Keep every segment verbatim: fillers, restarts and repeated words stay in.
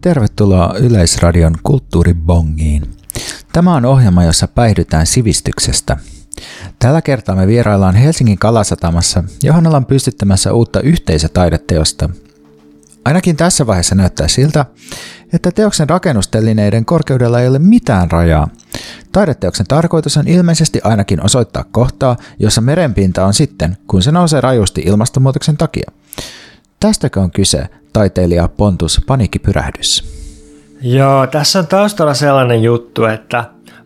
Tervetuloa Yleisradion Kulttuuribongiin. Tämä on ohjelma, jossa päihdytään sivistyksestä. Tällä kertaa me vieraillaan Helsingin Kalasatamassa, johon ollaan pystyttämässä uutta yhteisötaideteosta. Ainakin tässä vaiheessa näyttää siltä, että teoksen rakennustelineiden korkeudella ei ole mitään rajaa. Taideteoksen tarkoitus on ilmeisesti ainakin osoittaa kohtaa, jossa merenpinta on sitten, kun se nousee rajusti ilmastonmuutoksen takia. Tästäkö on kyse, taiteilija Pontus Paniikkipyrähdys? Joo, tässä on taustalla sellainen juttu, että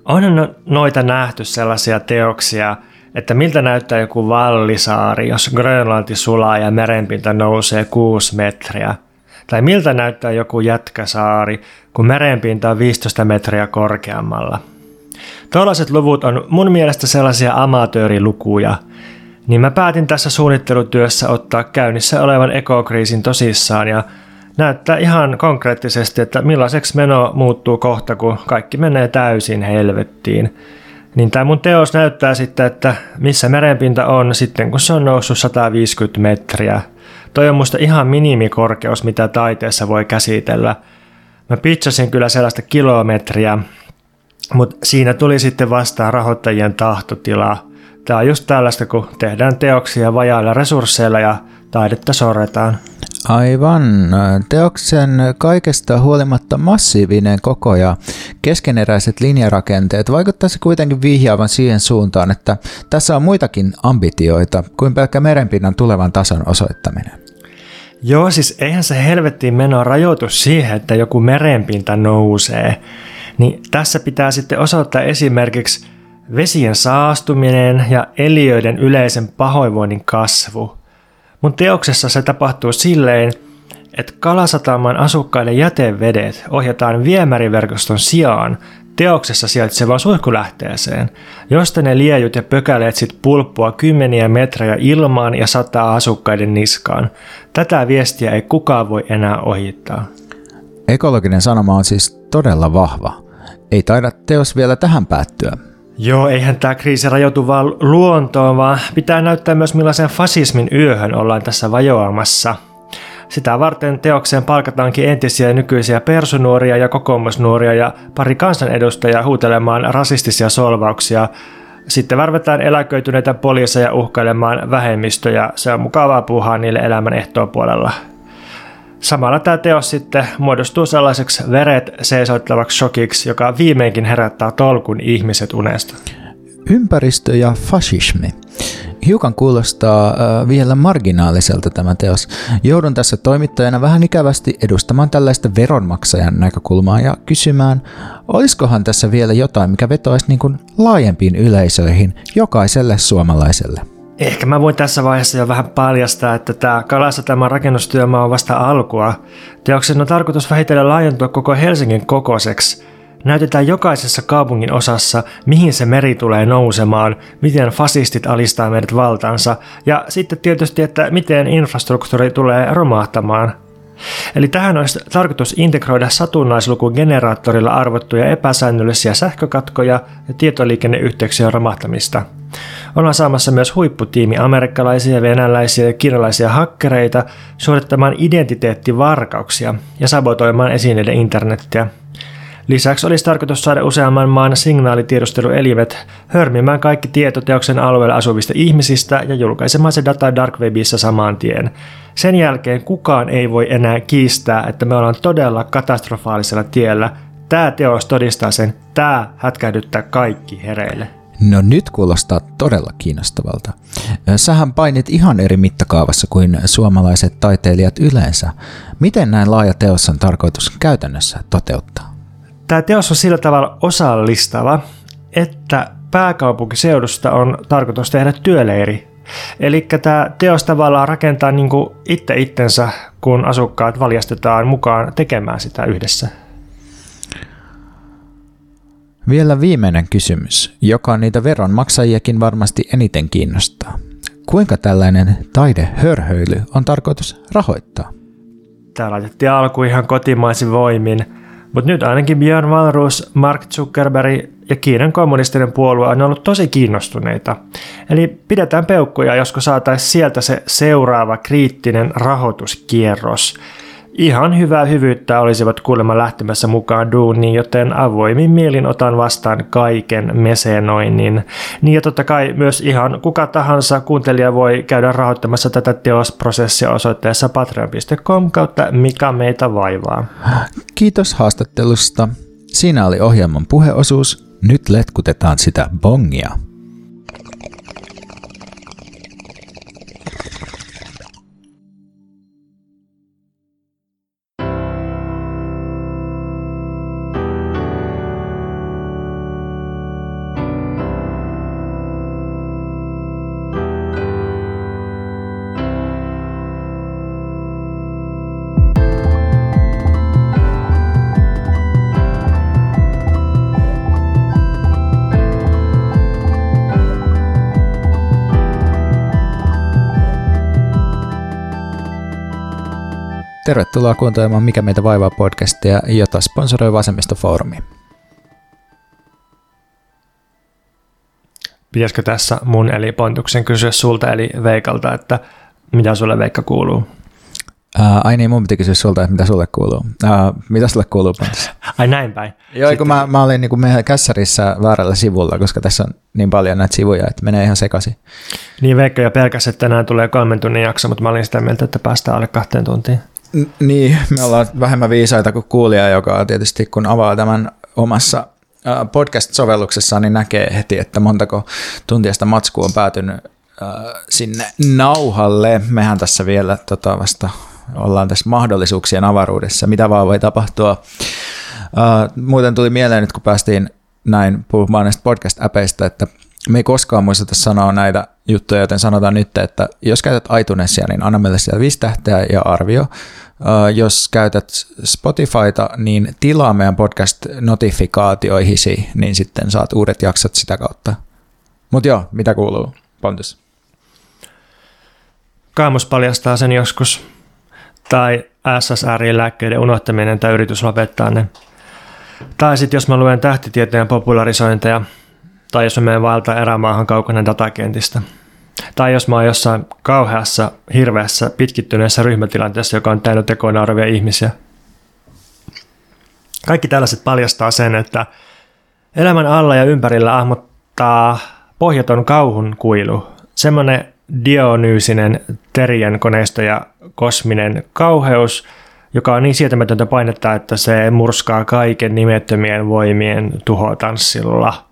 on noita nähty sellaisia teoksia, että miltä näyttää joku vallisaari, jos Grönlanti sulaa ja merenpinta nousee kuusi metriä. Tai miltä näyttää joku Jätkäsaari, kun merenpinta on viisitoista metriä korkeammalla. Tuollaiset luvut on mun mielestä sellaisia amatöörilukuja, niin mä päätin tässä suunnittelutyössä ottaa käynnissä olevan ekokriisin tosissaan ja näyttää ihan konkreettisesti, että millaiseksi meno muuttuu kohta, kun kaikki menee täysin helvettiin. Niin tämä mun teos näyttää sitten, että missä merenpinta on sitten, kun se on noussut sata viisikymmentä metriä. Toi on musta ihan minimikorkeus, mitä taiteessa voi käsitellä. Mä pitchasin kyllä sellaista kilometriä, mutta siinä tuli sitten vastaan rahoittajien tahtotila. Tää on just tällaista, kun tehdään teoksia vajailla resursseilla ja taidetta sorretaan. Aivan. Teoksen kaikesta huolimatta massiivinen koko ja keskeneräiset linjarakenteet vaikuttaisi kuitenkin vihjaavan siihen suuntaan, että tässä on muitakin ambitioita kuin pelkkä merenpinnan tulevan tason osoittaminen. Joo, siis eihän se helvettiin meno rajoitu siihen, että joku merenpinta nousee. Niin tässä pitää sitten osoittaa esimerkiksi vesien saastuminen ja eliöiden yleisen pahoinvoinnin kasvu. Mun teoksessa se tapahtuu silleen, että Kalasataman asukkaiden jätevedet ohjataan viemäriverkoston sijaan teoksessa sijaitsevaan suihkulähteeseen, josta ne liejut ja pökäleet sit pulppua kymmeniä metrejä ilmaan ja sataa asukkaiden niskaan. Tätä viestiä ei kukaan voi enää ohittaa. Ekologinen sanoma on siis todella vahva. Ei taida teos vielä tähän päättyä. Joo, eihän tämä kriisi rajoitu vaan luontoon, vaan pitää näyttää myös millaisen fasismin yöhön ollaan tässä vajoamassa. Sitä varten teokseen palkataankin entisiä ja nykyisiä persunuoria ja kokoomusnuoria ja pari kansanedustajaa huutelemaan rasistisia solvauksia. Sitten värvetään eläköityneitä poliiseja uhkailemaan vähemmistöjä. Se on mukavaa puuhaa niille elämän ehtoopuolella. Samalla tämä teos sitten muodostuu sellaiseksi veret seisoittavaksi shokiksi, joka viimeinkin herättää tolkun ihmiset unesta. Ympäristö ja fasismi. Hiukan kuulostaa äh, vielä marginaaliselta tämä teos. Joudun tässä toimittajana vähän ikävästi edustamaan tällaista veronmaksajan näkökulmaa ja kysymään, olisikohan tässä vielä jotain, mikä vetoaisi niin kuin laajempiin yleisöihin jokaiselle suomalaiselle. Ehkä mä voin tässä vaiheessa jo vähän paljastaa, että tämä Kalasataman rakennustyömaa on vasta alkua. Teoksen on tarkoitus vähitellen laajentua koko Helsingin kokoiseksi. Näytetään jokaisessa kaupungin osassa, mihin se meri tulee nousemaan, miten fasistit alistaa meidät valtansa ja sitten tietysti, että miten infrastruktuuri tulee romahtamaan. Eli tähän olisi tarkoitus integroida satunnaislukugeneraattorilla arvottuja epäsäännöllisiä sähkökatkoja ja tietoliikenneyhteyksien romahtamista. Ollaan saamassa myös huipputiimi amerikkalaisia, venäläisiä ja kiinalaisia hakkereita suorittamaan identiteettivarkauksia ja sabotoimaan esineiden internettiä. Lisäksi olisi tarkoitus saada useamman maan signaalitiedusteluelimet hörmimään kaikki tietoteoksen alueella asuvista ihmisistä ja julkaisemaan se data dark webissa saman tien. Sen jälkeen kukaan ei voi enää kiistää, että me ollaan todella katastrofaalisella tiellä. Tämä teos todistaa sen, tämä hätkähdyttää kaikki hereille. No nyt kuulostaa todella kiinnostavalta. Sähän painit ihan eri mittakaavassa kuin suomalaiset taiteilijat yleensä. Miten näin laaja teos on tarkoitus käytännössä toteuttaa? Tämä teos on sillä tavalla osallistava, että pääkaupunkiseudusta on tarkoitus tehdä työleiri. Eli tämä teos tavallaan rakentaa niin kuin itse itsensä, kun asukkaat valjastetaan mukaan tekemään sitä yhdessä. Vielä viimeinen kysymys, joka niitä veronmaksajiakin varmasti eniten kiinnostaa. Kuinka tällainen taidehörhöily on tarkoitus rahoittaa? Tämä laitettiin alkuun ihan kotimaisin voimin, mutta nyt ainakin Björn Wahlroos, Mark Zuckerberg ja Kiinan kommunistinen puolue on ollut tosi kiinnostuneita. Eli pidetään peukkuja, josko saataisiin sieltä se seuraava kriittinen rahoituskierros. ihan hyvää hyvyyttä olisivat kuulemma lähtemässä mukaan duuniin, joten avoimin mielin otan vastaan kaiken mesenoinnin. Niin ja totta kai myös ihan kuka tahansa kuuntelija voi käydä rahoittamassa tätä teosprosessia osoitteessa patreon piste com kautta mikä meitä vaivaa. Kiitos haastattelusta. Siinä oli ohjelman puheosuus. Nyt letkutetaan sitä bongia. Tervetuloa kuuntelemaan Mikä meitä vaivaa podcastia, jota sponsoroi Vasemmistofoorumi. Pitäisikö tässä mun eli Pontuksen kysyä sulta eli Veikalta, että mitä sulle Veikka kuuluu? Ää, ai niin, mun piti kysyä sulta, että mitä sulle kuuluu. Ää, mitä sulle kuuluu, Pontus? Ai näin päin. Joo, kun mä, mä olin niin kuin meidän kässärissä väärällä sivulla, koska tässä on niin paljon näitä sivuja, että menee ihan sekaisin. Niin Veikka jo pelkäsi, että tänään tulee kolmen tunnin jakso, mutta mä olin sitä mieltä, että päästään alle kahteen tuntiin. N- niin, me ollaan vähemmän viisaita kuin kuulija, joka tietysti kun avaa tämän omassa äh, podcast-sovelluksessaan, niin näkee heti, että montako tuntia sitä matskua on päätynyt äh, sinne nauhalle. Mehän tässä vielä tota, vasta ollaan tässä mahdollisuuksien avaruudessa, mitä vaan voi tapahtua. Äh, muuten tuli mieleen nyt, kun päästiin näin puhumaan näistä podcast-äpeistä, että me ei koskaan muisteta sanoa näitä juttuja, joten sanotaan nyt, että jos käytät iTunesia, niin anna meille siellä viisi tähteä ja arvio. Uh, jos käytät Spotifyta, niin tilaa meidän podcast-notifikaatioihisi, niin sitten saat uudet jaksot sitä kautta. Mutta joo, mitä kuuluu, Pontus? Kaamus paljastaa sen joskus. Tai S S R-lääkkeiden unohtaminen tai yritys lopettaa ne. Tai sitten jos mä luen tähtitieteen popularisointeja, tai jos mä menen vaeltaa erämaahan kaukana datakentistä. Tai jos mä oon jossain kauheassa, hirveässä, pitkittyneessä ryhmätilanteessa, joka on täynnä tekoa nauravia ihmisiä. Kaikki tällaiset paljastaa sen, että elämän alla ja ympärillä ahmottaa pohjaton kauhun kuilu. Semmoinen dionyysinen terian koneisto ja kosminen kauheus, joka on niin sietämätöntä painetta, että se murskaa kaiken nimettömien voimien tuhotanssilla.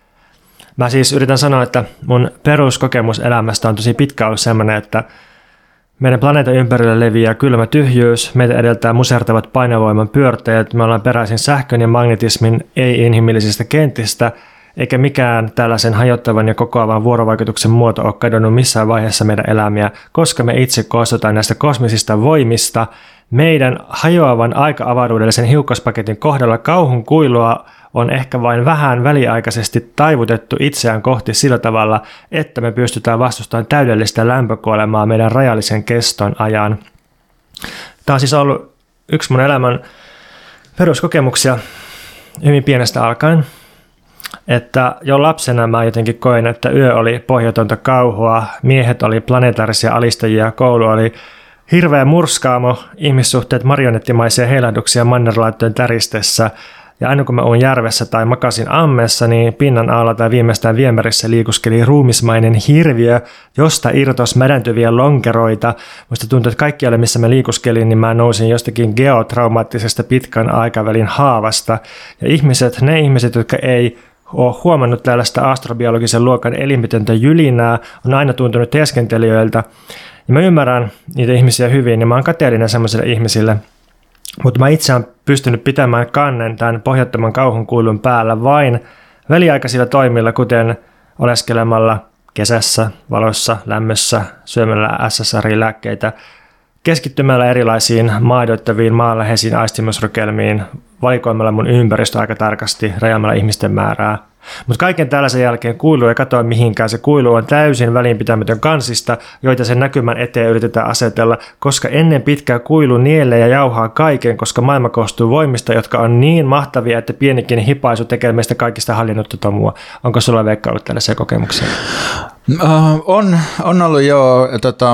Mä siis yritän sanoa, että mun peruskokemus elämästä on tosi pitkä ollut sellainen, että meidän planeetan ympärillä leviää kylmä tyhjyys, meitä edeltää musertavat painovoiman pyörteet, me ollaan peräisin sähkön ja magnetismin ei-inhimillisistä kentistä, eikä mikään tällaisen hajottavan ja kokoavan vuorovaikutuksen muoto ole kadonnut missään vaiheessa meidän elämiä, koska me itse koostutaan näistä kosmisista voimista. Meidän hajoavan aika-avaruudellisen hiukkaspaketin kohdalla kauhun kuilua on ehkä vain vähän väliaikaisesti taivutettu itseään kohti sillä tavalla, että me pystytään vastustamaan täydellistä lämpökuolemaa meidän rajallisen keston ajan. Tämä on siis ollut yksi mun elämän peruskokemuksia hyvin pienestä alkaen, että jo lapsena mä jotenkin koin, että yö oli pohjatonta kauhua, miehet oli planetaarisia alistajia, koulu oli hirveä murskaamo, ihmissuhteet marionettimaisia heilahduksia mannerlaittojen täristessä, ja aina kun mä oon järvessä tai makasin ammessa, niin pinnan alla tai viimeistään viemärissä liikuskeli ruumismainen hirviö, josta irtos mädäntyviä lonkeroita. Musta tuntuu, että kaikkialle missä mä liikuskelin, niin mä nousin jostakin geotraumaattisesta pitkän aikavälin haavasta. Ja ihmiset, ne ihmiset, jotka ei ole huomannut tällaista astrobiologisen luokan elimitöntä jylinää, on aina tuntunut teeskentelijöiltä. Ja mä ymmärrän niitä ihmisiä hyvin, ja mä oon kateellinen sellaisille ihmisille. Mutta mä itse olen pystynyt pitämään kannen tämän pohjattoman kauhun kuilun päällä vain väliaikaisilla toimilla, kuten oleskelemalla kesässä, valossa, lämmössä, syömällä S S R-lääkkeitä, keskittymällä erilaisiin maadoittaviin maanläheisiin aistimusrykelmiin, valikoimalla mun ympäristö aika tarkasti, rajaamalla ihmisten määrää. Mutta kaiken tällaisen jälkeen kuilu ei katoa mihinkään. Se kuilu on täysin välinpitämätön kansista, joita sen näkymän eteen yritetään asetella, koska ennen pitkää kuilu nielee ja jauhaa kaiken, koska maailma koostuu voimista, jotka on niin mahtavia, että pienikin hipaisu tekee meistä kaikista hallinnutta tomua. Onko sulla Veikka ollut tällaisia kokemuksia? Uh, on, on ollut joo. Tota,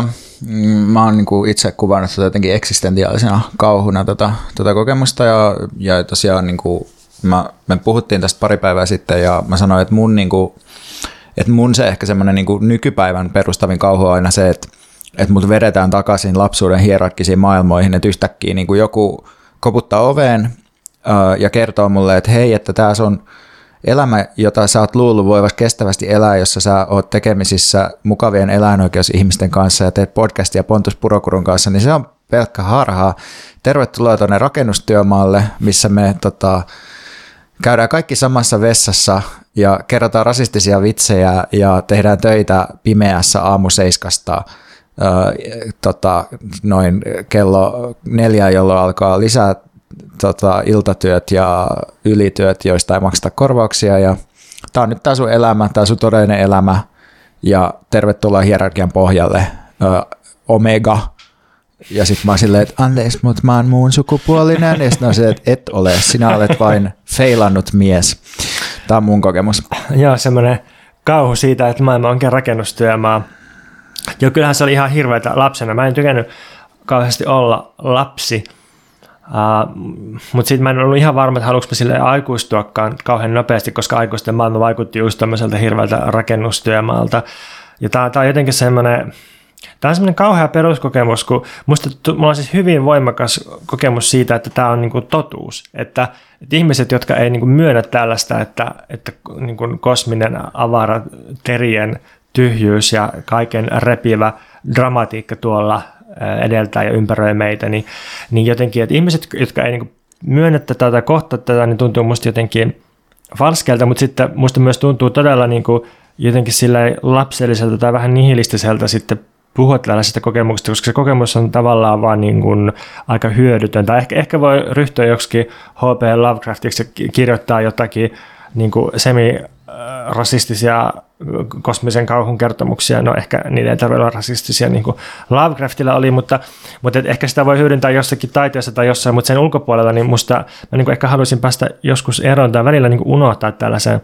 mä oon niinku itse kuvannut tota jotenkin eksistentiaalisena kauhuna tota, tota kokemusta ja, ja tosiaan niinku, mä, me puhuttiin tästä pari päivää sitten ja mä sanoin, että mun, niinku, että mun se ehkä semmoinen niinku nykypäivän perustavin kauhu on aina se, että, että mut vedetään takaisin lapsuuden hierarkkisiin maailmoihin, että yhtäkkiä niinku joku koputtaa oveen ää, ja kertoo mulle, että hei, että tää on elämä, jota sä oot luullut voivasi kestävästi elää, jossa sä oot tekemisissä mukavien eläinoikeusihmisten kanssa ja teet podcastia Pontus Purokurun kanssa, niin se on pelkkä harhaa. Tervetuloa tuonne rakennustyömaalle, missä me tota, käydään kaikki samassa vessassa ja kerrotaan rasistisia vitsejä ja tehdään töitä pimeässä aamuseiskasta äh, tota, noin kello neljä, jolloin alkaa lisää Tota, iltatyöt ja ylityöt, joista ei makseta korvauksia. Ja tämä on nyt tämä sun elämä, tämä sun todellinen elämä ja tervetuloa hierarkian pohjalle, ö, Omega. Ja sitten mä oon silleen, että anteeksi, mutta mä oon muun sukupuolinen. Ja sitten on se, että et ole, sinä olet vain feilannut mies. Tämä on mun kokemus. Joo, semmoinen kauhu siitä, että maailma onkin rakennustyömaa. Joo, kyllähän se oli ihan hirveätä lapsena. Mä en tykännyt kauheasti olla lapsi. Uh, mutta sitten mä en ollut ihan varma, että haluanko mä sille aikuistuakaan kauhean nopeasti, koska aikuisten maailma vaikutti just tämmöiseltä hirveältä rakennustyömaalta. Ja tää, tää on jotenkin semmoinen, tää on semmoinen kauhea peruskokemus, kun musta mulla on siis hyvin voimakas kokemus siitä, että tää on niinku totuus. Että, että ihmiset, jotka ei niinku myönnä tällaista, että, että niinku kosminen avara terien tyhjyys ja kaiken repivä dramatiikka tuolla edeltää ja ympäröi meitä, niin, niin jotenkin, että ihmiset, jotka ei niin myönnä tätä tai kohtaa tätä, niin tuntuu musta jotenkin falskeilta, mutta sitten musta myös tuntuu todella niin kuin jotenkin silleen lapselliselta tai vähän nihilistiseltä sitten puhua tällaisesta kokemuksesta, koska se kokemus on tavallaan vaan niin kuin aika hyödytön. Tai ehkä, ehkä voi ryhtyä joksikin H P Lovecraftiksi ja kirjoittaa jotakin niin kuin semi-rasistisia kosmisen kauhun kertomuksia. No ehkä niitä ei tarvitse olla rasistisia niin kuin Lovecraftilla oli, mutta, mutta ehkä sitä voi hyödyntää jossakin taiteessa tai jossain, mutta sen ulkopuolella niin musta mä niin kuin ehkä haluaisin päästä joskus eroon tai välillä niin kuin unohtaa tällaisen,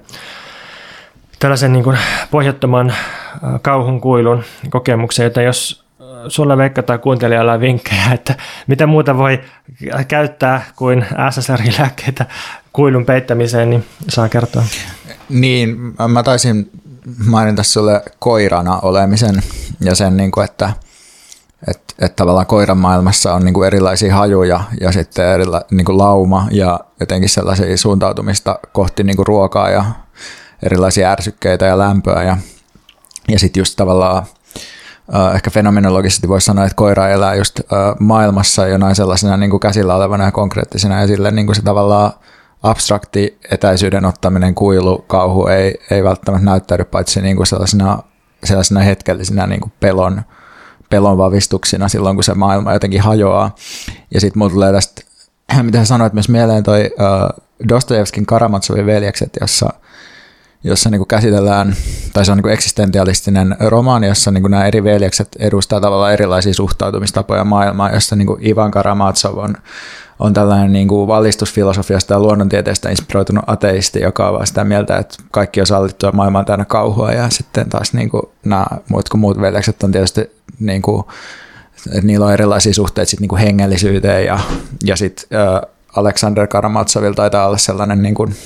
tällaisen niin kuin pohjattoman kauhun kuilun kokemuksen, joten jos sulla Veikka tai kuuntelijalla on vinkkejä, että mitä muuta voi käyttää kuin S S R-lääkkeitä kuilun peittämiseen, niin saa kertoa. Niin, mä taisin mainita sulle koirana olemisen ja sen, että, että, että tavallaan koiran maailmassa on erilaisia hajuja ja sitten erila, niin lauma ja jotenkin sellaisia suuntautumista kohti niin ruokaa ja erilaisia ärsykkeitä ja lämpöä ja, ja sitten just tavallaan Uh, ehkä fenomenologisesti voisi sanoa, että koira elää just uh, maailmassa jonain sellaisena niin kuin käsillä olevana ja konkreettisena ja sille niin kuin se tavallaan abstrakti etäisyyden ottaminen, kuilu, kauhu ei, ei välttämättä näyttäydy paitsi niin kuin sellaisena, sellaisena hetkellisinä niin kuin pelon, pelon vavistuksina silloin, kun se maailma jotenkin hajoaa. Ja sitten mulla tulee tästä, mitä sä sanoit myös mieleen, toi uh, Dostojevskin Karamatsovin veljekset, jossa jossa niin kuin käsitellään, tai se on niin kuin eksistentialistinen romaani, jossa niin kuin nämä eri veljekset edustaa tavallaan erilaisia suhtautumistapoja maailmaan, jossa niin kuin Ivan Karamatsov on, on tällainen niin kuin valistusfilosofiasta ja luonnontieteestä inspiroitunut ateisti, joka on vaan sitä mieltä, että kaikki on sallittua, maailma on täynnä kauhua, ja sitten taas niin kuin nämä muut kuin muut veljekset on tietysti, niin kuin, että niillä on erilaisia suhteita sit niin kuin hengellisyyteen, ja, ja sitten äh, Aleksander Karamatsovilla taitaa olla sellainen niin kuin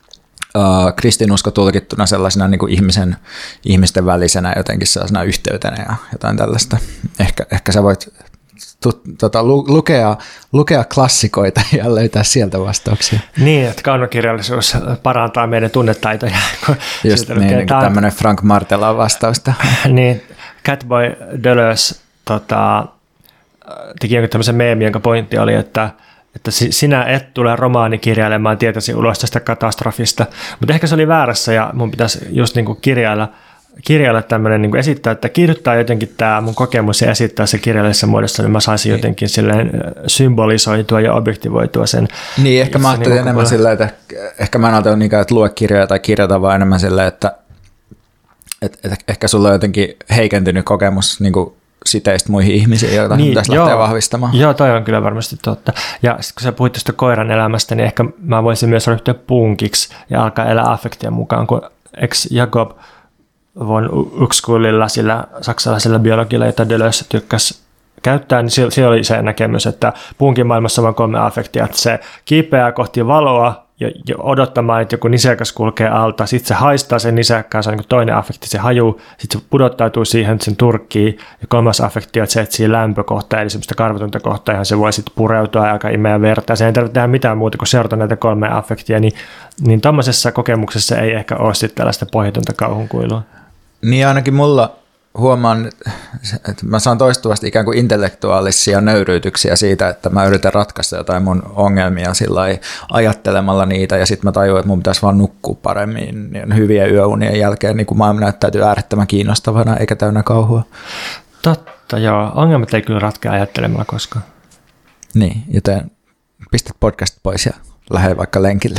Uh, kristinusko tulkittuna sellaisena niin kuin ihmisen, ihmisten välisenä jotenkin sellaisena yhteytenä ja jotain tällaista. Ehkä, ehkä sä voit tu, tota, lu, lukea, lukea klassikoita ja löytää sieltä vastauksia. Niin, että kaunokirjallisuus parantaa meidän tunnetaitoja. Just niin, niin tämmöinen Frank Martelan vastausta. Niin, Catboy Deleuze tota, teki jonkun tämmöisen meemin, jonka pointti oli, että että sinä et tule romaanikirjailemaan tietäsi ulos tästä katastrofista, mutta ehkä se oli väärässä ja mun pitäisi just niin kuin kirjailla, kirjailla tämmöinen, niin kuin esittää, että kirjoittaa jotenkin tämä mun kokemus ja esittää se kirjallisessa muodossa, niin mä saisin jotenkin silleen symbolisoitua ja objektivoitua sen. Niin, ehkä mä ajattelin niin enemmän silleen, että ehkä mä en ajattelin niinkään, että lue kirjoja tai kirjoita, vaan enemmän silleen, että, että, että ehkä sulla on jotenkin heikentynyt kokemus niin kuin siteistä muihin ihmisiin, joita niin, pitäisi lähteä vahvistamaan. Joo, toi on kyllä varmasti totta. Ja sitten kun sä puhuit tuosta koiran elämästä, niin ehkä mä voisin myös ryhtyä punkiksi ja alkaa elää affektien mukaan, kun ex Jakob von Uexkullilla, sillä saksalaisella biologilla, jota Deleuze tykkäsi käyttää, niin siinä oli se näkemys, että puunkin maailmassa on kolme affektia, että se kiipeää kohti valoa ja, ja odottamaan, että joku nisäkäs kulkee alta, sitten se haistaa sen nisäkkään, se on niin toinen affekti, se haju, sitten se pudottautuu siihen, sen turkkiin, ja kolmas affekti on, että se etsii lämpökohtaa, eli semmoista karvatonta kohtaa, johon se voi sitten pureutua ja aika imeä verta, ja se ei tarvitse tehdä mitään muuta kuin seurata näitä kolmea affektia, niin, niin tuommoisessa kokemuksessa ei ehkä ole sitten tällaista pohjatonta kauhunkuilua. Niin ainakin mulla huomaan, että mä saan toistuvasti ikään kuin intellektuaalisia nöyryytyksiä siitä, että mä yritän ratkaista jotain mun ongelmia sillä ajattelemalla niitä, ja sitten mä tajuan, että mun pitäisi vaan nukkua paremmin niin hyviä yöunien jälkeen, niin kun maailma näyttäytyy äärettömän kiinnostavana eikä täynnä kauhua. Totta, joo. Ongelmat ei kyllä ratkea ajattelemalla koskaan. Niin, joten pistät podcast pois ja lähde vaikka lenkille.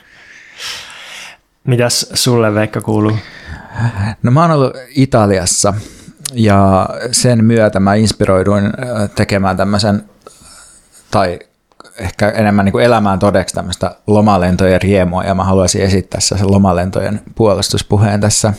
Mitäs sulle, Veikka, kuuluu? No mä oon ollut Italiassa ja sen myötä mä inspiroiduin tekemään tämmöisen, tai ehkä enemmän niin kuin elämään todeksi tämmöistä lomalentojen riemua, ja mä haluaisin esittää sen lomalentojen puolustuspuheen tässä.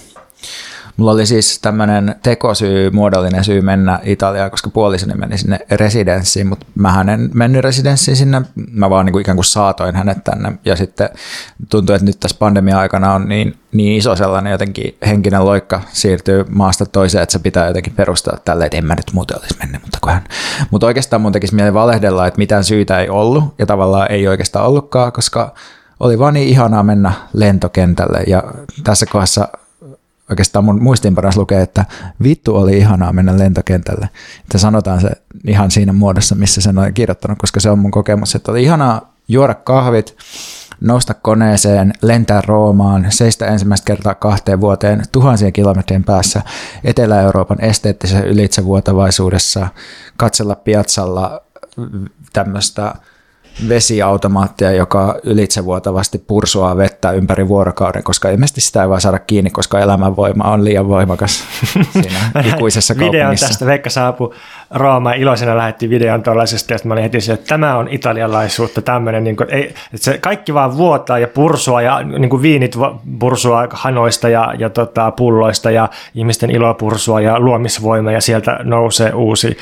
Mulla oli siis tämmöinen tekosyy, muodollinen syy mennä Italiaan, koska puolisoni meni sinne residenssiin, mutta mähän en mennyt residenssiin sinne, mä vaan niin kuin ikään kuin saatoin hänet tänne, ja sitten tuntuu, että nyt tässä pandemia-aikana on niin, niin iso sellainen jotenkin henkinen loikka siirtyy maasta toiseen, että se pitää jotenkin perustaa tälleen, että en mä nyt muuten olisi mennyt, mutta kun hän... Mutta oikeastaan mun tekisi mieli valehdella, että mitään syytä ei ollut, ja tavallaan ei oikeastaan ollutkaan, koska oli vaan niin ihanaa mennä lentokentälle, ja tässä kohdassa oikeastaan mun muistiinpanossa lukee, että vittu oli ihanaa mennä lentokentälle. Että sanotaan se ihan siinä muodossa, missä sen olen kirjoittanut, koska se on mun kokemus, että oli ihanaa juoda kahvit, nousta koneeseen, lentää Roomaan, seistä ensimmäistä kertaa kahteen vuoteen tuhansien kilometrien päässä Etelä-Euroopan esteettisessä ylitsevuotavaisuudessa, katsella piatsalla tämmöistä vesiautomaattia, joka ylitsevuotavasti pursuaa vettä ympäri vuorokauden, koska ilmeisesti sitä ei vaan saada kiinni, koska elämänvoima on liian voimakas siinä ikuisessa kaupungissa. Videon tästä, Veikka saapui Roomaan, iloisena lähetti videon tuollaisesta, ja mä olin heti että tämä on italialaisuutta, tämmöinen, niin kuin, ei, että se kaikki vaan vuotaa ja pursua, ja niin kuin viinit pursua hanoista ja, ja tota, pulloista, ja ihmisten ilo pursua ja luomisvoima, ja sieltä nousee uusi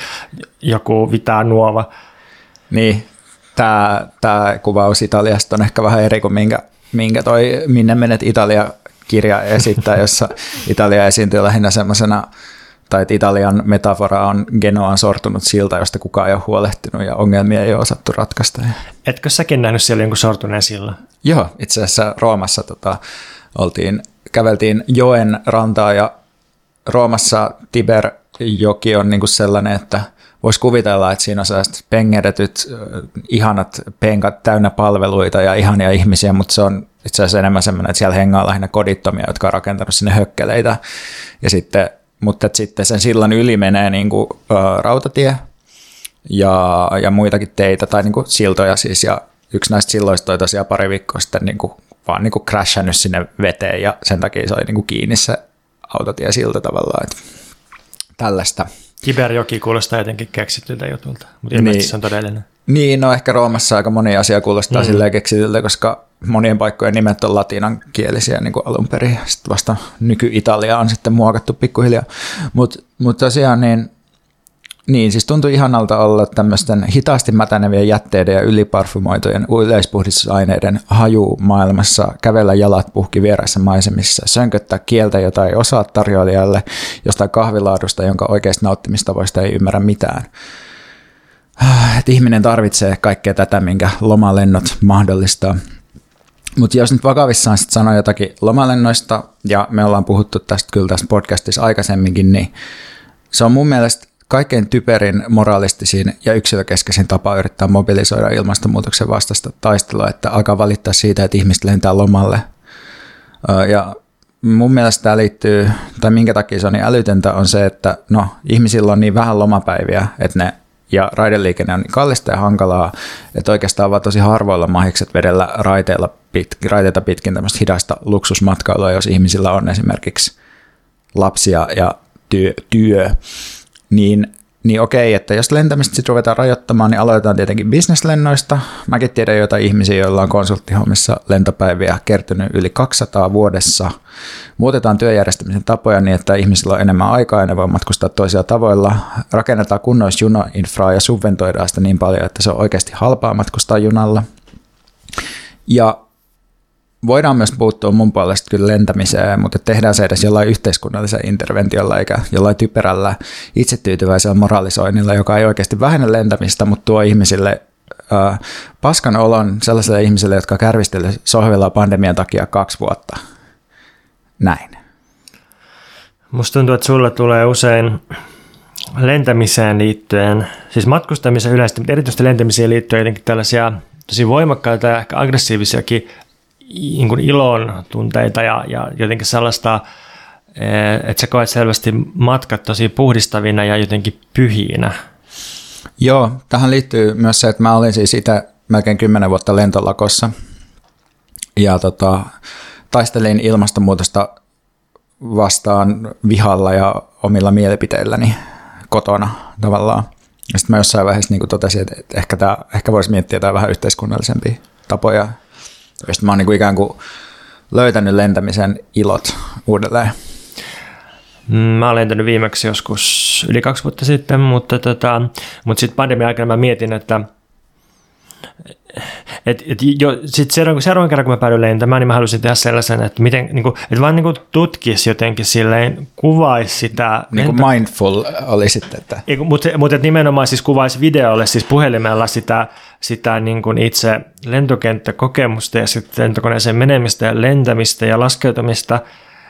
joku Vita Nuova. Niin. Tämä, tämä kuvaus Italiasta on ehkä vähän eri kuin minkä, minkä toi Minne menet Italia-kirja esittää, jossa Italia esiintyy lähinnä semmoisena, tai että Italian metafora on Genoan sortunut silta, josta kukaan ei ole huolehtinut ja ongelmia ei ole osattu ratkaista. Etkö säkin nähnyt siellä jonkun sortuneen sillan? Joo, itse asiassa Roomassa tota, oltiin, käveltiin joen rantaa, ja Roomassa Tiber-joki on niinku sellainen, että voisi kuvitella, että siinä on sellaiset pengeretyt, ihanat penkat täynnä palveluita ja ihania ihmisiä, mutta se on itse asiassa enemmän semmoinen, että siellä hengaa lähinnä kodittomia, jotka on rakentanut sinne hökkeleitä. Ja sitten, mutta sitten sen sillan yli menee niin kuin, ä, rautatie ja, ja muitakin teitä tai niin kuin siltoja siis. Ja yksi näistä silloista toi tosiaan pari viikkoa sitten niin kuin, vaan niin kuin crashannut sinne veteen, ja sen takia se oli niin kuin kiinni se autotie siltä tavallaan. Että tällaista. Tiberjoki kuulostaa jotenkin keksityltä jutulta, mutta ilmeisesti niin, se on todellinen. Niin, no ehkä Roomassa aika moni asia kuulostaa mm. silleen keksityltä, koska monien paikkojen nimet on latinankielisiä niin kuin alun perin. Sitten vasta nyky-Italia on sitten muokattu pikkuhiljaa. Mutta mut tosiaan niin, niin, siis tuntui ihanalta olla tämmöisten hitaasti mätänevien jätteiden ja yliparfumoitujen yleispuhdistusaineiden hajumaailmassa, kävellä jalat puhki vieraissa maisemissa, sönköttää kieltä, jota ei osaa tarjoilijalle, jostain kahvilaadusta, jonka oikeasta nauttimistavoista ei ymmärrä mitään. Et ihminen tarvitsee kaikkea tätä, minkä lomalennot mahdollistaa. Mutta jos nyt vakavissaan sit sanoo jotakin lomalennoista, ja me ollaan puhuttu tästä kyllä tässä podcastissa aikaisemminkin, niin se on mun mielestä kaikkein typerin, moralistisin ja yksilökeskeisin tapa yrittää mobilisoida ilmastonmuutoksen vastaista taistelua, että alkaa valittaa siitä, että ihmiset lentää lomalle. Ja mun mielestä tämä liittyy, tai minkä takia se on niin älytöntä, on se, että no, ihmisillä on niin vähän lomapäiviä, että ne, ja raideliikenne on niin kallista ja hankalaa, että oikeastaan vaan tosi harvoilla mahikset vedellä raiteilla pit, raiteita pitkin tämmöistä hidasta luksusmatkailua, jos ihmisillä on esimerkiksi lapsia ja työ. työ. Niin niin okei, että jos lentämistä sitten ruvetaan rajoittamaan, niin aloitetaan tietenkin bisneslennoista. Mäkin tiedän jotain ihmisiä, joilla on konsulttihommissa lentopäiviä kertynyt yli kaksisataa vuodessa. Muutetaan työjärjestämisen tapoja niin, että ihmisillä on enemmän aikaa ja ne voi matkustaa toisilla tavoilla. Rakennetaan kunnoissa junainfraa ja subventoidaan sitä niin paljon, että se on oikeasti halpaa matkustaa junalla. Ja voidaan myös puuttua mun puolesta kyllä lentämiseen, mutta tehdään se edes jollain yhteiskunnallisella interventiolla eikä jollain typerällä itsetyytyväisellä moralisoinnilla, joka ei oikeasti vähennä lentämistä, mutta tuo ihmisille äh, paskan olon sellaisille ihmisille, jotka kärvistelleet sohvilla pandemian takia kaksi vuotta. Näin. Musta tuntuu, että sulla tulee usein lentämiseen liittyen, siis matkustamiseen yleisesti, mutta erityisesti lentämiseen liittyen jotenkin tällaisia tosi voimakkaita ja ehkä aggressiivisiakin niin kuin ilon tunteita ja, ja jotenkin sellaista, että sä koet selvästi matkat tosi puhdistavina ja jotenkin pyhiinä. Joo, tähän liittyy myös se, että mä olin siis itse melkein kymmenen vuotta lentolakossa ja tota, taistelin ilmastonmuutosta vastaan vihalla ja omilla mielipiteilläni kotona tavallaan. Ja sitten mä jossain vaiheessa niin totesin, että ehkä, tää, ehkä voisi miettiä jotain vähän yhteiskunnallisempia tapoja. Ja sitten mä oon niin kuin ikään kuin löytänyt lentämisen ilot uudelleen. Mä oon lentänyt viimeksi joskus yli kaksi vuotta sitten, mutta, tota, mutta sitten pandemian aikana mä mietin, että et, et jo, sit seuraavan, seuraavan kerran kun mä päädyin lentämään, niin mä halusin tehdä sellaisen, että, miten, niin kuin, että vaan niin kuin tutkisi jotenkin silleen, kuvaisi sitä. Niin kuin lento- mindful oli sitten. Että. Mutta mut, nimenomaan siis kuvaisi videolle, siis puhelimella sitä, sitä niin kuin itse lentokenttäkokemusta ja sitten lentokoneeseen menemistä ja lentämistä ja laskeutumista.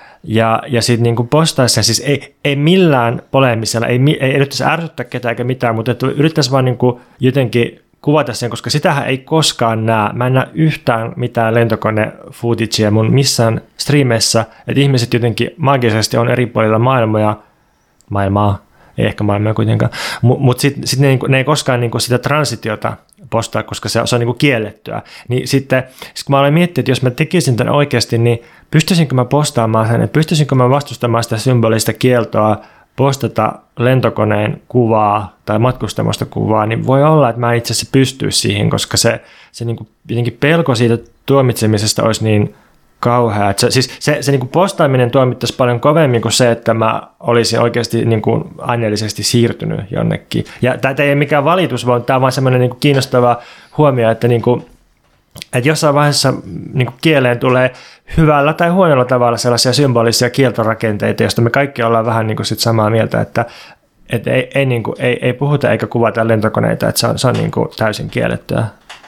Ja, ja sitten niin postaisi sen, siis ei, ei millään polemisella, ei, ei yrittäisi ärsyttää ketään eikä mitään, mutta yrittäisi vaan niin kuin jotenkin kuvata sen, koska sitähän ei koskaan näe. Mä en näe yhtään mitään lentokone-footagea mun missään striimeissä, että ihmiset jotenkin maagisesti on eri puolilla maailmaa, maailmaa, ei ehkä maailmaa kuitenkaan, mutta mut sitten sit ne, niinku, ne ei koskaan niinku sitä transitiota postaa, koska se, se on niinku kiellettyä. Niin sitten sit kun mä olen miettinyt, että jos mä tekisin tämän oikeasti, niin pystyisinkö mä postaamaan sen, että pystyisinkö mä vastustamaan sitä symbolista kieltoa, postata lentokoneen kuvaa tai matkustamosta kuvaa, niin voi olla, että mä itse asiassa pystyisi siihen, koska se, se niin kuin, jotenkin pelko siitä tuomitsemisesta olisi niin kauhea. Että se, siis se, se niin kuin postaaminen tuomittaisi paljon kovemmin kuin se, että mä olisin oikeasti niin kuin aineellisesti siirtynyt jonnekin. Ja tämä ei ole mikään valitus, vaan tämä on vain semmoinen niin kuin kiinnostava huomio, että niin kuin, että jossain vaiheessa niin kuin kieleen tulee hyvällä tai huonolla tavalla sellaisia symbolisia kieltorakenteita, joista me kaikki ollaan vähän niin kuin sit samaa mieltä, että, että ei, ei, niin kuin, ei, ei puhuta eikä kuvata lentokoneita, että se on, se on niin kuin täysin kiellettyä.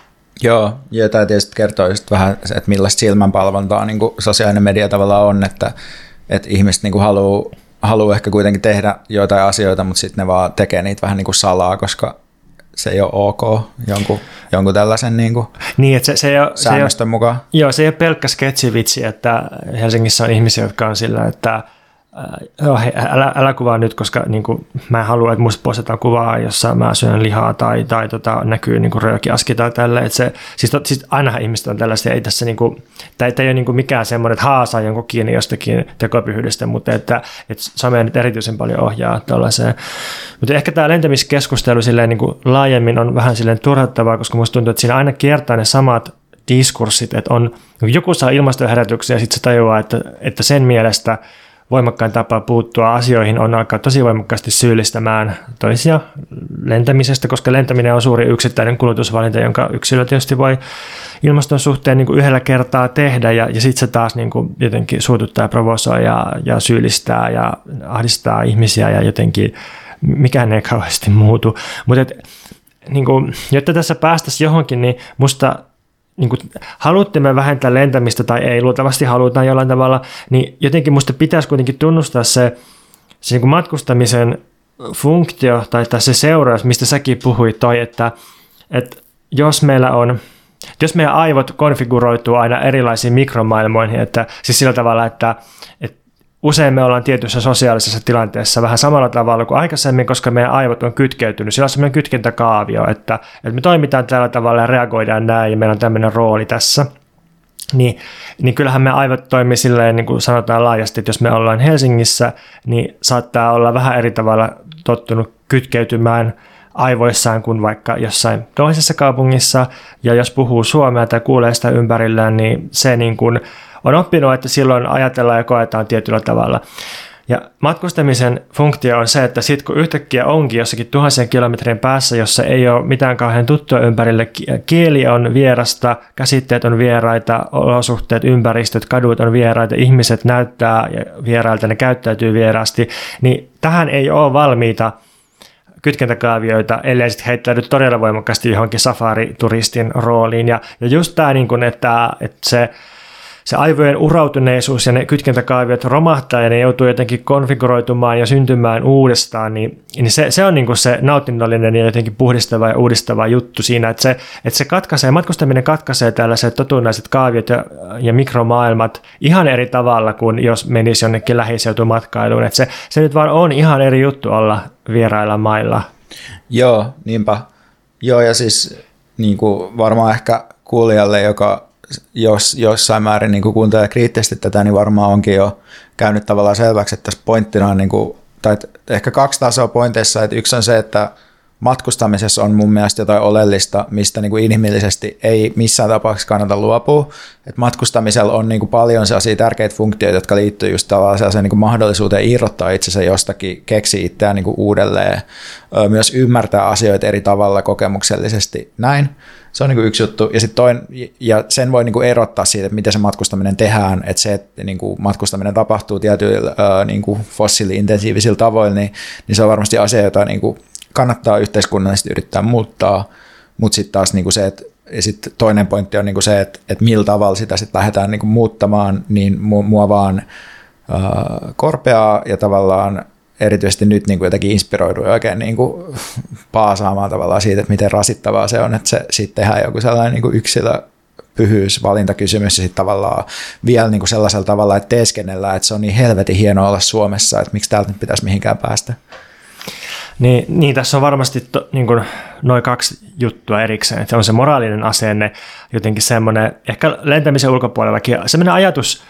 Joo, ja tämä tietysti kertoo just vähän, että millaista silmänpalvontaa niin kuin sosiaalinen media tavallaan on, että, että ihmiset niin kuin haluaa, haluaa ehkä kuitenkin tehdä joitain asioita, mutta sitten ne vaan tekee niitä vähän niin kuin salaa, koska se ei ole ok jonkun, jonkun tällaisen niin kuin niin, että se, se ei ole, säännöstön se ei ole, mukaan. Joo, se ei ole pelkkä sketsivitsi, että Helsingissä on ihmisiä, jotka on sillä, että äh, hei, älä, älä kuvaa nyt, koska niin kuin, mä en halua, että musta postataan kuvaa, jossa mä syön lihaa tai, tai tota, näkyy niin kuin röökiaski tai tälleen. Se, siis, to, siis ainahan ihmiset on tällaisia, ei tässä niin kuin, tämä ei ole niin kuin mikään semmoinen, että haasaa jonkun kiinni jostakin tekopyhyydestä, mutta että, että some nyt erityisen paljon ohjaa tuollaiseen. Mutta ehkä tämä lentämiskeskustelu silleen, niin kuin laajemmin on vähän silleen turhauttavaa, koska musta tuntuu, että siinä aina kiertää ne samat diskurssit, että on, joku saa ilmastoherätyksiä ja sitten se tajuaa, että, että sen mielestä voimakkain tapa puuttua asioihin on alkaa tosi voimakkaasti syyllistämään toisia lentämisestä, koska lentäminen on suuri yksittäinen kulutusvalinta, jonka yksilö tietysti voi ilmaston suhteen niin kuin yhdellä kertaa tehdä, ja, ja sitten se taas niin kuin jotenkin suututtaa ja provosoi ja, ja syyllistää ja ahdistaa ihmisiä ja jotenkin mikään ei kauheasti muutu. Mutta niin jotta tässä päästäisiin johonkin, niin musta niin kuin, haluamme vähentää lentämistä tai ei, luultavasti halutaan jollain tavalla, niin jotenkin musta pitäisi kuitenkin tunnustaa se, se niin kuin matkustamisen funktio tai, tai se seuraus, mistä säkin puhuit toi, että, että jos meillä on, jos meidän aivot konfiguroituu aina erilaisiin mikromaailmoihin, että siis sillä tavalla, että, että usein me ollaan tietyssä sosiaalisessa tilanteessa vähän samalla tavalla kuin aikaisemmin, koska meidän aivot on kytkeytynyt. Sillä on sellainen kytkentäkaavio, että, että me toimitaan tällä tavalla ja reagoidaan näin ja meillä on tämmöinen rooli tässä. Niin, niin kyllähän me aivot toimii silleen, niin kuin sanotaan laajasti, että jos me ollaan Helsingissä, niin saattaa olla vähän eri tavalla tottunut kytkeytymään aivoissaan kuin vaikka jossain toisessa kaupungissa, ja jos puhuu suomea tai kuulee sitä ympärillään, niin se niin kuin on oppinut, että silloin ajatellaan ja koetaan tietyllä tavalla. Ja matkustamisen funktio on se, että sitten kun yhtäkkiä onkin jossakin tuhansien kilometrien päässä, jossa ei ole mitään kauhean tuttua ympärille, kieli on vierasta, käsitteet on vieraita, olosuhteet, ympäristöt, kadut on vieraita, ihmiset näyttää vierailta, ne käyttäytyy vieraasti, niin tähän ei ole valmiita kytkentäkaavioita, ellei sitten heittäydy todella voimakkaasti johonkin safarituristin rooliin. Ja, ja just tämä, niin kun, että, että se, se aivojen urautuneisuus ja ne kytkentäkaaviot romahtaa ja ne joutuu jotenkin konfiguroitumaan ja syntymään uudestaan, niin, niin se, se on niin kun se nautinnollinen ja jotenkin puhdistava ja uudistava juttu siinä, että se, että se katkaisee, matkustaminen katkaisee tällaiset totunnaiset kaaviot ja, ja mikromaailmat ihan eri tavalla kuin jos menisi jonnekin lähiseutumatkailuun, että se, se nyt vaan on ihan eri juttu olla vierailla mailla. Joo, niinpä. Joo, ja siis niin kuin varmaan ehkä kuulijalle, joka jos jossain määrin niin kuin kuuntelee kriittisesti tätä, niin varmaan onkin jo käynyt tavallaan selväksi, että tässä pointtina on, niin kuin, tai ehkä kaksi tasoa pointeissa, että yksi on se, että matkustamisessa on mun mielestä jotain oleellista, mistä niin kuin inhimillisesti ei missään tapauksessa kannata luopua. Et matkustamisella on niin kuin paljon sellaisia tärkeitä funktioita, jotka liittyy just tavallaan sellaiseen niin kuin mahdollisuuteen irrottaa itsensä jostakin, keksiä itseään niin kuin uudelleen, myös ymmärtää asioita eri tavalla kokemuksellisesti näin. Se on niin kuin yksi juttu, ja, sit toin, ja sen voi niin kuin erottaa siitä, että miten se matkustaminen tehdään, että se, että niin kuin matkustaminen tapahtuu tietyillä niin kuin fossiili-intensiivisillä tavoilla, niin, niin se on varmasti asia, jota niin kuin kannattaa yhteiskunnallisesti yrittää muuttaa, mutta sitten taas niin kuin se, että sit toinen pointti on niin kuin se, että, että millä tavalla sitä sitten lähdetään niin kuin muuttamaan, niin mua vaan äh, korpeaa ja tavallaan erityisesti nyt niin kuin jotenkin inspiroidui oikein niin kuin paasaamaan tavallaan siitä, että miten rasittavaa se on, että se sitten tehdään joku sellainen niin kuin yksilö pyhyys, valintakysymys ja sitten tavallaan vielä niin kuin sellaisella tavalla, että teeskennellään, että se on niin helvetin hienoa olla Suomessa, että miksi täältä nyt pitäisi mihinkään päästä. Niin, niin tässä on varmasti to, niin kuin noin kaksi juttua erikseen. Että on se moraalinen asenne, jotenkin semmoinen, ehkä lentämisen ulkopuolellakin, semmoinen ajatus,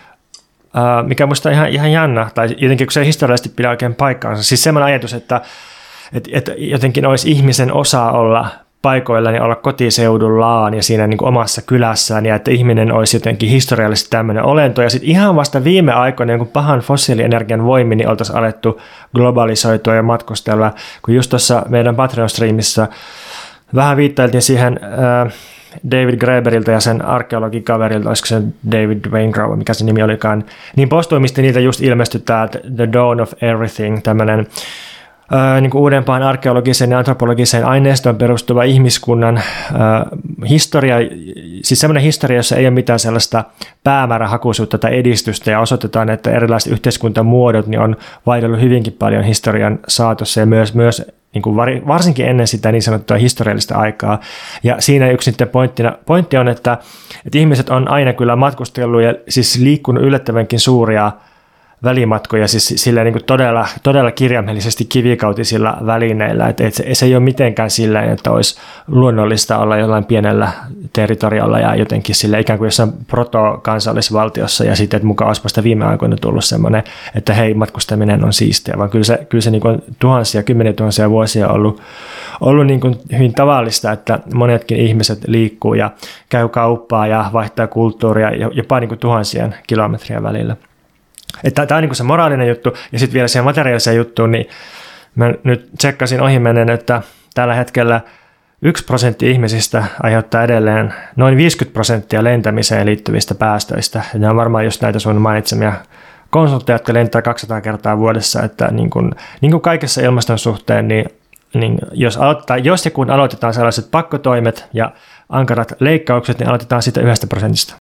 mikä musta on ihan, ihan jännä, tai jotenkin kun se historiallisesti pidä oikein paikkaansa. Siis semmoinen ajatus, että, että, että jotenkin olisi ihmisen osa olla paikoilla, niin olla kotiseudullaan ja siinä niin kuin omassa kylässään, ja että ihminen olisi jotenkin historiallisesti tämmöinen olento. Ja sitten ihan vasta viime aikoina jonkun pahan fossiilienergian voimin niin oltaisiin alettu globalisoitua ja matkustella, kun just tuossa meidän Patreon-striimissä vähän viittailtiin siihen äh, David Graeberilta ja sen arkeologikaverilta, olisiko se David Waingrove, mikä se nimi olikaan, niin postuimisti niiltä just ilmestyi tämä The Dawn of Everything, tämmöinen äh, niin kuin uudempaan arkeologiseen ja antropologiseen aineistoon perustuva ihmiskunnan äh, historia, siis semmoinen historia, jossa ei ole mitään sellaista päämäärähakuisuutta tai edistystä, ja osoitetaan, että erilaiset yhteiskuntamuodot niin on vaihdellut hyvinkin paljon historian saatossa, ja myös, myös niin kuin varsinkin ennen sitä niin sanottua historiallista aikaa. Ja siinä yksi sitten pointtina, pointti on, että, että ihmiset on aina kyllä matkustellut ja siis liikkunut yllättävänkin suuria välimatkoja, siis silleen niin kuin todella, todella kirjaimellisesti kivikautisilla välineillä. Että et se, se ei ole mitenkään silleen, että olisi luonnollista olla jollain pienellä territorialla ja jotenkin sille ikään kuin jossain proto-kansallisvaltiossa, ja sitten, että mukaan olisi vasta viime aikoina tullut semmoinen, että hei, matkustaminen on siistiä, vaan kyllä se, kyllä se niin kuin tuhansia, kymmeniä tuhansia vuosia on ollut, ollut niin kuin hyvin tavallista, että monetkin ihmiset liikkuu ja käy kauppaa ja vaihtaa kulttuuria jopa niin kuin tuhansien kilometrien välillä. Että tämä on niin se moraalinen juttu, ja sitten vielä siihen materiaaliseen juttuun, niin mä nyt tsekkasin ohimennen, että tällä hetkellä yksi prosentti ihmisistä aiheuttaa edelleen noin viisikymmentä prosenttia lentämiseen liittyvistä päästöistä. Ja nämä on varmaan just näitä sun mainitsemia konsultteja, jotka lentää kaksisataa kertaa vuodessa, että niin kuin, niin kuin kaikessa ilmaston suhteen, niin, niin jos, aloittaa, jos ja kun aloitetaan sellaiset pakkotoimet ja ankarat leikkaukset, niin aloitetaan siitä yhdestä prosentista.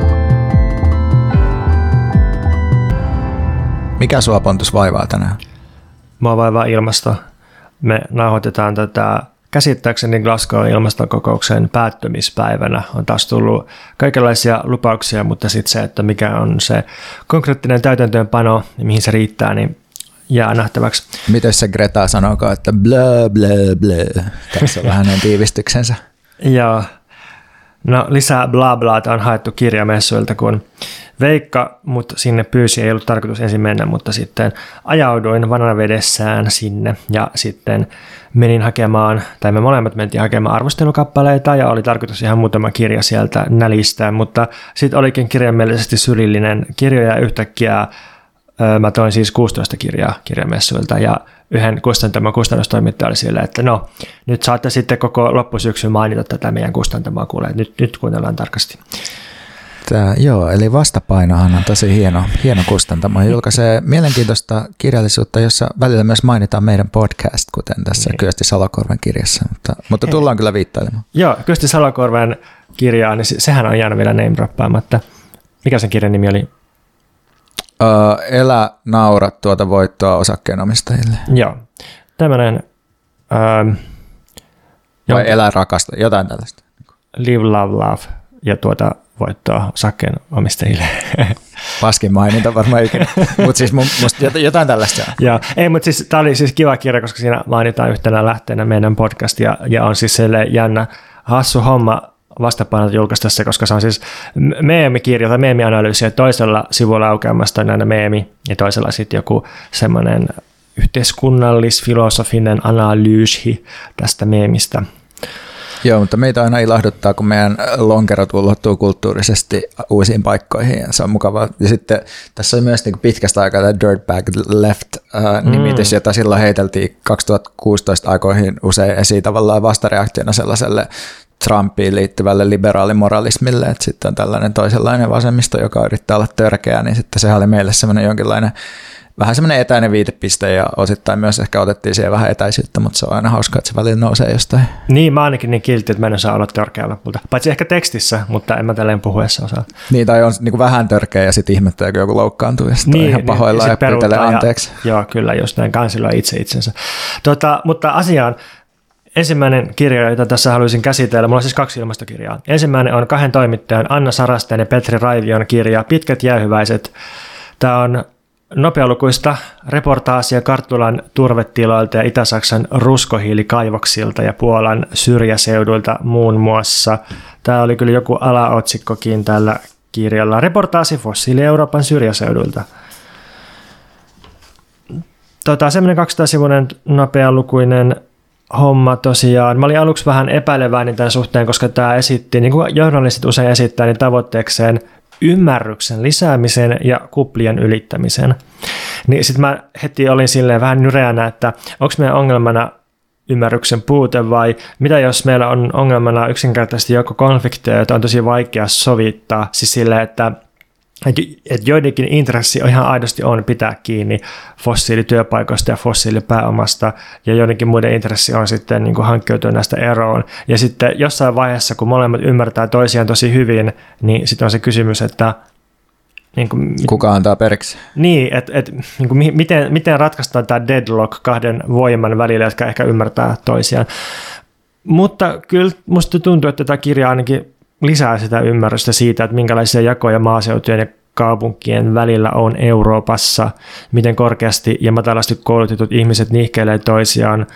Mikä sua, Pontus, vaivaa tänään? Mua vaivaa ilmasto. Me nauhoitetaan tätä käsittääkseni Glasgow ilmastokokouksen päättymispäivänä. On taas tullut kaikenlaisia lupauksia, mutta sitten se, että mikä on se konkreettinen täytäntöönpano ja mihin se riittää, niin jää nähtäväksi. Miten se Greta sanookaan, että blö, blö, blö. Tässä on vähän hänen tiivistyksensä. Joo. No lisää bla blaata on haettu kirjamessuilta, kun Veikka mut sinne pyysi, ei ollut tarkoitus ensin mennä, mutta sitten ajauduin vanavedessään sinne ja sitten menin hakemaan, tai me molemmat mentiin hakemaan arvostelukappaleita ja oli tarkoitus ihan muutama kirja sieltä nälistää, mutta sitten olikin kirjaimellisesti sylillinen kirjoja yhtäkkiä. Mä toin siis kuusitoista kirjaa kirjamessuilta ja yhden kustantamon kustannustoimittaja oli sille, että no, nyt saatte sitten koko loppusyksyn mainita tätä meidän kustantamaa kuulee. Nyt, nyt kuunnellaan tarkasti. Tää, joo, eli Vastapainohan on tosi hieno, hieno kustantamo. Julkaisee mielenkiintoista kirjallisuutta, jossa välillä myös mainitaan meidän podcast, kuten tässä niin. Kyösti Salokorven kirjassa, mutta, mutta tullaan kyllä viittailemaan. Joo, Kyösti Salokorven kirjaa, niin sehän on jäänyt vielä name-droppaamatta. Mikä sen kirjan nimi oli? Uh, elä, naura tuota voittoa osakkeenomistajille. Joo, tämmöinen... Uh, Vai jonka, elä, rakasta, jotain tällaista. Live, love, love ja tuota voittoa osakkeenomistajille. Paskin maininta varmaan ikinä, mutta siis musta jotain tällaista. Joo, ei, mutta siis tämä oli siis kiva kirja, koska siinä mainitaan yhtenä lähteenä meidän podcast ja, ja on siis sellainen jännä hassu homma, Vastapainot julkaista se, koska se on siis meemikirja tai meemianalyysi, ja toisella sivulla aukeamasta on aina meemi, ja toisella sitten joku semmoinen yhteiskunnallis-filosofinen analyysi tästä meemistä. Joo, mutta meitä aina ilahduttaa, kun meidän lonkerot ulottuu kulttuurisesti uusiin paikkoihin, ja se on mukavaa. Ja sitten tässä on myös niin pitkästä aikaa tämä Dirtbag Left-nimitys, mm. jota silloin heiteltiin kaksituhattakuusitoista aikoihin usein esiin tavallaan vastareaktiona sellaiselle Trumpiin liittyvälle liberaalimoralismille, että sitten on tällainen toisenlainen vasemmisto, joka yrittää olla törkeä, niin sitten sehän oli meille semmoinen jonkinlainen vähän semmoinen etäinen viitepiste ja osittain myös ehkä otettiin siihen vähän etäisyyttä, mutta se on aina hauskaa, että se välillä nousee jostain. Niin, mä ainakin niin kiltti, että mä en osaa olla törkeä lopulta. Paitsi ehkä tekstissä, mutta en mä tälleen puhuessa osaa. Niin, tai on niin kuin vähän törkeä ja sitten ihmettää, kun joku loukkaantuu ja sitten niin, ihan pahoillaan niin, ja, ja pyytelee anteeksi. Ja, joo, kyllä, just näin kansiloi itse itsensä. Tota, mutta asiaan. Ensimmäinen kirja, jota tässä haluaisin käsitellä, mulla on siis kaksi ilmastokirjaa. Ensimmäinen on kahden toimittajan Anna Sarasteen ja Petri Raivion kirja Pitkät jäähyväiset. Tämä on nopealukuista reportaasia Karttulan turvetiloilta ja Itä-Saksan ruskohiilikaivoksilta ja Puolan syrjäseudulta muun muassa. Tämä oli kyllä joku alaotsikkokin tällä kirjalla. Reportaasi fossiili-Euroopan syrjäseudulta. Tota, semmoinen kaksisataa-sivuinen nopealukuinen homma tosiaan. Mä olin aluksi vähän epäileväinen tämän suhteen, koska tämä esitti, niin kuin journalistit usein esittää, niin tavoitteekseen ymmärryksen lisäämisen ja kuplien ylittämisen. Niin sitten mä heti olin silleen vähän nyreänä, että onko meidän ongelmana ymmärryksen puute vai mitä jos meillä on ongelmana yksinkertaisesti joko konflikteja, joita on tosi vaikea sovittaa, siis silleen, että että joidenkin intressi ihan aidosti on pitää kiinni fossiilityöpaikoista ja fossiilipääomasta, ja joidenkin muiden intressi on sitten niin kuin hankkiutua näistä eroon. Ja sitten jossain vaiheessa, kun molemmat ymmärtää toisiaan tosi hyvin, niin sitten on se kysymys, että niin kuin, kuka antaa periksi? Niin, että et, niin kuin, miten, miten ratkaistaan tämä deadlock kahden voiman välillä, jotka ehkä ymmärtää toisiaan. Mutta kyllä musta tuntuu, että tämä kirja ainakin lisää sitä ymmärrystä siitä, että minkälaisia jakoja maaseutujen ja kaupunkien välillä on Euroopassa, miten korkeasti ja matalasti koulutetut ihmiset nihkeilee toisiaan,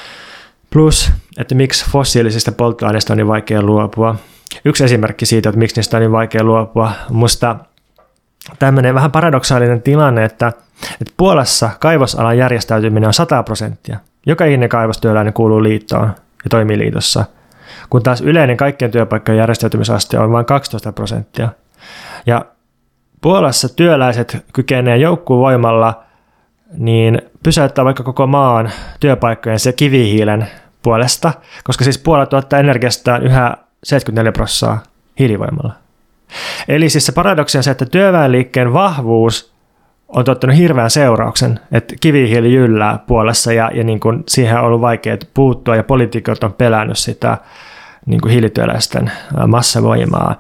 plus, että miksi fossiilisista polttoaineista on niin vaikea luopua. Yksi esimerkki siitä, että miksi niistä on niin vaikea luopua, musta tämmöinen vähän paradoksaalinen tilanne, että, että Puolassa kaivosalan järjestäytyminen on sata prosenttia. Joka ikinen kaivostyöläinen kuuluu liittoon ja toimii liitossa, kun taas yleinen kaikkien työpaikkojen järjestäytymisaste on vain kaksitoista prosenttia. Ja Puolassa työläiset kykenevät joukkuvoimalla niin pysäyttää vaikka koko maan työpaikkojen se kivihiilen puolesta, koska siis Puola tuottaa energiastaan yhä seitsemänkymmentäneljä prosenttia hiilivoimalla. Eli siis se paradoksi on se, että työväenliikkeen vahvuus on tuottanut hirveän seurauksen, että kivihiili jyllää Puolassa ja, ja niin kuin siihen on ollut vaikea puuttua ja poliitikot on pelännyt sitä niin kuin hiilityöläisten massavoimaa.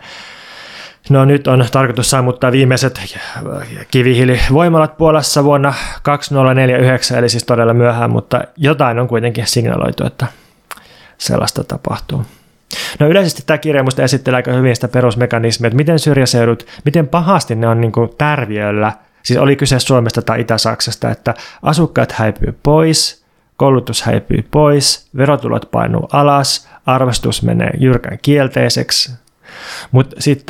No nyt on tarkoitus sammuttaa viimeiset kivihiilivoimalat Puolassa vuonna kaksituhattaneljäkymmentäyhdeksän, eli siis todella myöhään, mutta jotain on kuitenkin signaloitu, että sellaista tapahtuu. No yleisesti tämä kirja minusta esittelee aika hyvin sitä perusmekanismia, että miten syrjäseudut, miten pahasti ne on niin kuin tärviöllä, siis oli kyse Suomesta tai Itä-Saksasta, että asukkaat häipyy pois, koulutus häipyy pois, verotulot painuu alas, arvostus menee jyrkän kielteiseksi, mutta sitten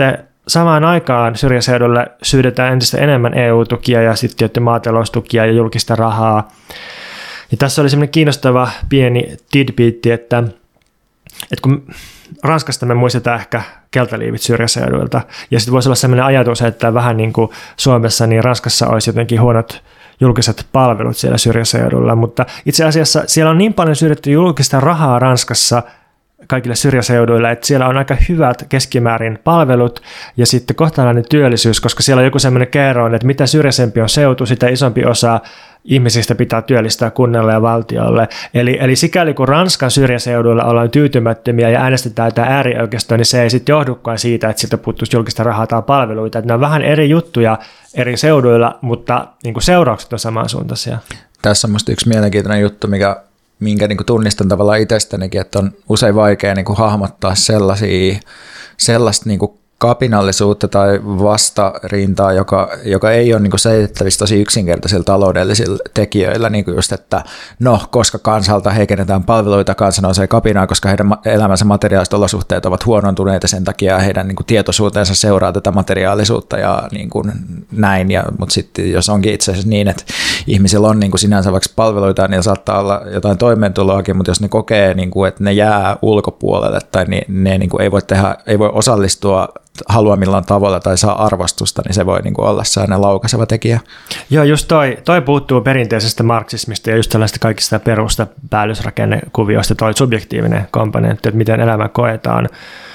samaan aikaan syrjäseudulle syydetään entistä enemmän E U-tukia ja sitten tietty maataloustukia ja julkista rahaa. Ja tässä oli semmoinen kiinnostava pieni tidbitti, että, että kun Ranskasta me muistetaan ehkä keltaliivit syrjäseuduilta, ja sitten voisi olla semmoinen ajatus, että vähän niin kuin Suomessa, niin Ranskassa olisi jotenkin huonot julkiset palvelut siellä syrjäseudulla, mutta itse asiassa siellä on niin paljon syydetty julkista rahaa Ranskassa kaikille syrjäseuduille, että siellä on aika hyvät keskimäärin palvelut ja sitten kohtalainen työllisyys, koska siellä on joku semmoinen kerroin, että mitä syrjäisempi on seutu, sitä isompi osa ihmisistä pitää työllistää kunnille ja valtiolle. Eli, eli sikäli kun Ranskan syrjäseuduilla ollaan tyytymättömiä ja äänestetään jotain äärioikeistoa, niin se ei sitten johdukaan siitä, että siltä puuttuisi julkista rahaa tai palveluita. Että ne on vähän eri juttuja eri seuduilla, mutta niin kuin seuraukset on samansuuntaisia. Tässä on musta yksi mielenkiintoinen juttu, mikä, minkä niin kuin tunnistan tavallaan itsestänikin, että on usein vaikea niin kuin hahmottaa sellaisia, sellaista niin kuin kapinallisuutta tai vastarintaa, joka, joka ei ole niin kuin selitettävissä tosi yksinkertaisilla taloudellisilla tekijöillä, niin kuin just, että no, koska kansalta heikennetään palveluita, kansa nousee kapinaan, koska heidän elämänsä materiaaliset olosuhteet ovat huonontuneita sen takia, heidän niin kuin tietoisuutensa seuraa tätä materiaalisuutta ja niin kuin näin, ja, mutta sitten jos onkin itse asiassa niin, että ihmisillä on niin kuin sinänsä vaikka palveluita, niin niillä saattaa olla jotain toimeentuloakin, mutta jos ne kokee, niin kuin, että ne jää ulkopuolelle tai ne, ne niin kuin ei voi tehdä, ei voi osallistua haluamillaan tavalla tai saa arvostusta, niin se voi niin kuin olla sellainen laukaiseva tekijä. Joo, just toi, toi puuttuu perinteisestä marksismista ja just tällaista kaikista perusta päällysrakennekuvioista, toi subjektiivinen komponentti, että miten elämä koetaan.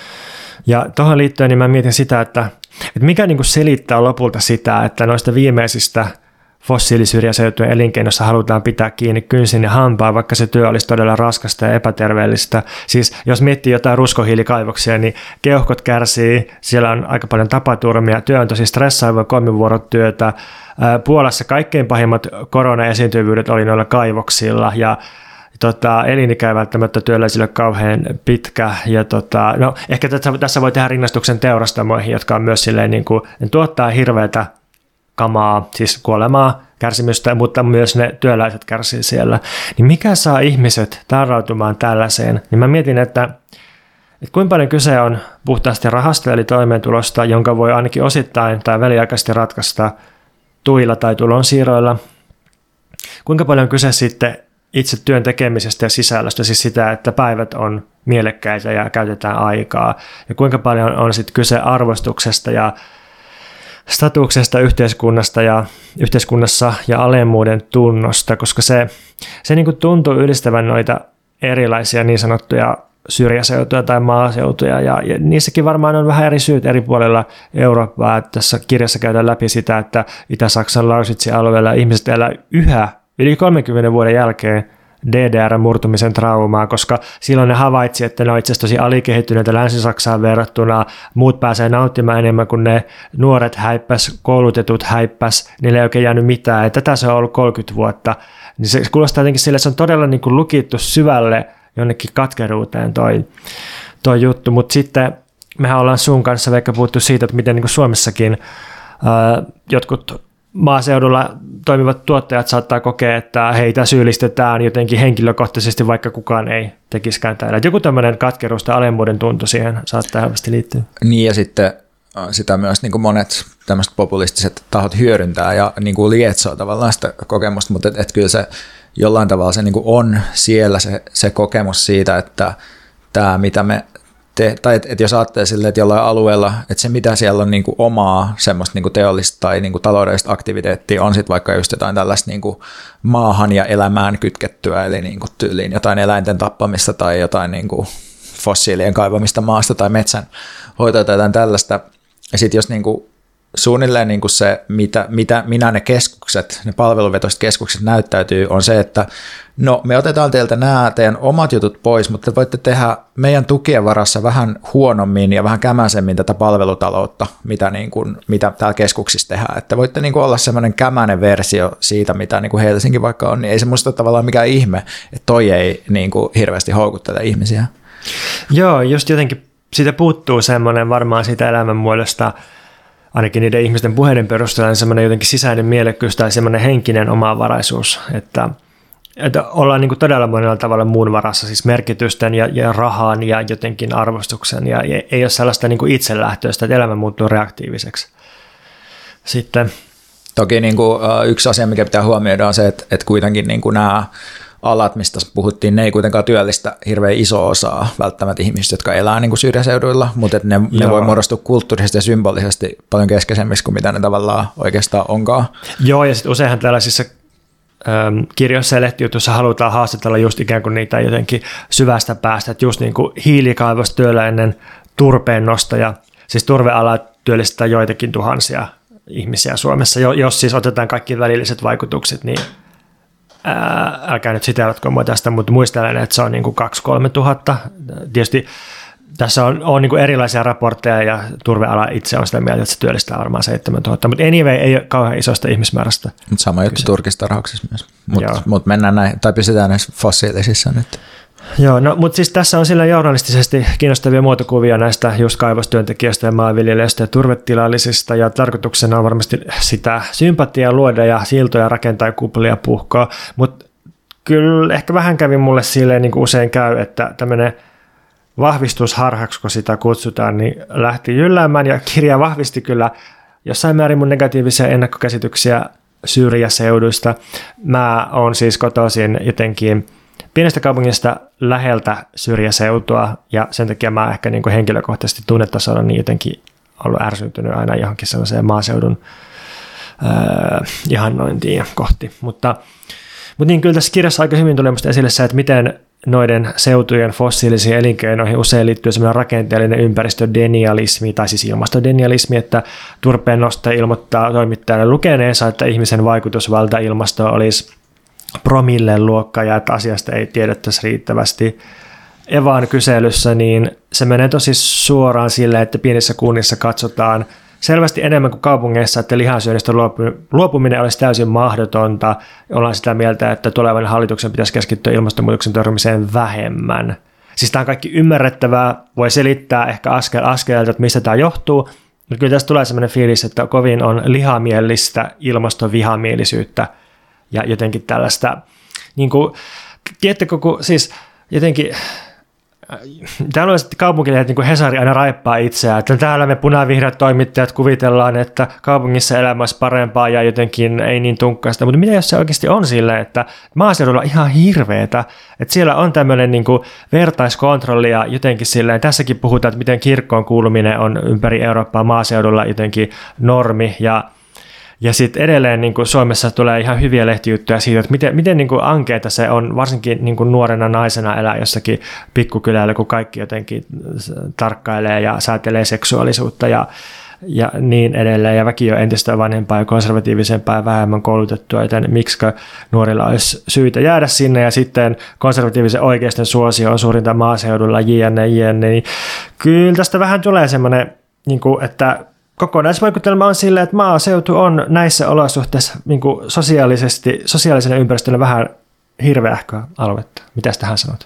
Ja tuohon liittyen niin mä mietin sitä, että, että mikä niin kuin selittää lopulta sitä, että noista viimeisistä fossiilisyrjäseutujen elinkeinossa halutaan pitää kiinni kynsin ja hampaan, vaikka se työ olisi todella raskasta ja epäterveellistä. Siis jos miettii jotain ruskohiilikaivoksia, niin keuhkot kärsii, siellä on aika paljon tapaturmia, työ on tosi stressaavaa kolmivuorotyötä. Puolassa kaikkein pahimmat koronaesiintyvyydet oli noilla kaivoksilla ja Tota, elinikä ei välttämättä työläisille kauhean pitkä. Ja tota, no, ehkä tässä, tässä voi tehdä rinnastuksen teurastamoihin, jotka on myös silleen, niin kuin, ne tuottaa hirveätä kamaa, siis kuolemaa, kärsimystä, mutta myös ne työläiset kärsii siellä. Niin mikä saa ihmiset tarrautumaan tällaiseen? Niin mä mietin, että, että kuinka paljon kyse on puhtaasti rahasta eli toimeentulosta, jonka voi ainakin osittain tai väliaikaisesti ratkaista tuilla tai tulonsiirroilla. Kuinka paljon on kyse sitten itse työn tekemisestä ja sisällöstä, siis sitä, että päivät on mielekkäitä ja käytetään aikaa. Ja kuinka paljon on sitten kyse arvostuksesta ja statuksesta yhteiskunnasta ja yhteiskunnassa ja alemmuuden tunnosta, koska se, se niin kuin tuntuu ylistävän noita erilaisia niin sanottuja syrjäseutuja tai maaseutuja, ja, ja niissäkin varmaan on vähän eri syyt eri puolilla Eurooppaa. Tässä kirjassa käydään läpi sitä, että Itä-Saksan Lausitzin alueella ihmiset elää yhä yli kolmenkymmenen vuoden jälkeen D D R-murtumisen traumaa, koska silloin ne havaitsi, että ne on itse asiassa tosi alikehittyneitä Länsi-Saksaan verrattuna. Muut pääsee nauttimaan enemmän kuin ne nuoret häippäs, koulutetut häippäs, niille ei oikein jäänyt mitään. Ja tätä se on ollut kolmekymmentä vuotta. Niin se kuulostaa jotenkin sille, että se on todella niin kuin lukittu syvälle jonnekin katkeruuteen toi, toi juttu. Mutta sitten mehän ollaan sun kanssa vaikka puhuttu siitä, että miten niin kuin Suomessakin ää, jotkut maaseudulla toimivat tuottajat saattaa kokea, että heitä syyllistetään jotenkin henkilökohtaisesti, vaikka kukaan ei tekisikään täällä. Joku tämmöinen katkeruus tai alemmuuden tuntu siihen saattaa helposti liittyä. Niin, ja sitten sitä myös niin kuin monet tämmöiset populistiset tahot hyödyntää ja niin kuin lietsoo tavallaan sitä kokemusta, mutta et, et kyllä se jollain tavalla se niin kuin on siellä se, se kokemus siitä, että tämä mitä me Te, tai että et jos ajattelee silleen, että jollain alueella, että se mitä siellä on niinku omaa semmoista niinku teollista tai niinku taloudellista aktiviteettia on sitten vaikka just jotain tällaista niinku maahan ja elämään kytkettyä, eli niinku tyyliin jotain eläinten tappamista tai jotain niinku fossiilien kaivamista maasta tai metsän hoitoa tai jotain tällaista. Ja sitten jos niinku suunnilleen niinku se, mitä, mitä minä ne keskukset, ne palveluvetoiset keskukset näyttäytyy, on se, että no me otetaan teiltä nämä teidän omat jutut pois, mutta te voitte tehdä meidän tukien varassa vähän huonommin ja vähän kämäisemmin tätä palvelutaloutta, mitä, niin kuin, mitä täällä keskuksissa tehdään. Että voitte niin kuin olla semmoinen kämäinen versio siitä, mitä niin kuin Helsinki vaikka on, niin ei se musta tavallaan mikään ihme, että toi ei niin kuin hirveästi houkuttele ihmisiä. Joo, just jotenkin siitä puuttuu semmoinen varmaan siitä elämänmuodosta, ainakin niiden ihmisten puheiden perusteella, niin semmoinen jotenkin sisäinen mielekkyys tai semmoinen henkinen omavaraisuus, että että ollaan niin kuin todella monella tavalla muun varassa, siis merkitysten ja, ja rahan ja jotenkin arvostuksen, ja ei ole sellaista niin kuin itselähtöistä, että elämä muuttuu reaktiiviseksi. Sitten. Toki niin kuin, yksi asia, mikä pitää huomioida, on se, että, että kuitenkin niin kuin nämä alat, mistä puhuttiin, ne ei kuitenkaan työllistä hirveän iso osaa välttämättä ihmisistä, jotka elää niin kuin syrjäseuduilla, mutta että ne, ne voi muodostua kulttuurisesti ja symbolisesti paljon keskeisemmiksi kuin mitä ne tavallaan oikeastaan onkaan. Joo, ja sitten useinhan tällaisissa ähm, kirjoissa ja lehtijutuissa halutaan haastatella just ikään kuin niitä jotenkin syvästä päästä, että just niin kuin hiilikaivostyöllä ennen turpeen nostoja, siis turveala työllistää joitakin tuhansia ihmisiä Suomessa, jos siis otetaan kaikki välilliset vaikutukset, niin ää, älkää nyt siteeratko mua tästä, mutta muistelen, että se on niin kuin kaksi kolme tuhatta. Tietysti tässä on, on niin kuin erilaisia raportteja ja turveala itse on sitä mieltä, että se työllistää varmaan seitsemäntuhatta, mutta anyway ei ole kauhean isosta ihmismäärästä. Mutta sama juttu turkistarhauksessa myös, mutta mut mennään näin, tai pysytään näissä fossiilisissa nyt. Joo, no mutta siis tässä on sillä journalistisesti kiinnostavia muotokuvia näistä just kaivostyöntekijöistä ja maanviljelijöistä ja turvetilallisista, ja tarkoituksena on varmasti sitä sympatiaa luoda ja siltoja rakentaa ja kuplia puhkoa, mutta kyllä ehkä vähän kävi mulle silleen, niin kuin usein käy, että tämmöinen vahvistusharhaksi, kun sitä kutsutaan, niin lähti jylläämään, ja kirja vahvisti kyllä jossain määrin mun negatiivisia ennakkokäsityksiä syrjäseuduista. Mä oon siis kotoisin jotenkin pienestä kaupungista läheltä syrjäseutua, ja sen takia mä ehkä niin kuin henkilökohtaisesti tunnetasolla niin jotenkin ollut ärsyntynyt aina johonkin sellaiseen maaseudun äh, ihannointiin kohti. Mutta, mutta niin kyllä tässä kirjassa aika hyvin tuli musta esille se, että miten noiden seutujen fossiilisiin elinkeinoihin usein liittyy sellainen rakenteellinen ympäristödenialismi, tai siis ilmastodenialismi, että turpeen nostaja ilmoittaa toimittajalle lukeneensa, että ihmisen vaikutusvalta ilmastoon olisi promilleen luokka ja että asiasta ei tiedettäisi riittävästi. Evan kyselyssä niin se menee tosi suoraan sille, että pienissä kunnissa katsotaan selvästi enemmän kuin kaupungeissa, että lihansyönnistä luopuminen olisi täysin mahdotonta. Ollaan sitä mieltä, että tulevan hallituksen pitäisi keskittyä ilmastonmuutoksen torjumiseen vähemmän. Siis tämä on kaikki ymmärrettävää, voi selittää ehkä askel askeleelta, että mistä tämä johtuu, mutta kyllä tässä tulee sellainen fiilis, että kovin on lihamielistä ilmastovihamielisyyttä ja jotenkin tällaista, niin kuin, tiedättekö, kun siis jotenkin, täällä on kaupunkilehdet, niin kuin Hesari aina raippaa itseään, että täällä me punavihreät toimittajat kuvitellaan, että kaupungissa elämä olisi parempaa ja jotenkin ei niin tunkkaista, mutta mitä jos se oikeasti on silleen, että maaseudulla on ihan hirveetä, että siellä on tämmöinen niin kuin vertaiskontrolli ja jotenkin silleen, tässäkin puhutaan, että miten kirkkoon kuuluminen on ympäri Eurooppaa maaseudulla jotenkin normi, ja Ja sitten edelleen niin kuin Suomessa tulee ihan hyviä lehtijuttuja siitä, että miten, miten niin kuin ankeeta se on, varsinkin niin kuin nuorena naisena elää jossakin pikkukylällä, kun kaikki jotenkin tarkkailee ja säätelee seksuaalisuutta ja, ja niin edelleen. Ja väki on entistä vanhempaa ja konservatiivisempaa ja vähemmän koulutettua, joten miksikö nuorilla olisi syytä jäädä sinne. Ja sitten konservatiivisen oikeisten suosio on suurinta maaseudulla, jne, jne. Niin kyllä tästä vähän tulee semmoinen, niin kuin, että kokonaisvaikutelma on sillä, että maaseutu on näissä olosuhteissa niin kuin sosiaalisesti, sosiaalisena ympäristönä vähän hirveähköä aluetta. Mitä tähän sanot?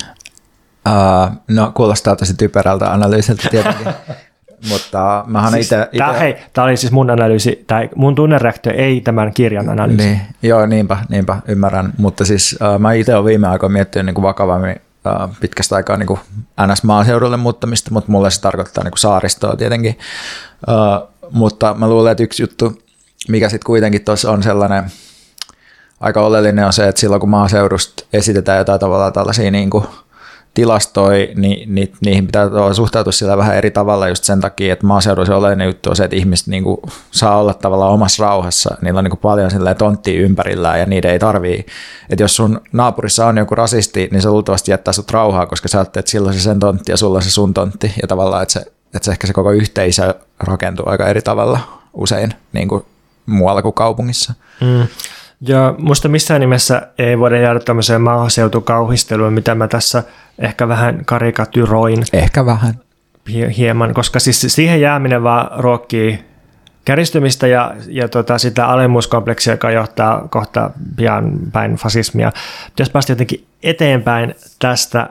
Uh, no kuulostaa tosi typerältä analyysiltä tietenkin, mutta mähän siis itse... Tämä, hei, tämä oli siis mun analyysi, tai mun tunnereaktio ei tämän kirjan analyysi. Niin, joo, niinpä, niinpä, ymmärrän, mutta siis uh, mä itse olen viime aikoina miettinyt niin kuin vakavammin uh, pitkästä aikaa niin kuin N S-maaseudulle muuttamista, mutta mulle se tarkoittaa niin kuin saaristoa tietenkin. Uh, mutta mä luulen, että yksi juttu, mikä sitten kuitenkin tuossa on sellainen aika oleellinen, on se, että silloin kun maaseudusta esitetään jotain tavallaan tällaisia niin kuin tilastoja, niin, niin niihin pitää suhtautua sillä vähän eri tavalla just sen takia, että maaseudulla se oleellinen juttu on se, että ihmiset niin kuin saa olla tavallaan omassa rauhassa. Niillä on niin kuin paljon tonttia ympärillään ja niiden ei tarvii. Että jos sun naapurissa on joku rasisti, niin se luultavasti jättää sut rauhaa, koska sä ajattelet, että silloin se sen tontti ja sulla se sun tontti. Ja tavallaan, että, se, että se ehkä se koko yhteisö rakentuu aika eri tavalla usein niin kuin muualla kuin kaupungissa. Mm. Ja musta missään nimessä ei voida jäädä tämmöiseen maaseutukauhisteluun, mitä mä tässä ehkä vähän karikatyroin. Ehkä vähän. Hieman, koska siis siihen jääminen vaan ruokkii kärjistymistä ja, ja tota sitä alemmuuskompleksia, joka johtaa kohta pian päin fasismia. Jos päästä jotenkin eteenpäin tästä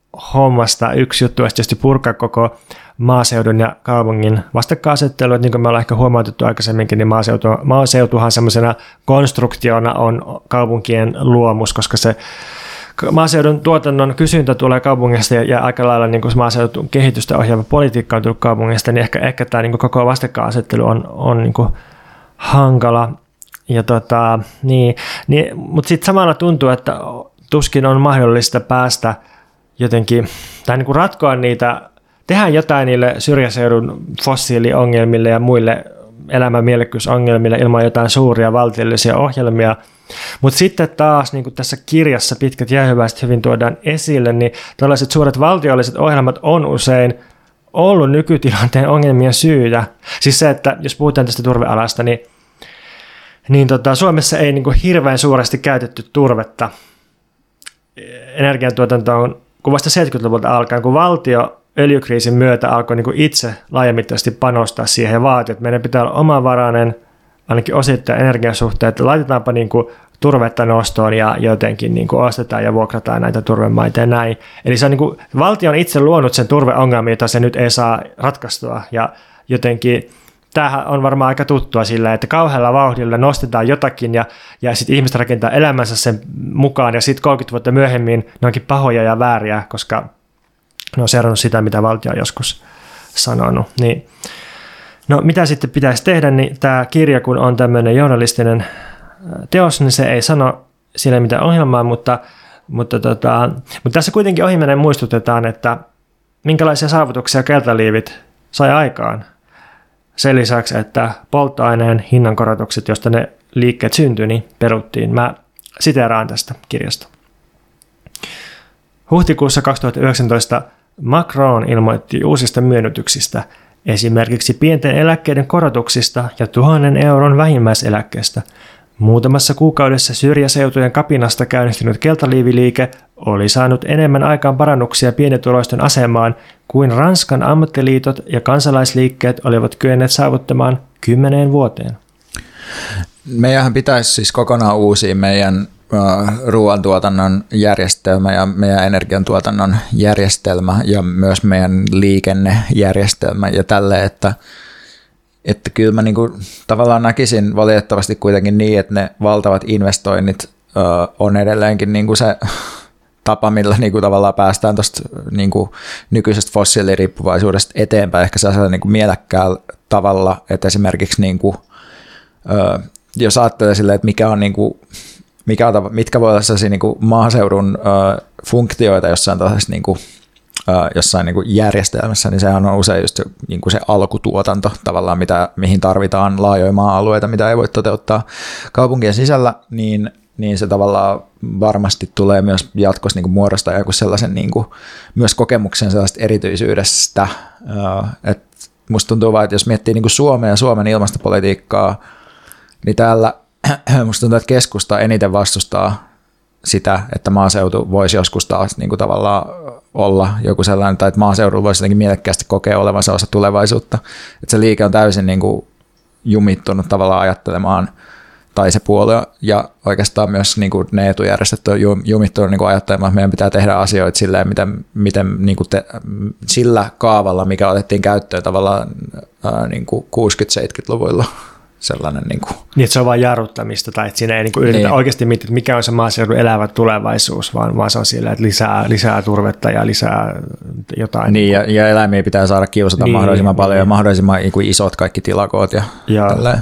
hommasta yksi juttu olisi tietysti purkaa koko maaseudun ja kaupungin vastakkainasettelu, että niin kuin me ollaan ehkä huomautettu aikaisemminkin, niin maaseutu, maaseutuhan semmoisena konstruktiona on kaupunkien luomus, koska se maaseudun tuotannon kysyntä tulee kaupungista ja, ja aika lailla niin kuin maaseudun kehitystä ohjaava politiikka on tullut kaupungista, niin ehkä, ehkä tämä niin kuin koko vastakkainasettelu on, on niin kuin hankala. Ja tota, niin, niin, mutta sitten samalla tuntuu, että tuskin on mahdollista päästä jotenkin, tai niin kuin ratkoa niitä, tehdään jotain niille syrjäseudun fossiiliongelmille ja muille elämän mielekkyysongelmille ilman jotain suuria valtiollisia ohjelmia. Mutta sitten taas, niin kuin tässä kirjassa Pitkät jäähyväiset hyvin tuodaan esille, niin tällaiset suuret valtiolliset ohjelmat on usein ollut nykytilanteen ongelmien syytä. Siis se, että jos puhutaan tästä turvealasta, niin, niin tota, Suomessa ei niin kuin hirveän suuresti käytetty turvetta energiantuotantoon, kun vasta seitsemänkymmentäluvulta alkaen, kun valtio öljykriisin myötä alkoi niin kuin itse laajamittaisesti panostaa siihen ja vaatia, että meidän pitää olla omavarainen, ainakin osittain energian suhteen, että laitetaanpa niin kuin turvetta nostoon ja jotenkin niin kuin ostetaan ja vuokrataan näitä turvemaita ja näin. Eli se on niin kuin, valtio on itse luonut sen turveongelman, jota se nyt ei saa ratkaistua ja jotenkin tämähän on varmaan aika tuttua sillä, että kauhealla vauhdilla nostetaan jotakin ja, ja sitten ihmiset rakentaa elämänsä sen mukaan ja sitten kolmekymmentä vuotta myöhemmin ne onkin pahoja ja vääriä, koska ne on seurannut sitä, mitä valtio on joskus sanonut. Niin, no mitä sitten pitäisi tehdä, niin tämä kirja, kun on tämmöinen journalistinen teos, niin se ei sano sille mitään ohjelmaa, mutta, mutta, tota, mutta tässä kuitenkin ohimennen muistutetaan, että minkälaisia saavutuksia keltaliivit sai aikaan. Sen lisäksi, että polttoaineen hinnankorotukset, josta ne liikkeet syntyi, niin peruttiin. Mä siteeraan tästä kirjasta. Huhtikuussa kaksituhattayhdeksäntoista Macron ilmoitti uusista myönnytyksistä, esimerkiksi pienten eläkkeiden korotuksista ja tuhannen euron vähimmäiseläkkeestä. Muutamassa kuukaudessa syrjäseutujen kapinasta käynnistynyt keltaliiviliike oli saanut enemmän aikaan parannuksia pienituloisten asemaan kuin Ranskan ammattiliitot ja kansalaisliikkeet olivat kyenneet saavuttamaan kymmeneen vuoteen. Meidän pitäisi siis kokonaan uusia meidän ruoantuotannon järjestelmä ja meidän energiantuotannon järjestelmä ja myös meidän liikennejärjestelmä ja tälleen, että Että kyllä mä niinku tavallaan näkisin valitettavasti kuitenkin niin, että ne valtavat investoinnit ö, on edelleenkin niinku se tapa, millä niinku tavallaan päästään tuosta niinku nykyisestä fossiiliriippuvaisuudesta eteenpäin. Ehkä sellaisella niinku mielekkäällä tavalla, että esimerkiksi niinku, ö, jos ajattelee silleen, että mikä on niinku, mikä on, mitkä voi olla sellaisia niinku maaseudun ö, funktioita jossain tällaisessa niinku jossain niin kuin järjestelmässä, niin sehän on usein just niin kuin se alkutuotanto tavallaan, mitä, mihin tarvitaan laajoja maa-alueita, mitä ei voi toteuttaa kaupunkien sisällä, niin, niin se tavallaan varmasti tulee myös jatkossa niin kuin muodostaa joku sellaisen niin kuin, myös kokemuksen sellaista erityisyydestä. Et musta tuntuu vaan, että jos miettii niin kuin Suomea ja Suomen ilmastopolitiikkaa, niin täällä musta tuntuu, että keskusta eniten vastustaa sitä, että maaseutu voisi joskus taas niin kuin tavallaan olla joku sellainen, tai että maaseudulla voisi jotenkin mielekkäästi kokea olevansa osa tulevaisuutta. Että se liike on täysin niin kuin jumittunut tavallaan ajattelemaan, tai se puolue, ja oikeastaan myös niin kuin ne etujärjestöt on jumittunut niin kuin ajattelemaan, että meidän pitää tehdä asioita silleen, miten, miten niin kuin te, sillä kaavalla, mikä otettiin käyttöön tavallaan ää, niin kuin kuusikymmentä-seitsemänkymmentäluvuilla. Sellainen niin kuin. Niin, että se on vain jarruttamista, tai että siinä ei niin kuin yritetä niin oikeasti miettiä, että mikä on se maaseudun elävä tulevaisuus, vaan, vaan se on sillä, että lisää, lisää turvetta ja lisää jotain. Niin, ja, ja eläimiä pitää saada kiusata niin, mahdollisimman niin, paljon niin. Ja mahdollisimman niin kuin isot kaikki tilakoot ja, ja tälleen.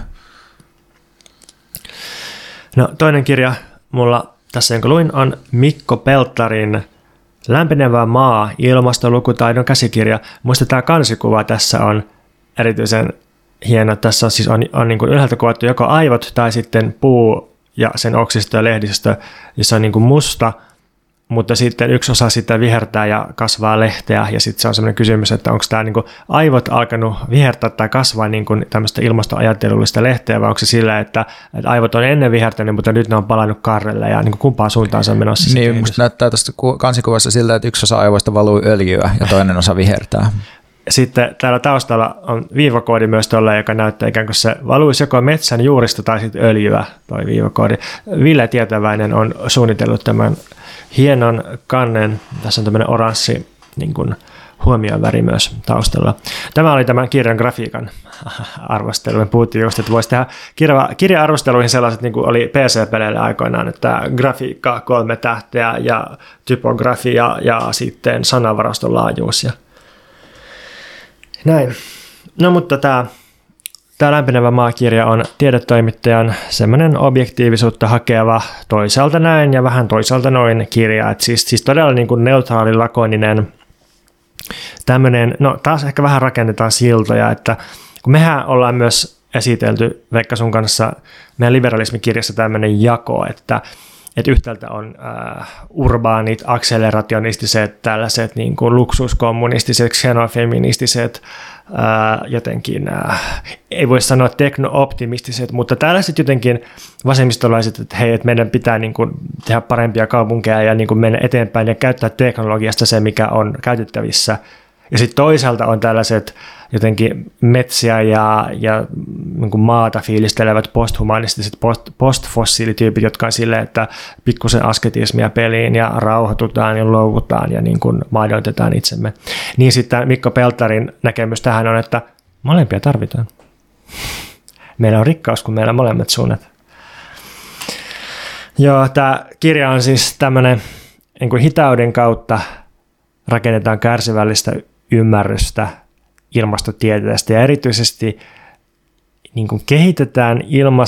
No toinen kirja mulla tässä, jonka luin, on Mikko Pelttarin Lämpenevä maa, ilmastolukutaidon käsikirja. Muista tämä kansikuva tässä on erityisen hieno. Tässä on siis on, on niin kuin ylhäältä kuvattu joko aivot tai sitten puu ja sen oksisto ja lehdistö, jossa on niin kuin musta, mutta sitten yksi osa sitä vihertää ja kasvaa lehteä, ja sitten se on sellainen kysymys, että onko tämä niin kuin aivot alkanut vihertää tai kasvaa niin kuin tämmöistä ilmastoajattelullista lehteä, vai onko se sillä, että, että aivot on ennen vihertänyt, mutta nyt ne on palannut karrelle, ja niin kuin kumpaan suuntaan se on menossa. Niin, musta näyttää tuosta kansikuvassa siltä, että yksi osa aivoista valuu öljyä ja toinen osa vihertää. Sitten täällä taustalla on viivakoodi myös tuolla, joka näyttää ikään kuin se valuisi joko metsän juurista tai sitten öljyä, toi viivakoodi. Ville Tietäväinen on suunnitellut tämän hienon kannen. Tässä on tämmöinen oranssi niin kuin huomioon väri myös taustalla. Tämä oli tämän kirjan grafiikan arvostelu. Me puhuttiin just, että voisi tehdä kirja- kirja-arvosteluihin sellaiset, niin kuin oli P C-peleille aikoinaan, että grafiikka, kolme tähteä ja typografia ja sitten sanavaraston laajuus. Ja näin. No mutta tämä, tämä Lämpenevä maakirja on tiedetoimittajan semmoinen objektiivisuutta hakeva toisaalta näin ja vähän toisaalta noin kirja. Et siis, siis todella niin kuin neutraali, lakoninen tämmöinen, no taas ehkä vähän rakennetaan siltoja, että kun mehän ollaan myös esitelty Veikka sun kanssa meidän liberalismikirjassa tämmöinen jako, että, että yhtäältä on äh, urbaanit, akselerationistiset, tällaiset niin kuin luksuskommunistiset, xenofeministiset, äh, jotenkin, äh, ei voi sanoa tekno-optimistiset, mutta tällaiset jotenkin vasemmistolaiset, että hei, että meidän pitää niin kuin tehdä parempia kaupunkeja ja niin kuin mennä eteenpäin ja käyttää teknologiasta se, mikä on käytettävissä. Ja sitten toisaalta on tällaiset jotenkin metsiä ja, ja niin kuin maata fiilistelevät posthumanistiset, post, postfossiilityypit, jotka on silleen, että pikkusen asketismia peliin ja rauhoitutaan ja luovutaan ja niin kuin mahdollistetaan itsemme. Niin sitten Mikko Pelttarin näkemys tähän on, että molempia tarvitaan. Meillä on rikkaus, kun meillä on molemmat suunnat. Joo, tämä kirja on siis tämmöinen niin kuin hitauden kautta rakennetaan kärsivällistä ymmärrystä ilmastotieteestä ja erityisesti niin kuin kehitetään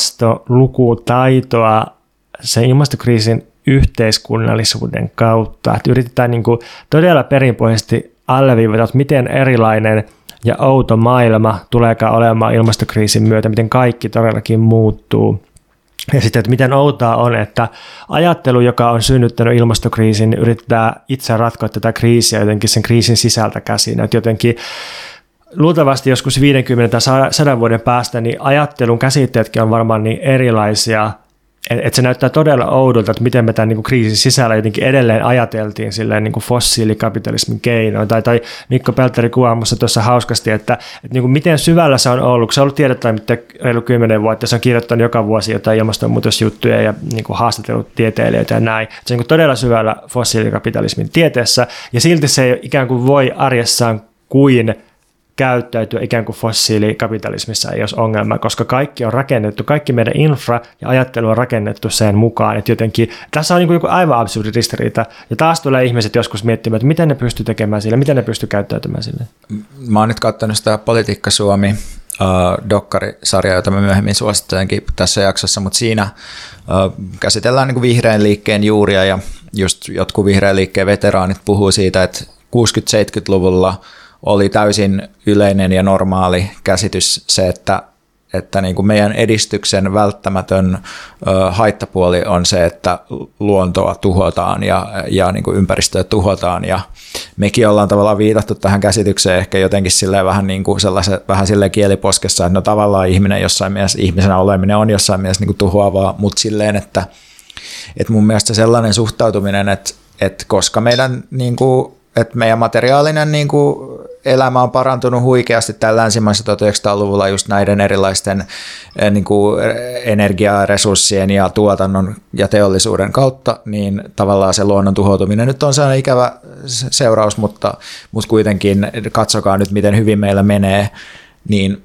ilmastolukutaitoa sen ilmastokriisin yhteiskunnallisuuden kautta. Että yritetään niin kuin todella perinpohjaisesti alleviivata, että miten erilainen ja outo maailma tuleekaan olemaan ilmastokriisin myötä, miten kaikki todellakin muuttuu. Ja sitten, että miten outoa on, että ajattelu, joka on synnyttänyt ilmastokriisin, niin yrittää itse ratkoa tätä kriisiä jotenkin sen kriisin sisältä käsin. Että jotenkin luultavasti joskus viidenkymmenen tai sadan vuoden päästä niin ajattelun käsitteetkin on varmaan niin erilaisia, että se näyttää todella oudolta, että miten me tämän niin kuin kriisin sisällä jotenkin edelleen ajateltiin silleen niin kuin fossiilikapitalismin keinoin. Tai, tai Mikko Pelttari kuvaamassa tuossa hauskasti, että, että niin kuin miten syvällä se on ollut. Se on ollut tiedetoimittaja reilu kymmenen vuotta, se on kirjoittanut joka vuosi jotain ilmastonmuutosjuttuja ja niin kuin haastatellut tieteilijöitä ja näin. Se on niin kuin todella syvällä fossiilikapitalismin tieteessä, ja silti se ei ikään kuin voi arjessaan kuin käyttäytyä ikään kuin fossiilikapitalismissa ei olisi ongelma, koska kaikki on rakennettu, kaikki meidän infra ja ajattelu on rakennettu sen mukaan, että jotenkin tässä on niin kuin joku aivan absurdi ristiriita, ja taas tulee ihmiset joskus miettimään, että miten ne pystyy tekemään sille, miten ne pystyy käyttäytymään sille. Mä oon nyt katsonut sitä Politiikka Suomi uh, dokkarisarjaa, jota mä myöhemmin suosittelenkin tässä jaksossa, mutta siinä uh, käsitellään niin kuin vihreän liikkeen juuria, ja just jotkut vihreän liikkeen veteraanit puhuu siitä, että kuusikymmentä-seitsemänkymmentäluvulla oli täysin yleinen ja normaali käsitys se, että, että niin kuin meidän edistyksen välttämätön ö, haittapuoli on se, että luontoa tuhotaan ja, ja niin kuin ympäristöä tuhotaan, ja mekin ollaan tavallaan viitattu tähän käsitykseen ehkä jotenkin silleen vähän, niin kuin vähän silleen kieliposkessa, että no tavallaan ihminen jossain mielessä, ihmisenä oleminen on jossain mielessä niin kuin tuhoavaa, mutta silleen, että, että mun mielestä sellainen suhtautuminen, että, että koska meidän niin kuin että meidän materiaalinen niin kuin elämä on parantunut huikeasti tällä länsimaisessa tuhatyhdeksänsataaluvulla just näiden erilaisten niin kuin energiaresurssien ja tuotannon ja teollisuuden kautta, niin tavallaan se luonnon tuhoutuminen nyt on sellainen ikävä seuraus, mutta, mutta kuitenkin katsokaa nyt, miten hyvin meillä menee, niin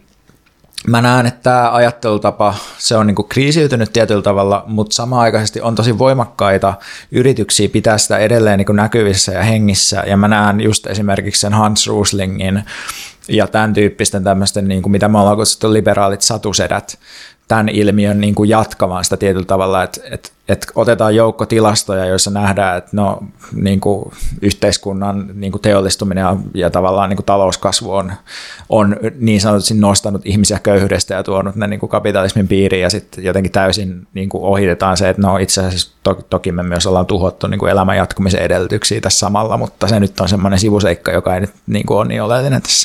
mä näen, että tämä ajattelutapa, se on niin kuin kriisiytynyt tietyllä tavalla, mutta samanaikaisesti on tosi voimakkaita yrityksiä pitää sitä edelleen niin kuin näkyvissä ja hengissä, ja mä näen just esimerkiksi sen Hans Roslingin ja tämän tyyppisten tämmöisten, niin kuin mitä me ollaan kutsuttu liberaalit satusedät, tämän ilmiön niin kuin jatkamaan sitä tietyllä tavalla, että, että, että otetaan joukko tilastoja, joissa nähdään, että no, niin kuin yhteiskunnan niin kuin teollistuminen ja, ja tavallaan niin kuin talouskasvu on, on niin sanotusti nostanut ihmisiä köyhyydestä ja tuonut ne niin kuin kapitalismin piiriin, ja sitten jotenkin täysin niin kuin ohitetaan se, että no itse asiassa to, toki me myös ollaan tuhottu niin kuin elämän jatkumisen edellytyksiä tässä samalla, mutta se nyt on semmoinen sivuseikka, joka ei nyt niin kuin ole niin oleellinen tässä.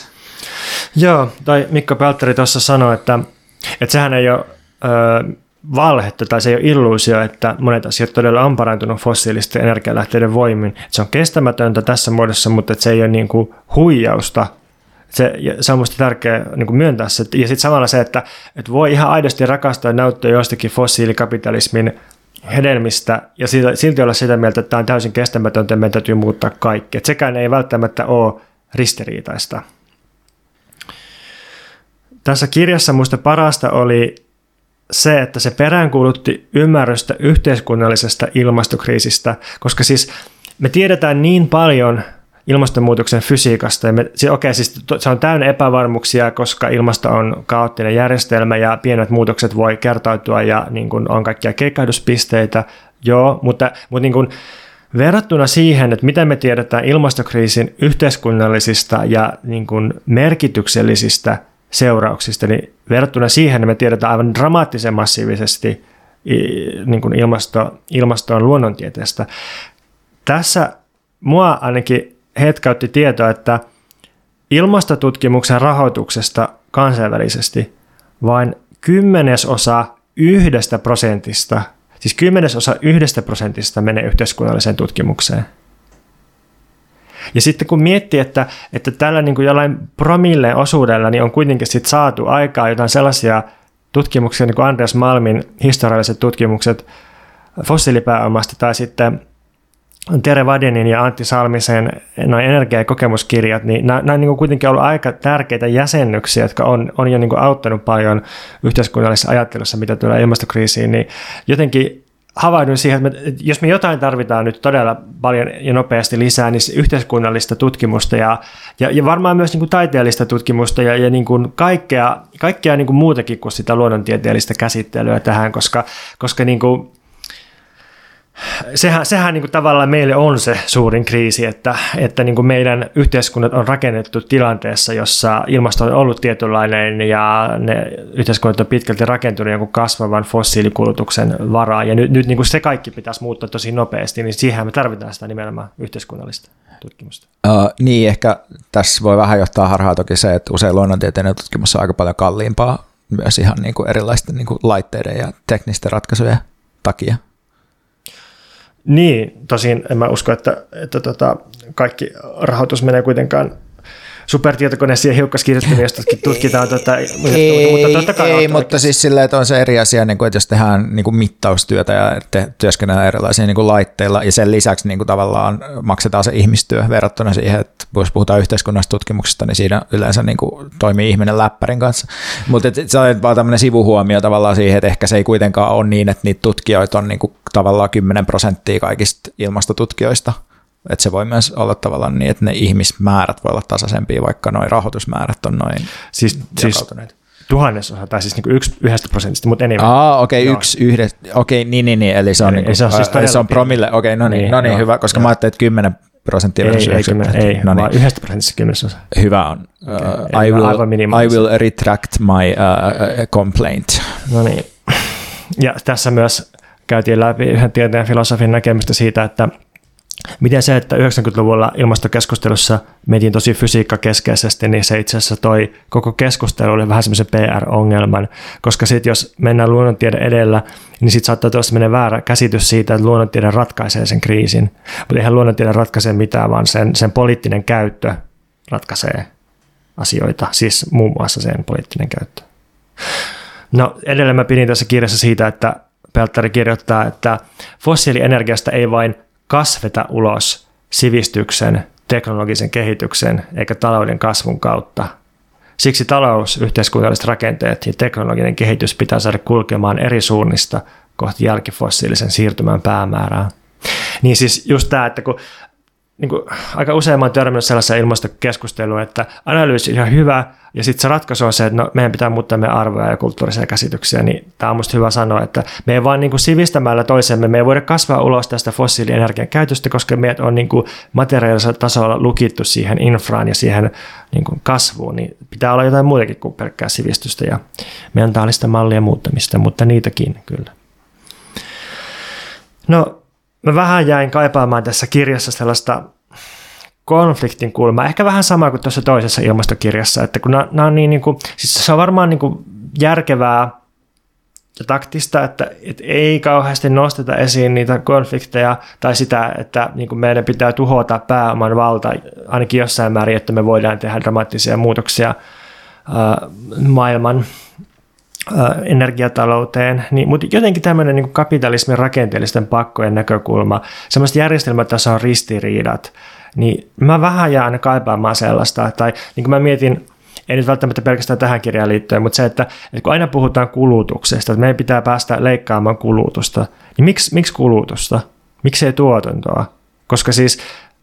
Joo, tai Mikko Pelttari tuossa sanoi, että Että sehän ei ole ö, valhetta tai se ei ole illuusio, että monet asiat todella on parantunut fossiilisten energialähteiden voimin. Se on kestämätöntä tässä muodossa, mutta se ei ole niin kuin huijausta. Se, se on minusta tärkeää niin kuin myöntää se. Ja sitten samalla se, että, että voi ihan aidosti rakastaa ja nauttia jostakin fossiilikapitalismin hedelmistä ja silti olla sitä mieltä, että tämä on täysin kestämätöntä ja meidän täytyy muuttaa kaikki. Että sekään ei välttämättä ole ristiriitaista. Tässä kirjassa minusta parasta oli se, että se peräänkuulutti ymmärrystä yhteiskunnallisesta ilmastokriisistä, koska siis me tiedetään niin paljon ilmastonmuutoksen fysiikasta. Ja me, okei, okay, siis se on täynnä epävarmuuksia, koska ilmasto on kaoottinen järjestelmä ja pienet muutokset voi kertautua ja niin kuin on kaikkia keikkahduspisteitä. Joo, mutta, mutta niin kuin verrattuna siihen, että mitä me tiedetään ilmastokriisin yhteiskunnallisista ja niin kuin merkityksellisistä seurauksista, niin verrattuna siihen me tiedetään aivan dramaattisen massiivisesti niin kuin ilmasto, ilmastoon luonnontieteestä. Tässä mua ainakin hetkäytti tietoa, että ilmastotutkimuksen rahoituksesta kansainvälisesti vain kymmenesosa yhdestä prosentista, siis kymmenesosa yhdestä prosentista menee yhteiskunnalliseen tutkimukseen. Ja sitten kun miettii, että, että tällä niin kuin jollain promilleen osuudella niin on kuitenkin sit saatu aikaa jotain sellaisia tutkimuksia, niin kuin Andreas Malmin historialliset tutkimukset fossiilipääomasta tai sitten Tere Vadenin ja Antti Salmisen noin energia- ja kokemuskirjat, niin nämä, nämä on niin kuitenkin ollut aika tärkeitä jäsennyksiä, jotka on, on jo niin kuin auttanut paljon yhteiskunnallisessa ajattelussa, mitä tulee ilmastokriisiin, niin jotenkin havahduin siihen, että jos me jotain tarvitaan nyt todella paljon ja nopeasti lisää, niin yhteiskunnallista tutkimusta ja, ja, ja varmaan myös niin kuin taiteellista tutkimusta ja, ja niin kuin kaikkea, kaikkea niin kuin muutakin kuin sitä luonnontieteellistä käsittelyä tähän, koska, koska niin kuin Sehän, sehän niin kuin tavallaan meille on se suurin kriisi, että, että niin kuin meidän yhteiskunnat on rakennettu tilanteessa, jossa ilmasto on ollut tietynlainen ja ne yhteiskunnat on pitkälti rakentunut jonkun kasvavan fossiilikulutuksen varaan. Ja nyt, nyt niin kuin se kaikki pitäisi muuttaa tosi nopeasti, niin siihen me tarvitaan sitä nimenomaan yhteiskunnallista tutkimusta. Uh, niin, ehkä tässä voi vähän johtaa harhaa toki se, että usein luonnontieteellinen tutkimus on aika paljon kalliimpaa myös ihan niin kuin erilaisten niin kuin laitteiden ja teknisten ratkaisujen takia. Niin, tosin en mä usko, että, että tota, kaikki rahoitus menee kuitenkaan supertietokoneisiin ja hiukkaskirjoittamiin, jostakin tutkitaan. Tota, ei, mutta, mutta, totta kai ei mutta siis silleen, että on se eri asia, niin kuin, että jos tehdään niin kuin mittaustyötä ja te, työskennellään erilaisilla niin kuin laitteilla ja sen lisäksi niin kuin tavallaan maksetaan se ihmistyö verrattuna siihen, että jos puhutaan yhteiskunnallisesta tutkimuksesta, niin siinä yleensä niin kuin toimii ihminen läppärin kanssa. Mutta se on vaan tämmöinen sivuhuomio tavallaan siihen, että ehkä se ei kuitenkaan ole niin, että niitä tutkijoita on niin kuin tavallaan kymmenen prosenttia kaikista ilmastotutkijoista. Että se voi myös olla tavallaan niin, että ne ihmismäärät voi olla tasaisempia, vaikka noin rahoitusmäärät on noin siis, jakautuneet. Siis tuhannesosa, tai siis niinku yksi yhdestä prosentista, mutta enemmän. Aa, okei, okay, yksi yhdestä, okei, okay, niin, niin, niin, eli se on, eli, niinku, se on, siis se on promille, okei, okay, no niin, niin, no niin hyvä, koska joo. Mä ajattelin, että kymmenen prosenttia ei, ei, kymmenen, ei, no niin. Vaan yhdestä prosentista kymmenesosa. Hyvä on. Okay. Uh, I, will, I will retract my uh, complaint. No niin, ja tässä myös käytiin läpi yhden tieteen filosofin näkemystä siitä, että miten se, että yhdeksänkymmentäluvulla ilmastokeskustelussa mentiin tosi fysiikkakeskeisesti, niin se itse asiassa toi koko keskustelulle vähän semmoisen P R-ongelman, koska sitten jos mennään luonnontiede edellä, niin sitten saattaa tuossa mennä väärä käsitys siitä, että luonnontiede ratkaisee sen kriisin. Mutta eihän luonnontiede ratkaise mitään, vaan sen, sen poliittinen käyttö ratkaisee asioita, siis muun muassa sen poliittinen käyttö. No edelleen mä pidin tässä kirjassa siitä, että Pelttari kirjoittaa, että fossiilienergiasta ei vain kasveta ulos sivistyksen, teknologisen kehityksen eikä talouden kasvun kautta. Siksi talous, yhteiskunnalliset rakenteet ja teknologinen kehitys pitää saada kulkemaan eri suunnista kohti jälkifossiilisen siirtymän päämäärää. Niin siis just tämä, että kun niin kuin aika usein mä oon törmännyt sellaiseen ilmastokeskusteluun, että analyysi on ihan hyvä, ja sitten se ratkaisu on se, että no, meidän pitää muuttaa meidän arvoja ja kulttuurisia käsityksiä, niin tämä on musta hyvä sanoa, että me ei vaan niin kuin sivistämällä toisemme, me ei voida kasvaa ulos tästä fossiilienergian käytöstä, koska meidät on niin kuin materiaalisella tasolla lukittu siihen infraan ja siihen niin kuin kasvuun, niin pitää olla jotain muutakin kuin pelkkää sivistystä ja mentaalista mallia muuttamista, mutta niitäkin kyllä. No, mä vähän jäin kaipaamaan tässä kirjassa sellaista konfliktin kulmaa, ehkä vähän sama kuin tuossa toisessa ilmastokirjassa, että kun nämä, nämä on niin, niin kuin, siis se on varmaan niin kuin järkevää ja taktista, että, että ei kauheasti nosteta esiin niitä konflikteja tai sitä, että niin kuin meidän pitää tuhota pääoman valta ainakin jossain määrin, että me voidaan tehdä dramaattisia muutoksia ää, maailman energiatalouteen, niin, mutta jotenkin tämmöinen niin kuin kapitalismin rakenteellisten pakkojen näkökulma, semmoiset järjestelmätason ristiriidat, niin mä vähän jään aina kaipaamaan sellaista, tai niin kuin mä mietin, ei nyt välttämättä pelkästään tähän kirjaan liittyen, mutta se, että, että kun aina puhutaan kulutuksesta, että meidän pitää päästä leikkaamaan kulutusta, niin miksi, miksi kulutusta? Miksi ei tuotantoa? Koska siis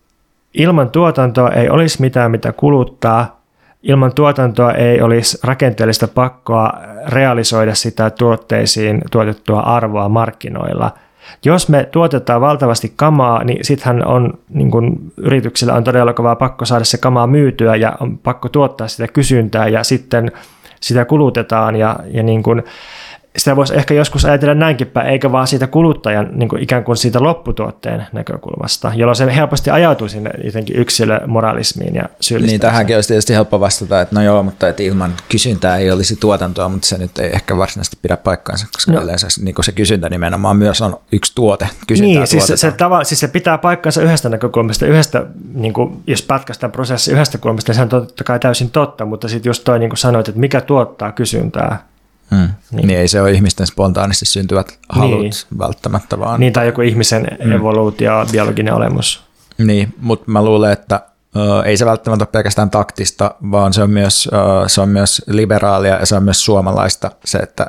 ilman tuotantoa ei olisi mitään, mitä kuluttaa, ilman tuotantoa ei olisi rakenteellista pakkoa realisoida sitä tuotteisiin tuotettua arvoa markkinoilla. Jos me tuotetaan valtavasti kamaa, niin sittenhän on, niin kun yrityksillä on todella kovaa pakko saada se kamaa myytyä ja on pakko tuottaa sitä kysyntää ja sitten sitä kulutetaan ja, ja niin kun, sitä voisi ehkä joskus ajatella näinkin päin, eikä vaan siitä kuluttajan niin kuin ikään kuin siitä lopputuotteen näkökulmasta, jolloin se helposti ajautuu sinne jotenkin yksilömoralismiin ja syyllistämiseen. Niin tähänkin olisi tietysti helppo vastata, että no joo, mutta että ilman kysyntää ei olisi tuotantoa, mutta se nyt ei ehkä varsinaisesti pidä paikkaansa, koska no. yleensä niin kuin se kysyntä nimenomaan myös on yksi tuote. Kysyntää niin, siis se, se, tava, siis se pitää paikkansa yhdestä näkökulmasta, yhdestä, niin kuin, jos pätkästään prosessi yhdestä kulmasta, niin se on totta kai täysin totta, mutta sitten just toi niin kuin sanoit, että mikä tuottaa kysyntää. Hmm. Niin. niin ei se ole ihmisten spontaanisti syntyvät halut niin. välttämättä vaan. Niin, tai joku ihmisen hmm. evoluutio, biologinen olemus. Niin, mutta mä luulen, että ö, ei se välttämättä ole pelkästään taktista, vaan se on, myös, ö, se on myös liberaalia ja se on myös suomalaista se, että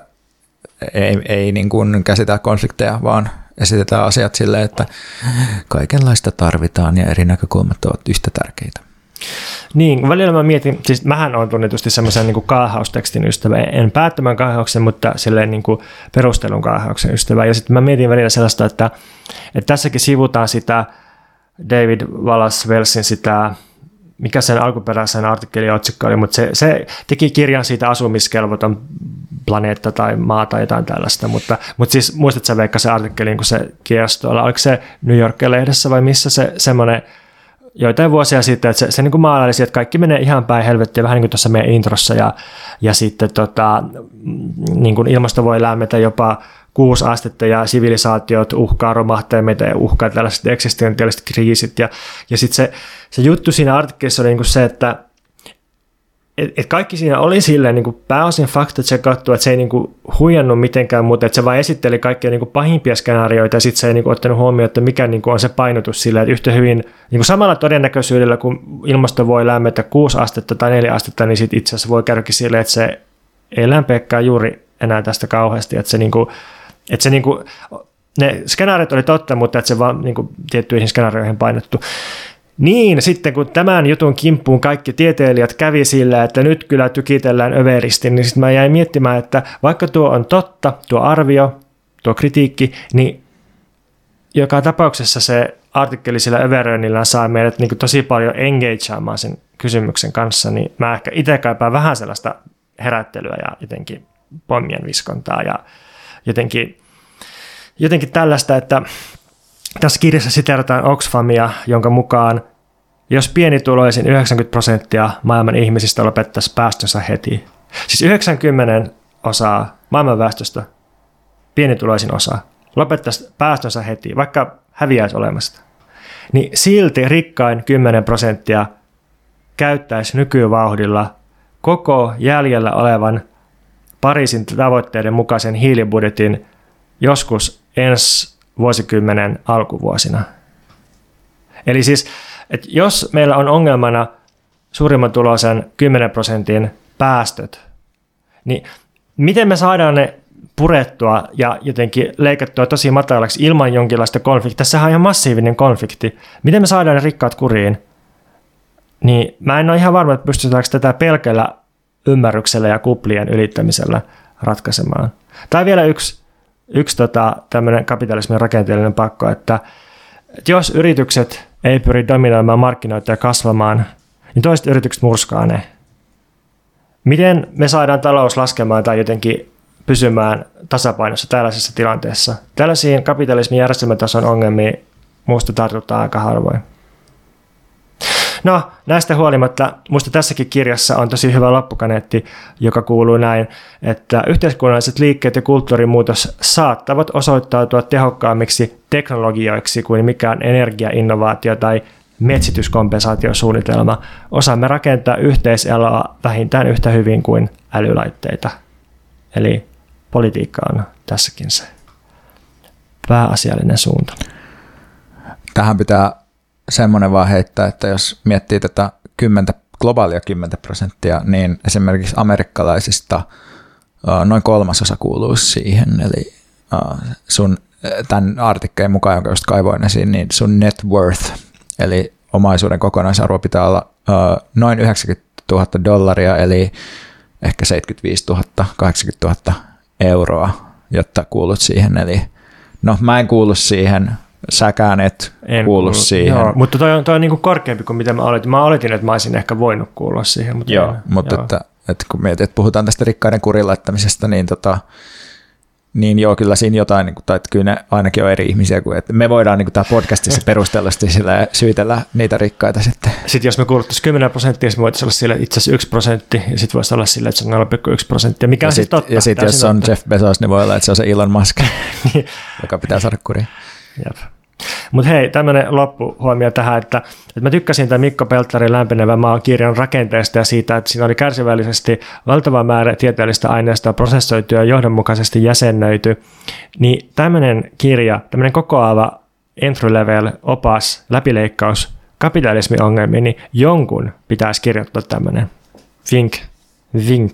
ei, ei niin kuin käsitellä konflikteja, vaan esitetään asiat silleen, että kaikenlaista tarvitaan ja eri näkökulmat ovat yhtä tärkeitä. Niin, välillä mä mietin, siis mähän olen tunnetusti semmoisen niin kaahaustekstin ystävä, en päättömän kaahauksen, mutta silleen niin kuin perustelun kaahauksen ystävä. Ja sitten mä mietin välillä sellaista, että, että tässäkin sivutaan sitä David Wallace Wellesin sitä, mikä sen alkuperäisen artikkelin otsikko oli, mutta se, se teki kirjan siitä asumiskelvoton planeetta tai maa tai jotain tällaista, mutta, mutta siis muistatko sä Veikka se artikkelin, kun se kiersi tuolla, oliko se New York-lehdessä vai missä se semmoinen joitain vuosia sitten, että se, se niin kuin maalailisi, että kaikki menee ihan päin helvettiä, vähän niin kuin tuossa meidän introssa, ja, ja sitten tota, niin kuin ilmasto voi lämmetä jopa kuusi astetta, ja sivilisaatiot uhkaa romahtaa, ja meitä uhkaa tällaiset eksistentiaaliset kriisit, ja, ja sitten se, se juttu siinä artikkelissa oli niin kuin se, että et, et kaikki siinä oli silleen niin kuin pääosin fakta, että se katsoi, että se ei niin kuin huijannut mitenkään, mutta että se vain esitteli kaikkia niin kuin pahimpia skenaarioita, ja sitten se ei niin kuin ottanut huomioon, että mikä niin kuin on se painotus sillä, että yhtä hyvin niin kuin samalla todennäköisyydellä, kun ilmasto voi lämmetä kuusi astetta tai neljä astetta, niin sitten itse asiassa voi käydäkin silleen, että se ei lämpeäkään juuri enää tästä kauheasti, että se, niin kuin, että se niin kuin, ne skenaariot oli totta, mutta että se vaan niin kuin tiettyihin skenaarioihin painottu. Niin, sitten kun tämän jutun kimppuun kaikki tieteilijät kävi sillä, että nyt kyllä tykitellään överisti, niin sitten mä jäin miettimään, että vaikka tuo on totta, tuo arvio, tuo kritiikki, niin joka tapauksessa se artikkeli sillä överöinnillä saa meidät niin kuin tosi paljon engageaamaan sen kysymyksen kanssa, niin mä ehkä itse kaipaan vähän sellaista herättelyä ja jotenkin pommien viskontaa ja jotenkin, jotenkin tällaista, että tässä kirjassa siteerataan Oxfamia, jonka mukaan jos pienituloisin yhdeksänkymmentä prosenttia maailman ihmisistä lopettaisi päästönsä heti, siis yhdeksänkymmentä osaa maailman väestöstä, pienituloisin osa, lopettaisi päästönsä heti, vaikka häviäisi olemasta, niin silti rikkain kymmenen prosenttia käyttäisi nykyvauhdilla koko jäljellä olevan Pariisin tavoitteiden mukaisen hiilibudjetin joskus ensi vuosikymmenen alkuvuosina. Eli siis, että jos meillä on ongelmana suurimman tuloisen kymmenen prosentin päästöt, niin miten me saadaan ne purettua ja jotenkin leikattua tosi matalaksi ilman jonkinlaista konfliktia? Tässähän on ihan massiivinen konflikti. Miten me saadaan ne rikkaat kuriin? Niin mä en ole ihan varma, että pystytäänkö tätä pelkällä ymmärryksellä ja kuplien ylittämisellä ratkaisemaan. Tai vielä yksi, yksi tota, tämmöinen kapitalismin rakenteellinen pakko, että, että jos yritykset ei pyri dominoimaan markkinoita ja kasvamaan, niin toiset yritykset murskaa ne. Miten me saadaan talous laskemaan tai jotenkin pysymään tasapainossa tällaisessa tilanteessa? Tällaisiin kapitalismin järjestelmätason ongelmiin muusta tartutaan aika harvoin. No, näistä huolimatta, minusta tässäkin kirjassa on tosi hyvä loppukaneetti, joka kuuluu näin, että yhteiskunnalliset liikkeet ja kulttuurimuutos saattavat osoittautua tehokkaammiksi teknologioiksi kuin mikään energiainnovaatio tai metsityskompensaatiosuunnitelma. Osaamme rakentaa yhteiseloa vähintään yhtä hyvin kuin älylaitteita. Eli politiikka on tässäkin se pääasiallinen suunta. Tähän pitää semmoinen vaan heittää, että jos miettii tätä kymmentä, globaalia kymmentä prosenttia, niin esimerkiksi amerikkalaisista noin kolmasosa kuuluu siihen. Eli sun tämän artikkelin mukaan, jonka just kaivoin esiin, niin sun net worth, eli omaisuuden kokonaisarvo pitää olla noin yhdeksänkymmentätuhatta dollaria, eli ehkä seitsemänkymmentäviisituhatta, kahdeksankymmentätuhatta euroa, jotta kuulut siihen. Eli no mä en kuulu siihen, säkään et en kuulu siihen. Joo, mutta toi on, toi on niin kuin korkeampi kuin mitä mä oletin. Mä oletin, että mä olisin ehkä voinut kuulua siihen. Mutta joo, en, mutta joo. Että, että kun mietit, että puhutaan tästä rikkaiden kurin laittamisesta, niin, tota, niin joo, kyllä siinä jotain, niin kuin, tai että kyllä ne ainakin on eri ihmisiä, kuin, että me voidaan niin kuin tämä podcastissa perustellusti sillä syytellä niitä rikkaita sitten. Sitten jos me kuuluttaisiin kymmenen prosenttia, me voitaisiin olla sille itse asiassa yksi prosentti, ja sitten voisi olla sille, että se on nolla pilkku yksi prosenttia, mikä ja on sit, siis totta. Ja sitten jos on totta. Jeff Bezos, niin voi olla, että se on se Elon Musk, joka pitää saada kuriin. Jep. Mutta hei, tämmöinen loppuhuomio tähän, että, että mä tykkäsin tämän Mikko Pelttarin Lämpenevä maa -kirjan rakenteesta ja siitä, että siinä oli kärsivällisesti valtava määrä tieteellistä aineistoa prosessoitu ja johdonmukaisesti jäsennöity, niin tämmöinen kirja, tämmöinen kokoava entry-level opas, läpileikkaus kapitalismin ongelmiin, niin jonkun pitäisi kirjoittaa tämmöinen. Vink, vink.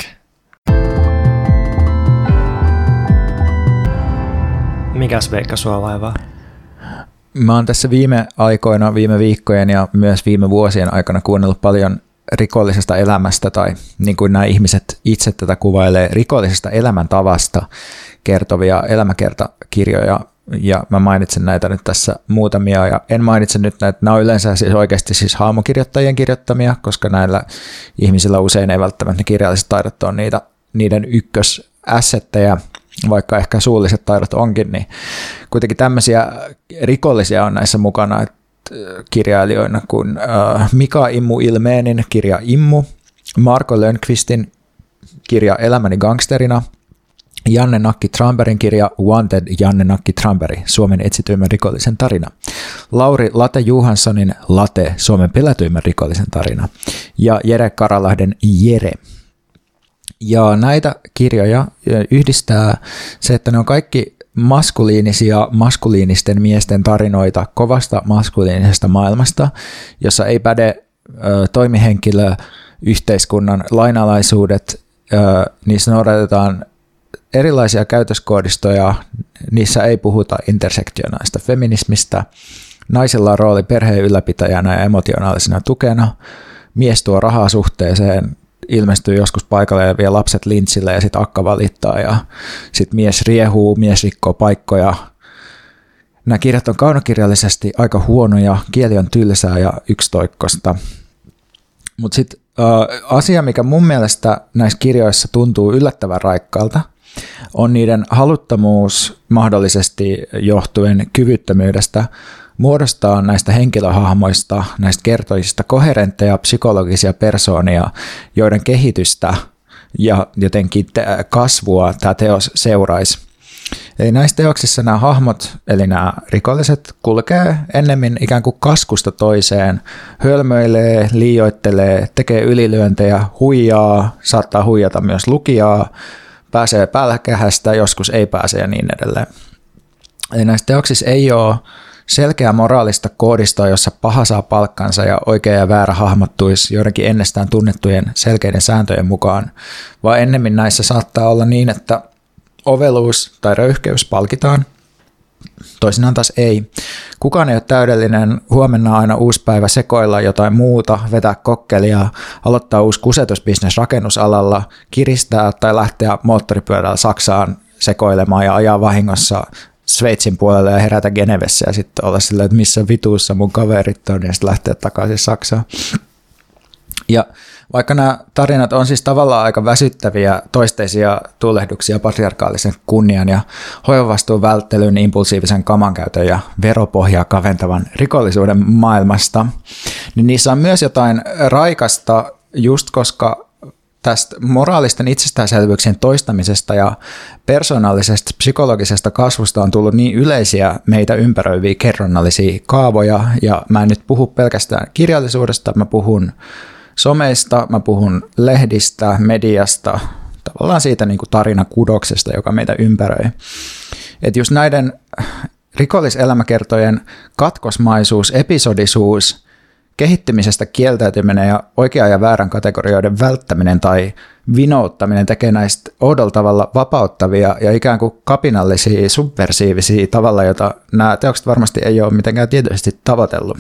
Mikäs Veikka sua vaivaa? Mä oon tässä viime aikoina, viime viikkojen ja myös viime vuosien aikana kuunnellut paljon rikollisesta elämästä tai niin kuin nämä ihmiset itse tätä kuvailee, rikollisesta elämäntavasta kertovia elämäkertakirjoja ja mä mainitsen näitä nyt tässä muutamia ja en mainitse nyt näitä, nämä on yleensä siis oikeasti siis hahmokirjoittajien kirjoittamia, koska näillä ihmisillä usein ei välttämättä ne kirjalliset taidot ole niitä, niiden ykkösassetteja, vaikka ehkä suulliset taidot onkin, niin kuitenkin tämmöisiä rikollisia on näissä mukana että kirjailijoina kuin Mika Immu Ilmeenin kirja Immu, Marko Lönnqvistin kirja Elämäni gangsterina, Janne Nakki Trambergin kirja Wanted Janne Nakki Tramberg, Suomen etsityimmän rikollisen tarina, Lauri Late Johanssonin Late, Suomen pelätyimmän rikollisen tarina ja Jere Karalahden Jere. Ja näitä kirjoja yhdistää se, että ne on kaikki maskuliinisia, maskuliinisten miesten tarinoita kovasta maskuliinisesta maailmasta, jossa ei päde ö, toimihenkilö, yhteiskunnan lainalaisuudet, ö, niissä noudatetaan erilaisia käytöskoodistoja, niissä ei puhuta intersektionaalista feminismistä, naisella on rooli perheen ylläpitäjänä ja emotionaalisena tukena, mies tuo rahaa suhteeseen, ilmestyy joskus paikalle ja vie lapset lintsille ja sitten akka valittaa ja sitten mies riehuu, mies rikkoo paikkoja. Nämä kirjat on kaunokirjallisesti aika huonoja, kieli on tylsää ja yksitoikkoista. Mutta sitten äh, asia, mikä mun mielestä näissä kirjoissa tuntuu yllättävän raikkaalta, on niiden haluttomuus mahdollisesti johtuen kyvyttömyydestä muodostaa näistä henkilöhahmoista, näistä kertojista koherentteja psykologisia persoonia, joiden kehitystä ja jotenkin kasvua tämä teos seuraisi. Eli näissä teoksissa nämä hahmot, eli nämä rikolliset, kulkee ennemmin ikään kuin kaskusta toiseen, hölmöilee, liioittelee, tekee ylilyöntejä, huijaa, saattaa huijata myös lukijaa, pääsee pälkähästä, joskus ei pääse ja niin edelleen. Eli näissä teoksissa ei ole selkeää moraalista koodistoa, jossa paha saa palkkansa ja oikea ja väärä hahmottuisi joidenkin ennestään tunnettujen selkeiden sääntöjen mukaan, vaan ennemmin näissä saattaa olla niin, että oveluus tai röyhkeys palkitaan, toisinaan taas ei. Kukaan ei ole täydellinen, huomenna aina uusi päivä sekoilla jotain muuta, vetää kokkelia, aloittaa uusi kusetusbisnes rakennusalalla, kiristää tai lähteä moottoripyörällä Saksaan sekoilemaan ja ajaa vahingossa Sveitsin puolelle ja herätä Genevessä ja sitten olla silleen, että missä vituussa mun kaverit on ja sitten lähteä takaisin Saksaan. Ja vaikka nämä tarinat on siis tavallaan aika väsyttäviä toisteisia tulehduksia patriarkaalisen kunnian ja hoivavastuun välttelyn, impulsiivisen kamankäytön ja veropohjaa kaventavan rikollisuuden maailmasta, niin niissä on myös jotain raikasta just koska tästä moraalisten itsestäänselvyyksien toistamisesta ja persoonallisesta psykologisesta kasvusta on tullut niin yleisiä meitä ympäröiviä kerronnallisia kaavoja, ja mä en nyt puhu pelkästään kirjallisuudesta, mä puhun someista, mä puhun lehdistä, mediasta tavallaan siitä niin kuin tarinakudoksesta, joka meitä ympäröi. Että just näiden rikolliselämäkertojen katkosmaisuus, episodisuus, kehittymisestä kieltäytyminen ja oikean ja väärän kategorioiden välttäminen tai vinouttaminen tekee näistä oudolla tavalla vapauttavia ja ikään kuin kapinallisia, subversiivisia tavalla, jota nämä teokset varmasti ei ole mitenkään tietoisesti tavoitellut.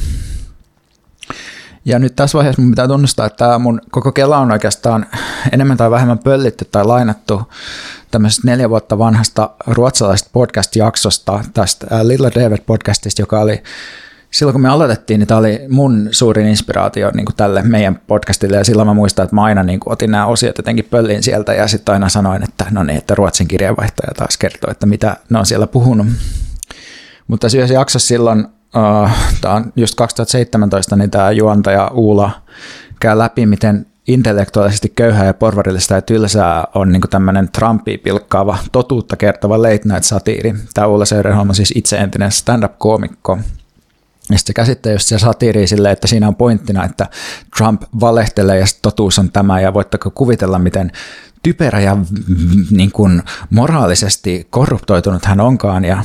Ja nyt tässä vaiheessa mun pitää tunnustaa, että tämä mun koko kela on oikeastaan enemmän tai vähemmän pöllitty tai lainattu tämmöisestä neljä vuotta vanhasta ruotsalaisesta podcast-jaksosta, tästä Little David-podcastista, joka oli silloin kun me aloitettiin, niin tämä oli mun suurin inspiraatio niin kuin tälle meidän podcastille, ja silloin mä muistan, että mä aina niin kuin otin nämä osiot jotenkin pöllin sieltä, ja sitten aina sanoin, että no niin, että Ruotsin kirjeenvaihtaja taas kertoo, että mitä ne on siellä puhunut. Mutta tässä yhdessä jaksossa silloin, uh, tämä on just kaksituhattaseitsemäntoista, niin tämä juontaja Uula käy läpi, miten intellektuaalisesti köyhää ja porvarillista ja tylsää on niin kuin tämmöinen Trumpia pilkkaava, totuutta kertova late night satiiri. Tämä Ulla Söderholm on siis itse entinen stand-up-koomikko. Ja sitten se käsittää just se satiiri silleen, että siinä on pointtina, että Trump valehtelee ja totuus on tämä, ja voitteko kuvitella, miten typerä ja niin kuin moraalisesti korruptoitunut hän onkaan. Ja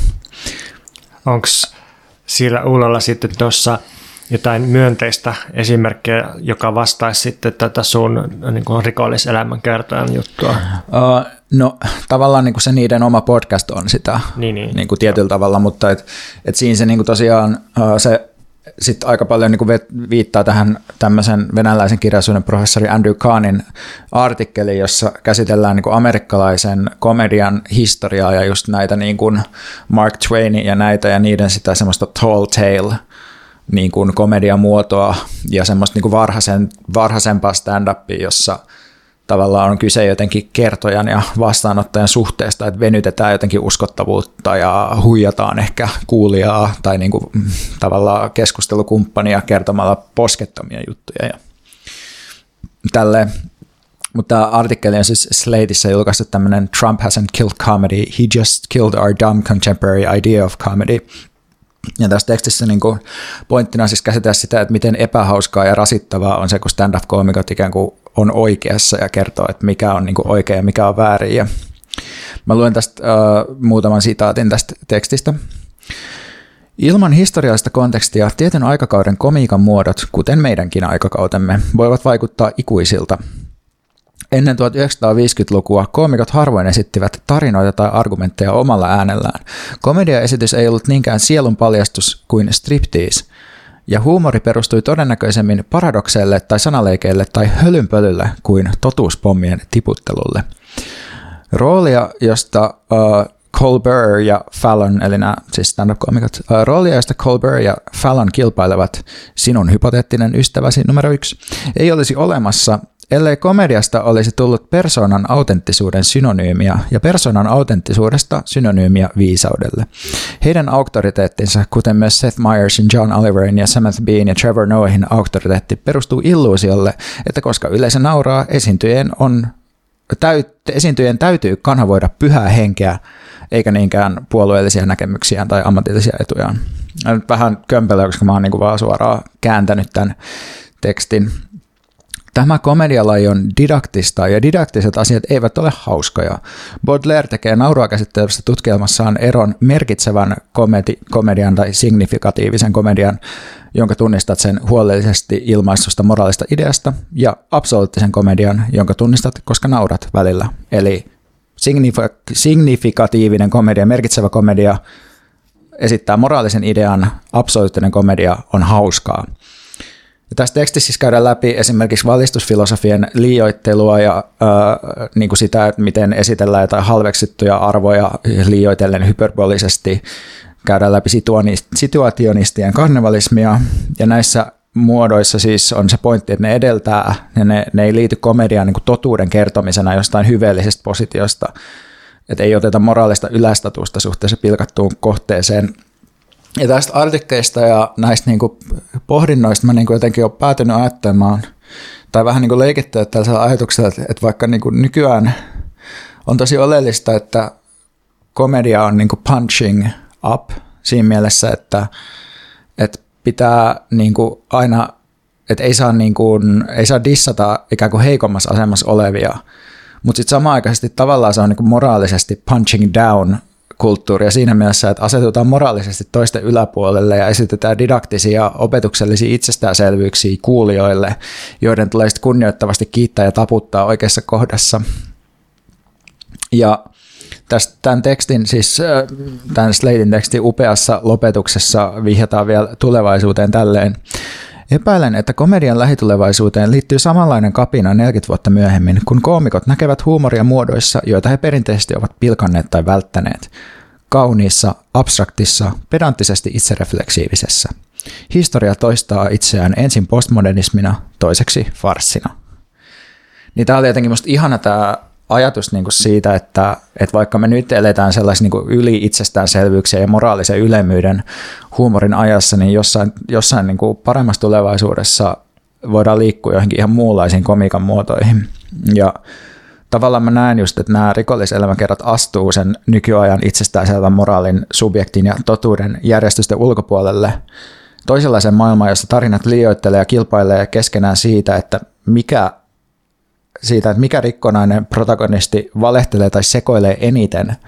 onko sillä Uulalla sitten tuossa jotain myönteistä esimerkkejä, joka vastaisi sitten tätä sun niin kuin rikolliselämän kertojan juttua? Uh, no tavallaan niin kuin se niiden oma podcast on sitä niin, niin. Niin kuin tietyllä tavalla, mutta et, et siinä se niin kuin tosiaan uh, se sitten aika paljon niin kuin viittaa tähän tämmöisen venäläisen kirjallisuuden professori Andrew Kahnin artikkeliin, jossa käsitellään niin kuin amerikkalaisen komedian historiaa ja just näitä niin kuin Mark Twainin ja näitä ja niiden sitä semmoista tall tale niin kuin komediamuotoa ja semmoista niin kuin varhaisen, varhaisempaa stand-upia, jossa tavallaan on kyse jotenkin kertojan ja vastaanottajan suhteesta, että venytetään jotenkin uskottavuutta ja huijataan ehkä kuulijaa tai niin kuin tavallaan keskustelukumppania kertomalla poskettomia juttuja ja tälleen. Mutta tämä artikkeli on siis Slateissa julkaistu tämmöinen Trump hasn't killed comedy, he just killed our dumb contemporary idea of comedy. Ja tässä tekstissä niin kuin pointtina siis käsitellä sitä, että miten epähauskaa ja rasittavaa on se, kun stand-up-koomikot ikään kuin on oikeassa ja kertoo, että mikä on niin kuin oikein ja mikä on väärin. Ja mä luen tästä uh, muutaman sitaatin tästä tekstistä. Ilman historiallista kontekstia tietyn aikakauden komiikan muodot, kuten meidänkin aikakautemme, voivat vaikuttaa ikuisilta. Ennen tuhatyhdeksänsataaviisikymmentälukua koomikot harvoin esittivät tarinoita tai argumentteja omalla äänellään. Komediaesitys ei ollut niinkään sielun paljastus kuin striptease, ja huumori perustui todennäköisemmin paradokseille tai sanaleikeille tai hölynpölylle kuin totuuspommien tiputtelulle. Roolia, josta uh, Colbert ja Fallon, eli nämä siis stand-up-koomikot, uh, roolia, josta Colbert ja Fallon kilpailevat, sinun hypoteettinen ystäväsi numero yksi, ei olisi olemassa, ellei komediasta olisi tullut persoonan autenttisuuden synonyymiä ja persoonan autenttisuudesta synonyymiä viisaudelle. Heidän auktoriteettinsa, kuten myös Seth Meyersin, John Oliverin ja Samantha Bean ja Trevor Noahin auktoriteetti, perustuu illuusiolle, että koska yleisö nauraa, esiintyjien, on, täyt, esiintyjien täytyy kanavoida pyhää henkeä, eikä niinkään puolueellisia näkemyksiään tai ammatillisia etujaan. Nyt vähän kömpelöä, koska mä oon niinku vaan suoraan kääntänyt tämän tekstin. Tämä komedialaji on didaktista ja didaktiset asiat eivät ole hauskoja. Baudelaire tekee naurua käsittelevästä tutkielmassaan eron merkitsevän komedi- komedian tai signifikatiivisen komedian, jonka tunnistat sen huolellisesti ilmaistusta moraalista ideasta, ja absoluuttisen komedian, jonka tunnistat, koska naurat välillä. Eli signif- signifikatiivinen komedia, merkitsevä komedia esittää moraalisen idean, absoluuttinen komedia on hauskaa. Ja tässä tekstissä siis käydään läpi esimerkiksi valistusfilosofien liioittelua ja äh, niin kuin sitä, että miten esitellään jotain halveksittuja arvoja liioitellen hyperbolisesti. Käydään läpi situationistien karnevalismia, ja näissä muodoissa siis on se pointti, että ne edeltää, ja ne, ne ei liity komediaan niin kuin totuuden kertomisena jostain hyveellisestä positiosta, että ei oteta moraalista ylästatusta suhteessa pilkattuun kohteeseen. Ja tästä artikkeista ja näistä niinku pohdinnoista mä niinku jotenkin olen päätynyt ajattelemaan, tai vähän niinku leikittyä tällaisella ajatuksella, että vaikka niinku nykyään on tosi oleellista, että komedia on niinku punching up siinä mielessä, että, että pitää niinku aina, että ei saa, niinku, ei saa dissata ikään kuin heikommassa asemassa olevia, Mutta sitten samanaikaisesti tavallaan se on niinku moraalisesti punching down kulttuuria siinä mielessä, että asetutaan moraalisesti toisten yläpuolelle ja esitetään didaktisia opetuksellisia itsestäänselvyyksiä kuulijoille, joiden tulee sitten kunnioittavasti kiittää ja taputtaa oikeassa kohdassa. Ja tästä, tämän tekstin, siis tämän Slaten tekstin upeassa lopetuksessa vihjataan vielä tulevaisuuteen tälleen. Epäilen, että komedian lähitulevaisuuteen liittyy samanlainen kapina neljäkymmentä vuotta myöhemmin, kun koomikot näkevät huumoria muodoissa, joita he perinteisesti ovat pilkanneet tai välttäneet. Kauniissa, abstraktissa, pedanttisesti itserefleksiivisessä. Historia toistaa itseään ensin postmodernismina, toiseksi farssina. Niin tämä oli jotenkin musta ihana tämä ajatus niin kuin siitä, että, että vaikka me nyt eletään sellaisen niin kuin yli itsestäänselvyyksiä ja moraalisen ylemmyyden huumorin ajassa, niin jossain, jossain niin kuin paremmassa tulevaisuudessa voidaan liikkua johonkin ihan muunlaisiin komiikan muotoihin. Ja tavallaan mä näen just, että nämä rikolliselämäkerrat astuu sen nykyajan itsestäänselvän moraalin, subjektin ja totuuden järjestysten ulkopuolelle toisenlaisen maailmaan, jossa tarinat liioittelee ja kilpailee keskenään siitä, että mikä siitä, että mikä rikkonainen protagonisti valehtelee tai sekoilee eniten.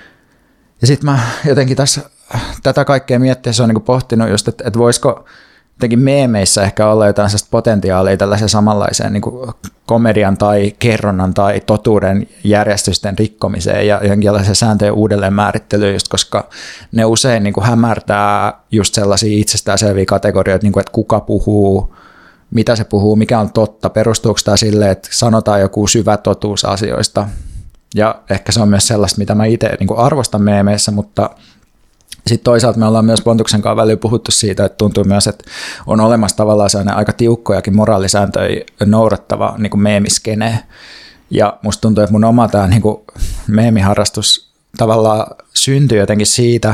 Ja sitten mä jotenkin tässä tätä kaikkea miettiessä on niin kuin pohtinut just, että, että voisiko jotenkin meemeissä ehkä olla jotain sellaista potentiaalia tällaiseen samanlaiseen niin kuin komedian tai kerronnan tai totuuden järjestysten rikkomiseen ja jonkinlaisen sääntöjen uudelleen määrittelyyn, just koska ne usein niin kuin hämärtää just sellaisia itsestäänselviä kategorioita, niin kuin, että kuka puhuu, mitä se puhuu, mikä on totta, perustuuko tämä silleen, että sanotaan joku syvä totuus asioista. Ja ehkä se on myös sellaista, mitä mä itse niin kuin arvostan meemeissä, mutta sitten toisaalta me ollaan myös Pontuksen kanssa välillä puhuttu siitä, että tuntuu myös, että on olemassa tavallaan sellainen aika tiukkojakin moraalisääntöjä noudattava niin kuin meemiskene. Ja musta tuntuu, että mun oma tämä niin kuin meemiharrastus tavallaan syntyy jotenkin siitä,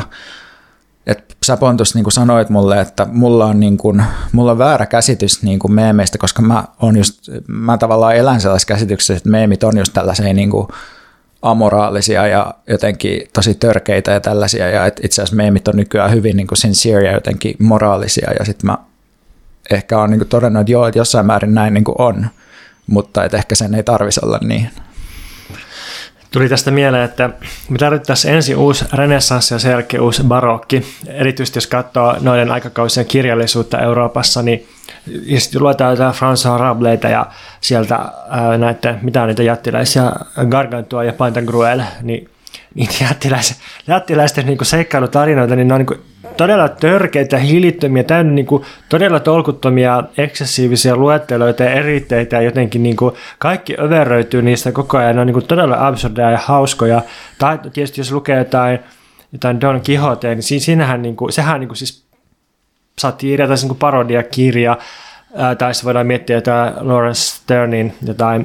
että sä Pontus niin kuin sanoit mulle, että mulla on, niin kuin, mulla on väärä käsitys niin kuin meemeistä, koska mä, on just, mä tavallaan elän sellaisessa käsityksessä, että meemit on just tällaisia niin kuin amoraalisia ja jotenkin tosi törkeitä ja tällaisia, ja itse asiassa meemit on nykyään hyvin niin kuin sincere ja jotenkin moraalisia, ja sitten mä ehkä olen niin kuin todennut, että joo, että jossain määrin näin niin kuin on, mutta että ehkä sen ei tarvitsisi olla niin. Tuli tästä mieleen, että me tarvittaisiin ensin uusi renessanssi ja sen jälkeen uusi barokki. Erityisesti jos katsoo noiden aikakausien kirjallisuutta Euroopassa, niin sitten luetaan jotain François Rabelais ja sieltä ää, näitä, mitä on niitä jättiläisiä, Gargantua ja Pantagruel, niin niitä jättiläis, jättiläisten niin seikkailutarinoita, niin ne on niin todella törkeitä, hillittömiä, täynnä niin kuin, todella tolkuttomia, eksessiivisia luetteloita ja eritteitä, ja jotenkin niin kuin, kaikki överöityy niistä koko ajan, ne on niin kuin, todella absurdeja ja hauskoja. Tai tietysti jos lukee jotain, jotain Don Quixotea, niin siinähän niin kuin, sehän on niin kuin, siis satiiria tai siis, niin parodiakirja, ää, tai se voidaan miettiä jotain Lawrence Sternin jotain